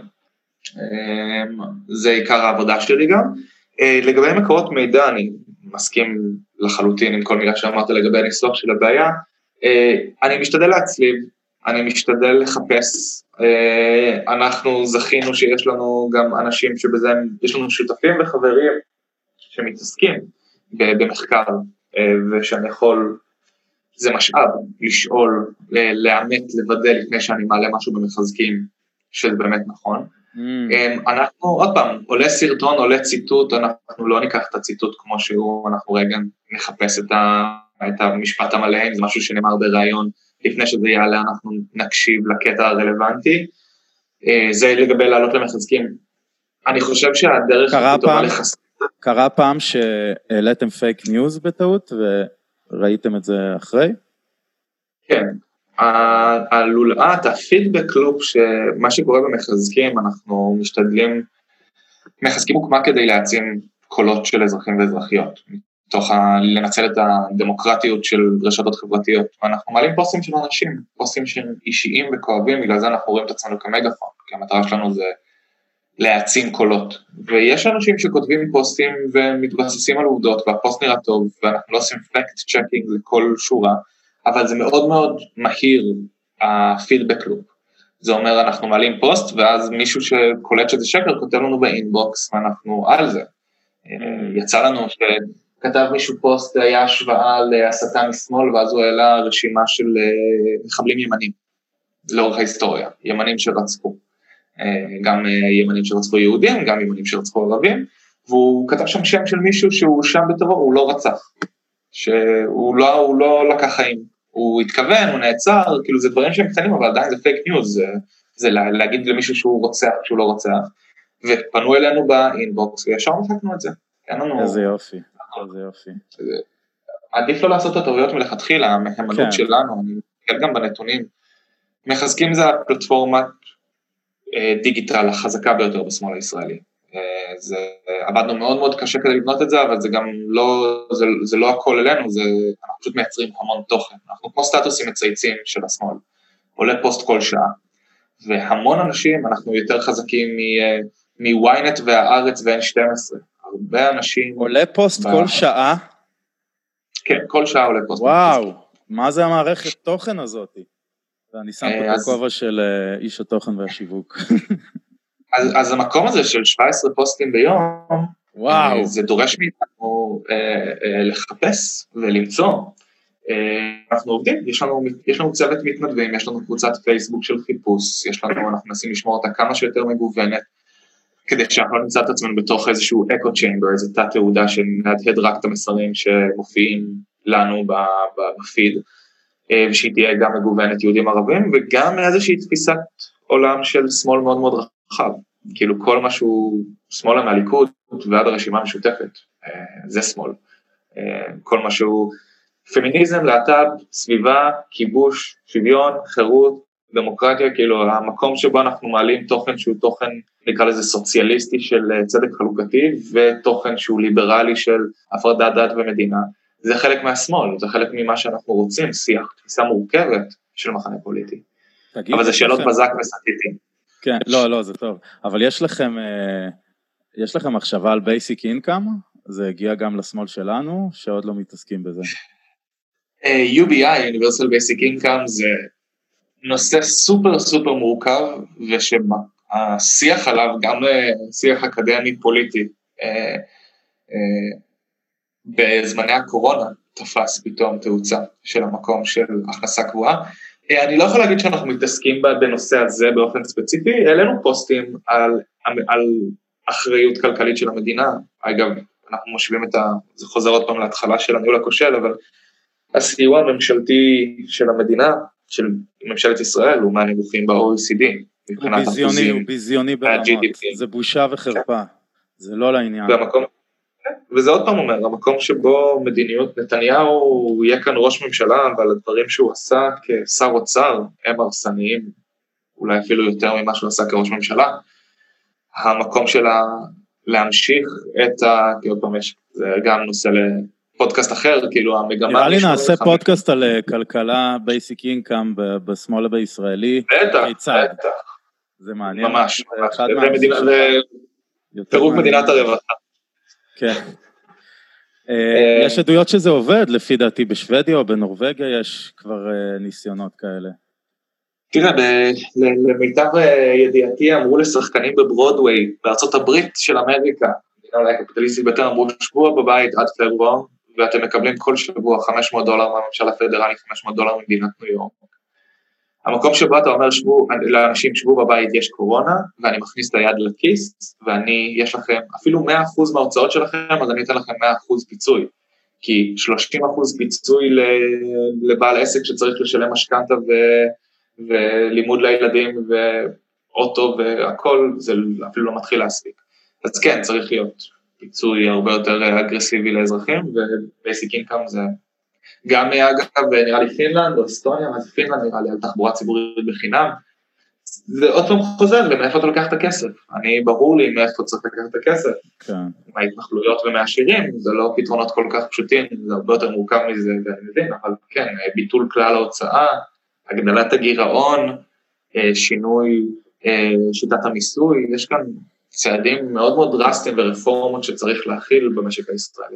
זה עיקר העבודה שלי גם. לגבי מקורות מידע, אני מסכים לחלוטין עם כל מילה שאמרת לגבי הניסוח של הבעיה, אני משתדל להצליב, אני משתדל לחפש, אנחנו זכינו שיש לנו גם אנשים שבזה, יש לנו שותפים וחברים שמתעסקים במחקר, ושאני יכול, זה משאב, לשאול, לאמת, לוודא לפני שאני מעלה משהו במחזקים, שזה באמת נכון. Mm. אנחנו, עוד פעם, עולה סרטון, עולה ציטוט, אנחנו לא ניקח את הציטוט כמו שהוא, אנחנו רגע נחפש את, ה, את המשפט המלא, אם זה משהו שנאמר ברעיון, לפני שזה יעלה אנחנו נקשיב לקטע הרלוונטי, זה לגבי לעלות למחזקים. אני חושב שהדרך היא טובה לחסר. קרה פעם שהעליתם פייק ניוז בטעות, וראיתם את זה אחרי? כן. הלולעת, הפידבק לופ, שמה שקורה במחזקים, אנחנו משתדלים, מחזקים הוקמה כדי להעצים קולות של אזרחים ואזרחיות, מתוך לנצל את הדמוקרטיות של רשתות חברתיות, ואנחנו מעלים פוסטים של אנשים, פוסטים שהם אישיים וכואבים, בגלל זה אנחנו רואים את עצמנו כמגפון, כי המטרה שלנו זה להעצים קולות, ויש אנשים שכותבים פוסטים ומתבססים על עובדות, והפוסט נראה טוב, ואנחנו לא עושים פקט צ'קינג לכל שורה, אבל זה מאוד מאוד מהיר, הפידבק לופ. זה אומר, אנחנו מעלים פוסט, ואז מישהו שקולט שזה שקר, כותב לנו באינבוקס, ואנחנו על זה. יצא לנו שכתב מישהו פוסט, היה השוואה להסתה משמאל, ואז הוא העלה רשימה של מחבלים ימנים, לאורך ההיסטוריה, ימנים שרצחו. גם ימנים שרצחו יהודים, גם ימנים שרצחו ערבים, והוא כתב שם שם של מישהו שהוא שם בטרור, הוא לא רצח. שהוא לא, הוא לא לקח חיים. הוא התכוון, הוא נעצר, כאילו זה דברים שהם קטנים, אבל עדיין זה פייק ניוז, זה, זה להגיד למישהו שהוא רוצח, שהוא לא רוצח, ופנו אלינו באינבוקס, וישר מחקנו את זה. לנו... איזה יופי, איזה יופי. עדיף לא לעשות את הטעויות מלכתחילה, המהימנות כן. שלנו, אני מתקל גם בנתונים, מחזקים זה הפלטפורמת דיגיטל החזקה ביותר בשמאל הישראלי. זה, עבדנו מאוד מאוד קשה כדי לבנות את זה, אבל זה גם לא, זה, זה לא הכל אלינו, זה, אנחנו פשוט מייצרים המון תוכן, אנחנו כמו סטטוסים מצייצים של השמאל, עולה פוסט כל שעה, והמון אנשים, אנחנו יותר חזקים מ-ynet והארץ ו-אן שתים עשרה, הרבה אנשים... עולה פוסט ב... כל שעה? כן, כל שעה עולה פוסט. וואו, פוסט. מה זה המערכת תוכן הזאת? ואני שם פה אז... את הכובע של איש התוכן והשיווק. אז, אז המקום הזה של שבע עשרה פוסטים ביום, וואו. זה דורש מאיתנו אה, אה, לחפש ולמצוא. אה, אנחנו עובדים, יש לנו, יש לנו צוות מתנדבים, יש לנו קבוצת פייסבוק של חיפוש, יש לנו, אנחנו מנסים לשמור אותה כמה שיותר מגוונת, כדי שאנחנו לא נמצא את עצמנו בתוך איזשהו אקו צ'יימבר, איזו תת תעודה שנהדהד רק את המסרים שמופיעים לנו בפיד, אה, ושהיא תהיה גם מגוונת יהודים ערבים, וגם איזושהי תפיסת עולם של שמאל מאוד מאוד רחב. חב, כאילו כל משהו שמאלה מהליכוד ועד הרשימה המשותפת, זה שמאל, כל משהו פמיניזם, להט"ב, סביבה, כיבוש, שוויון, חירות, דמוקרטיה, כאילו המקום שבו אנחנו מעלים תוכן שהוא תוכן, נקרא לזה סוציאליסטי של צדק חלוקתי, ותוכן שהוא ליברלי של הפרדת דת ומדינה, זה חלק מהשמאל, זה חלק ממה שאנחנו רוצים, שיח, תפיסה מורכבת של מחנה פוליטי, אבל זה שאלות בזק וסטיטים. כן, לא, לא, זה טוב. אבל יש לכם, יש לכם מחשבה על basic income? זה הגיע גם לשמאל שלנו, שעוד לא מתעסקים בזה. יו בי איי, Universal Basic Income, זה נושא סופר סופר מורכב, ושהשיח עליו, גם שיח אקדמי פוליטי, בזמני הקורונה, תפס פתאום תאוצה של המקום של הכנסה קבועה, אני לא יכול להגיד שאנחנו מתעסקים בנושא הזה באופן ספציפי, העלינו פוסטים על, על אחריות כלכלית של המדינה, אגב, אנחנו משווים את ה... זה חוזר עוד פעם להתחלה של הניהול הכושל, אבל הסיוע הממשלתי של המדינה, של ממשלת ישראל, הוא מהנמוכים ב-או אי סי די. הוא ביזיוני, הוא ביזיוני ברמות, זה בושה וחרפה, זה לא לעניין. והמקום, וזה עוד פעם אומר, המקום שבו מדיניות נתניהו יהיה כאן ראש ממשלה, אבל הדברים שהוא עשה כשר אוצר הם הרסניים, אולי אפילו יותר ממה שהוא עשה כראש ממשלה, המקום שלה להמשיך את ה... כי עוד פעם יש, זה גם נושא לפודקאסט אחר, כאילו המגמה... נראה לי נעשה פודקאסט על כלכלה בייסיק אינקאם בשמאל בישראלי. בטח, בטח. זה מעניין. ממש, זה פירוק מדינת הרווחה. כן. יש עדויות שזה עובד, לפי דעתי בשוודיה או בנורווגיה יש כבר ניסיונות כאלה. תראה, למיטב ידיעתי אמרו לשחקנים בברודוויי, בארצות הברית של אמריקה, אולי הקפיטליסטית ביותר, אמרו שבוע בבית עד פברואר, ואתם מקבלים כל שבוע חמש מאות דולר מהממשל הפדרלי, חמש מאות דולר ממדינת ניו יורק. המקום שבו אתה אומר שבו, לאנשים שבו בבית יש קורונה, ואני מכניס את היד לכיס, ואני, יש לכם אפילו מאה אחוז מההוצאות שלכם, אז אני אתן לכם מאה אחוז פיצוי. כי שלושים אחוז פיצוי לבעל עסק שצריך לשלם משכנתה ו... ולימוד לילדים ואוטו והכל, זה אפילו לא מתחיל להספיק. אז כן, צריך להיות פיצוי הרבה יותר אגרסיבי לאזרחים, ובייסיק אינקאם זה גם אגב, נראה לי פינלנד או אסטוניה, מה זה פינלנד נראה לי על תחבורה ציבורית בחינם, זה עוד פעם חוזר למאיפה אתה לוקח את הכסף, אני ברור לי מאיפה צריך לקחת את הכסף, כן. מההתנחלויות ומהשירים, זה לא פתרונות כל כך פשוטים, זה הרבה יותר מורכב מזה, ואני מבין, אבל כן, ביטול כלל ההוצאה, הגדלת הגירעון, שינוי שיטת המיסוי, יש כאן צעדים מאוד מאוד דרסטיים ורפורמות שצריך להכיל במשק הישראלי.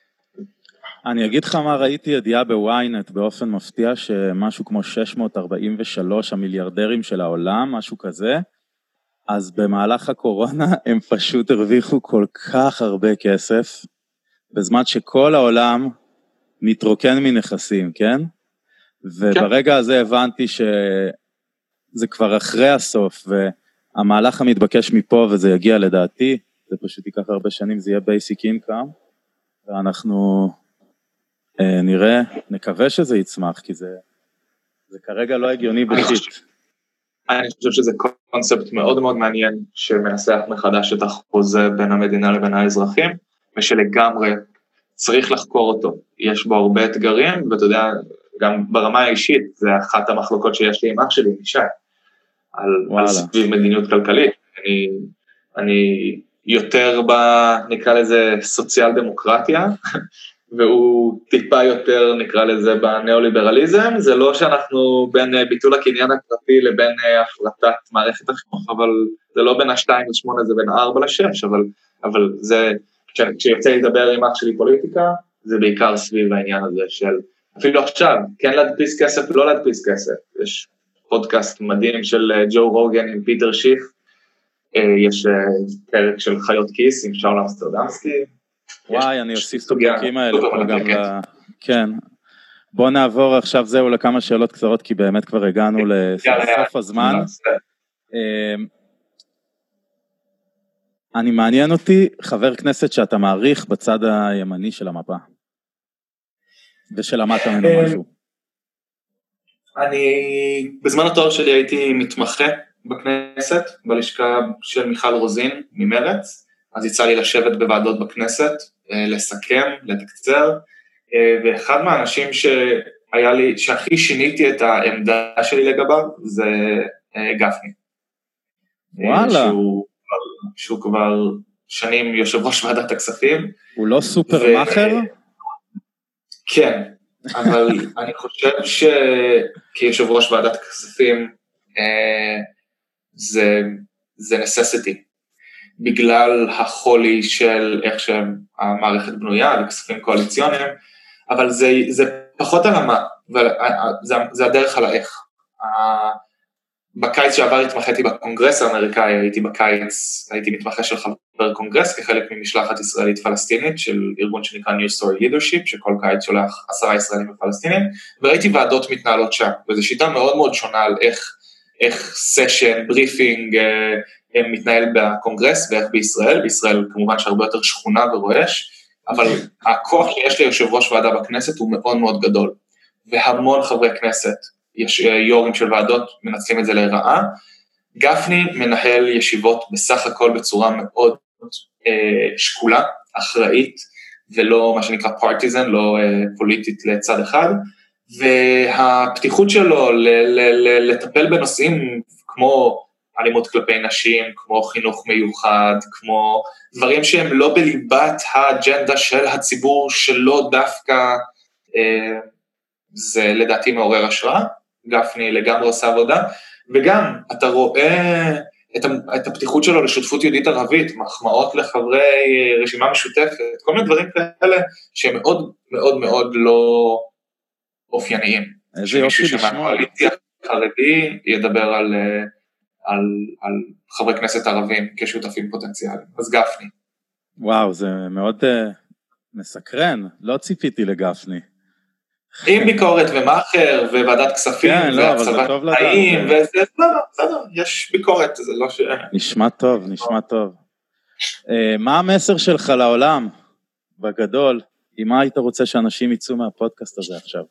אני אגיד לך מה ראיתי ידיעה בוויינט באופן מפתיע שמשהו כמו שש מאות ארבעים ושלוש המיליארדרים של העולם, משהו כזה, אז במהלך הקורונה הם פשוט הרוויחו כל כך הרבה כסף, בזמן שכל העולם מתרוקן מנכסים, כן? וברגע הזה הבנתי שזה כבר אחרי הסוף, והמהלך המתבקש מפה, וזה יגיע לדעתי, זה פשוט ייקח הרבה שנים, זה יהיה basic income, ואנחנו אה, נראה, נקווה שזה יצמח, כי זה, זה כרגע לא הגיוני בשיט. אני חושב שזה קונספט מאוד מאוד מעניין, שמנסח מחדש את החוזה בין המדינה לבין האזרחים, ושלגמרי צריך לחקור אותו. יש בו הרבה אתגרים, ואתה יודע, גם ברמה האישית, זה אחת המחלוקות שיש לי עם אח שלי, נשאר, על, על סביב מדיניות כלכלית. אני, אני יותר ב, נקרא לזה, סוציאל דמוקרטיה, והוא טיפה יותר, נקרא לזה, בניאו-ליברליזם, זה לא שאנחנו בין ביטול הקניין הפרטי לבין הפרטת מערכת החינוך, אבל זה לא בין השתיים לשמונה, זה בין ארבע לשש, אבל, אבל זה, כשיוצא לדבר עם אח שלי פוליטיקה, זה בעיקר סביב העניין הזה של, אפילו עכשיו, כן להדפיס כסף, לא להדפיס כסף. יש פודקאסט מדהים של ג'ו רוגן עם פיטר שיף, יש פרק של חיות כיס עם שאול אמסטרדמסקי. וואי, אני אוסיף את הפרקים האלה פה גם ל... כן. בוא נעבור עכשיו זהו לכמה שאלות קצרות, כי באמת כבר הגענו לסוף הזמן. אני מעניין אותי, חבר כנסת שאתה מעריך בצד הימני של המפה. ושלמדת ממנו משהו. אני, בזמן התואר שלי הייתי מתמחה בכנסת, בלשכה של מיכל רוזין ממרץ, אז יצא לי לשבת בוועדות בכנסת, לסכם, לתקצר, ואחד מהאנשים שהיה לי, שהכי שיניתי את העמדה שלי לגביו, זה גפני. וואלה. שהוא, שהוא כבר שנים יושב ראש ועדת הכספים. הוא לא סופר מאחר? כן, אבל אני חושב שכיושב ראש ועדת הכספים, זה, זה necessity, בגלל החולי של איך שהמערכת בנויה, וכספים קואליציוניים, אבל זה, זה פחות על המה, זה, זה הדרך על האיך. בקיץ שעבר התמחיתי בקונגרס האמריקאי, הייתי בקיץ, הייתי מתמחה של חבר קונגרס, כחלק ממשלחת ישראלית פלסטינית, של ארגון שנקרא New Story Leadership, שכל קיץ שולח עשרה ישראלים ופלסטינים, וראיתי ועדות מתנהלות שם, וזו שיטה מאוד מאוד שונה על איך, איך סשן, בריפינג, מתנהל בקונגרס ואיך בישראל, בישראל כמובן שהרבה יותר שכונה ורועש, אבל הכוח שיש ליושב ראש ועדה בכנסת הוא מאוד מאוד גדול, והמון חברי כנסת, יש יורים של ועדות, מנצלים את זה לרעה. גפני מנהל ישיבות בסך הכל בצורה מאוד אה, שקולה, אחראית, ולא מה שנקרא פרטיזן, לא אה, פוליטית לצד אחד, והפתיחות שלו ל- ל- ל- לטפל בנושאים כמו אלימות כלפי נשים, כמו חינוך מיוחד, כמו דברים שהם לא בליבת האג'נדה של הציבור, שלא דווקא, אה, זה לדעתי מעורר השראה, גפני לגמרי עושה עבודה, וגם אתה רואה את, את הפתיחות שלו לשותפות יהודית ערבית, מחמאות לחברי רשימה משותפת, כל מיני דברים כאלה שהם מאוד מאוד מאוד לא אופייניים. איזה יופי לשמוע. שמהקואליציה חרדי ידבר על, על, על חברי כנסת ערבים כשותפים פוטנציאליים, אז גפני. וואו, זה מאוד uh, מסקרן, לא ציפיתי לגפני. עם ביקורת ומאחר וועדת כספים, כן, לא, אבל זה טוב לדעת. וזה, לא, לא, בסדר, יש ביקורת, זה לא ש... נשמע טוב, נשמע טוב. מה המסר שלך לעולם, בגדול, עם מה היית רוצה שאנשים יצאו מהפודקאסט הזה עכשיו?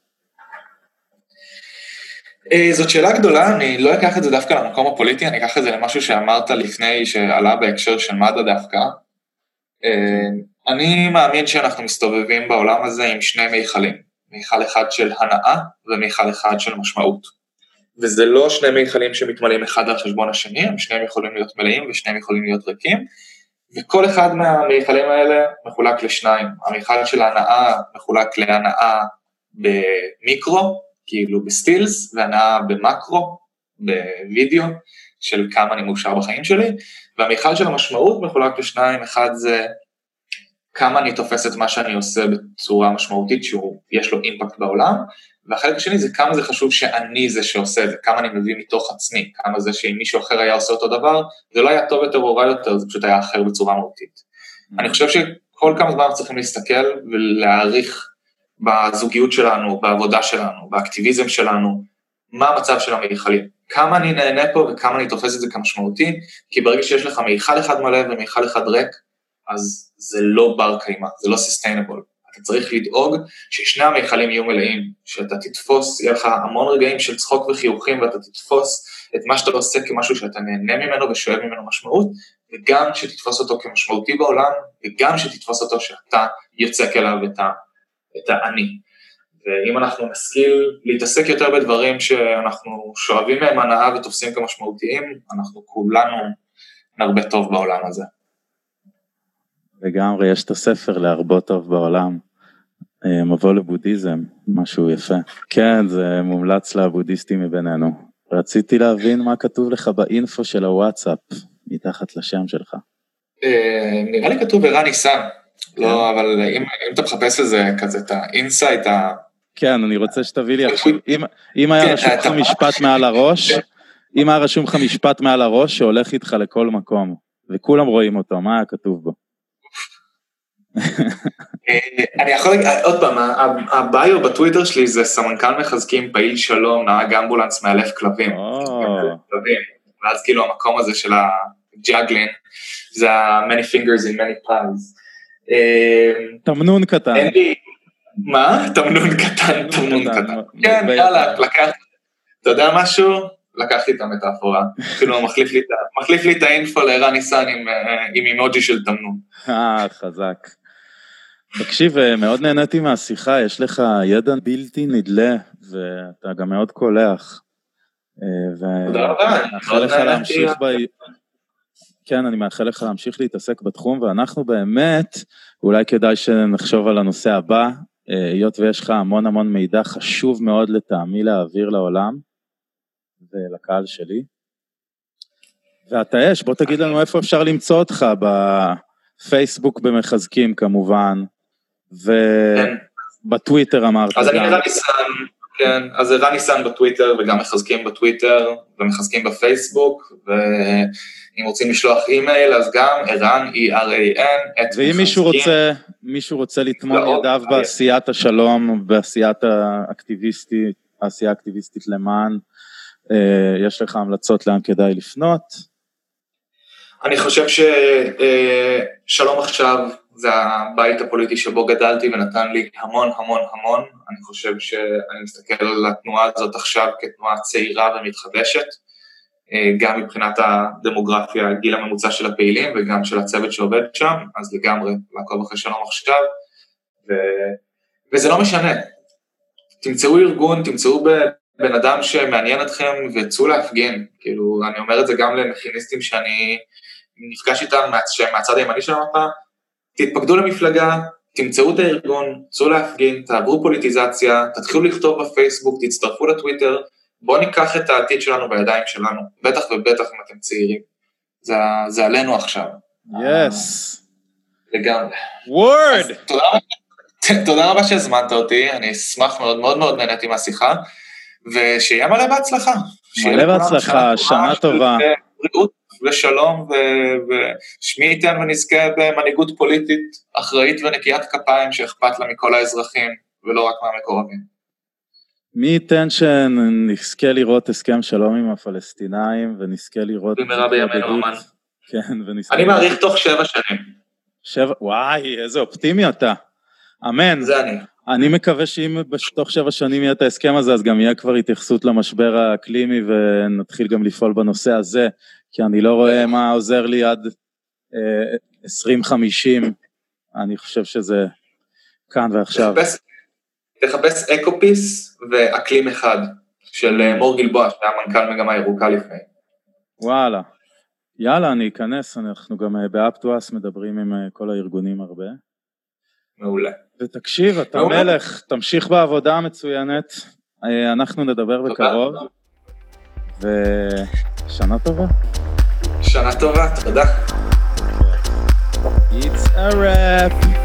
זאת שאלה גדולה, אני לא אקח את זה דווקא למקום הפוליטי, אני אקח את זה למשהו שאמרת לפני שעלה בהקשר של מד"א דווקא. אני מאמין שאנחנו מסתובבים בעולם הזה עם שני מיכלים. מיכל אחד של הנאה ומיכל אחד של משמעות. וזה לא שני מיכלים שמתמלאים אחד על חשבון השני, הם שניהם יכולים להיות מלאים ושניהם יכולים להיות ריקים, וכל אחד מהמיכלים האלה מחולק לשניים. המיכל של ההנאה מחולק להנאה במיקרו, כאילו בסטילס, והנאה במקרו, בווידאו, של כמה אני מאושר בחיים שלי, והמיכל של המשמעות מחולק לשניים, אחד זה כמה אני תופס את מה שאני עושה בצורה משמעותית, שיש לו אימפקט בעולם, והחלק השני זה כמה זה חשוב שאני זה שעושה את זה, כמה אני מביא מתוך עצמי, כמה זה שאם מישהו אחר היה עושה אותו דבר, זה לא היה טוב יותר או רע יותר, זה פשוט היה אחר בצורה מהותית. Mm-hmm. אני חושב שכל כמה זמן צריכים להסתכל ולהעריך בזוגיות שלנו, בעבודה שלנו, באקטיביזם שלנו, מה המצב של המיכלים, כמה אני נהנה פה וכמה אני תופס את זה כמשמעותי, כי ברגע שיש לך מיכל אחד מלא ומיכל אחד ריק, אז זה לא בר קיימה, זה לא sustainable. אתה צריך לדאוג ששני המיכלים יהיו מלאים, שאתה תתפוס, יהיה לך המון רגעים של צחוק וחיוכים, ואתה תתפוס את מה שאתה עושה כמשהו שאתה נהנה ממנו ושואב ממנו משמעות, וגם שתתפוס אותו כמשמעותי בעולם, וגם שתתפוס אותו שאתה יוצק אליו את, ה, את האני. ואם אנחנו נשכיל להתעסק יותר בדברים שאנחנו שואבים מהם הנאה ותופסים כמשמעותיים, אנחנו כולנו נרבה טוב בעולם הזה. לגמרי, יש את הספר להרבות טוב בעולם, מבוא לבודהיזם, משהו יפה. כן, זה מומלץ לבודהיסטים מבינינו. רציתי להבין מה כתוב לך באינפו של הוואטסאפ, מתחת לשם שלך. נראה לי כתוב ערן ניסן, לא, אבל אם אתה מחפש לזה כזה, את האינסייט, כן, אני רוצה שתביא לי עכשיו, אם היה רשום לך משפט מעל הראש, אם היה רשום לך משפט מעל הראש, שהולך איתך לכל מקום, וכולם רואים אותו, מה היה כתוב בו? אני יכול להגיד, עוד פעם, הביו בטוויטר שלי זה סמנכ"ל מחזקים פעיל שלום, נהג אמבולנס מאלף כלבים, ואז כאילו המקום הזה של הג'אגלין, זה ה-many fingers in many pies. תמנון קטן. מה? תמנון קטן, תמנון קטן. כן, יאללה, לקח, אתה יודע משהו? לקחתי את המטאפורה, כאילו מחליף לי את האינפו לערן ניסן עם אימוג'י של תמנון. אה, חזק. תקשיב, מאוד נהניתי מהשיחה, יש לך ידע בלתי נדלה, ואתה גם מאוד קולח. תודה רבה. אני מאחל לך להמשיך ב... כן, אני מאחל לך להמשיך להתעסק בתחום, ואנחנו באמת, אולי כדאי שנחשוב על הנושא הבא, היות ויש לך המון המון מידע חשוב מאוד לטעמי להעביר לעולם, ולקהל שלי. ואתה יש, בוא תגיד לנו איפה אפשר למצוא אותך, בפייסבוק במחזקים כמובן, ובטוויטר אמרת. אז אני ערן ניסן, כן, אז ערן ניסן בטוויטר, וגם מחזקים בטוויטר, ומחזקים בפייסבוק, ואם רוצים לשלוח אימייל, אז גם ערן, E-R-A-N, ואם מישהו רוצה, מישהו רוצה לתמון ידיו בעשיית השלום, בעשיית האקטיביסטית, העשייה האקטיביסטית למען, יש לך המלצות לאן כדאי לפנות? אני חושב ששלום עכשיו זה הבית הפוליטי שבו גדלתי ונתן לי המון המון המון. אני חושב שאני מסתכל על התנועה הזאת עכשיו כתנועה צעירה ומתחדשת, גם מבחינת הדמוגרפיה, הגיל הממוצע של הפעילים וגם של הצוות שעובד שם, אז לגמרי לעקוב אחרי שלום עכשיו, ו... וזה לא משנה. תמצאו ארגון, תמצאו בן אדם שמעניין אתכם וצאו להפגין. כאילו, אני אומר את זה גם למכיניסטים שאני נפגש איתם מהצד הימני של המפה, תתפקדו למפלגה, תמצאו את הארגון, צאו להפגין, תעברו פוליטיזציה, תתחילו לכתוב בפייסבוק, תצטרפו לטוויטר, בואו ניקח את העתיד שלנו בידיים שלנו, בטח ובטח אם אתם צעירים. זה, זה עלינו עכשיו. Yes. לגמרי. Word! תודה, תודה רבה שהזמנת אותי, אני אשמח מאוד מאוד מאוד נהניתי מהשיחה, ושיהיה מלא בהצלחה. מלא בהצלחה, שנה טובה. בריאות ושלום, ושמי ייתן ונזכה במנהיגות פוליטית אחראית ונקיית כפיים שאכפת לה מכל האזרחים, ולא רק מהמקורבים. מי ייתן שנזכה לראות הסכם שלום עם הפלסטינאים, ונזכה לראות... במהרה בימינו אמן. כן, ונזכה... אני מעריך תוך שבע שנים. שבע, וואי, איזה אופטימי אתה. אמן. זה אני. אני מקווה שאם בתוך שבע שנים יהיה את ההסכם הזה, אז גם יהיה כבר התייחסות למשבר האקלימי, ונתחיל גם לפעול בנושא הזה, כי אני לא רואה מה עוזר לי עד אה, עשרים חמישים, אני חושב שזה כאן ועכשיו. תחפש, תחפש אקופיס ואקלים אחד, של מור גלבוע, שהיה מנכ"ל מגמה ירוקה לפני. וואלה. יאללה, אני אכנס, אנחנו גם באפטואס מדברים עם כל הארגונים הרבה. מעולה. ותקשיב, אתה מעולה. מלך, תמשיך בעבודה המצוינת, אנחנו נדבר בקרוב, ושנה טובה. שנה טובה, תודה. It's a wrap.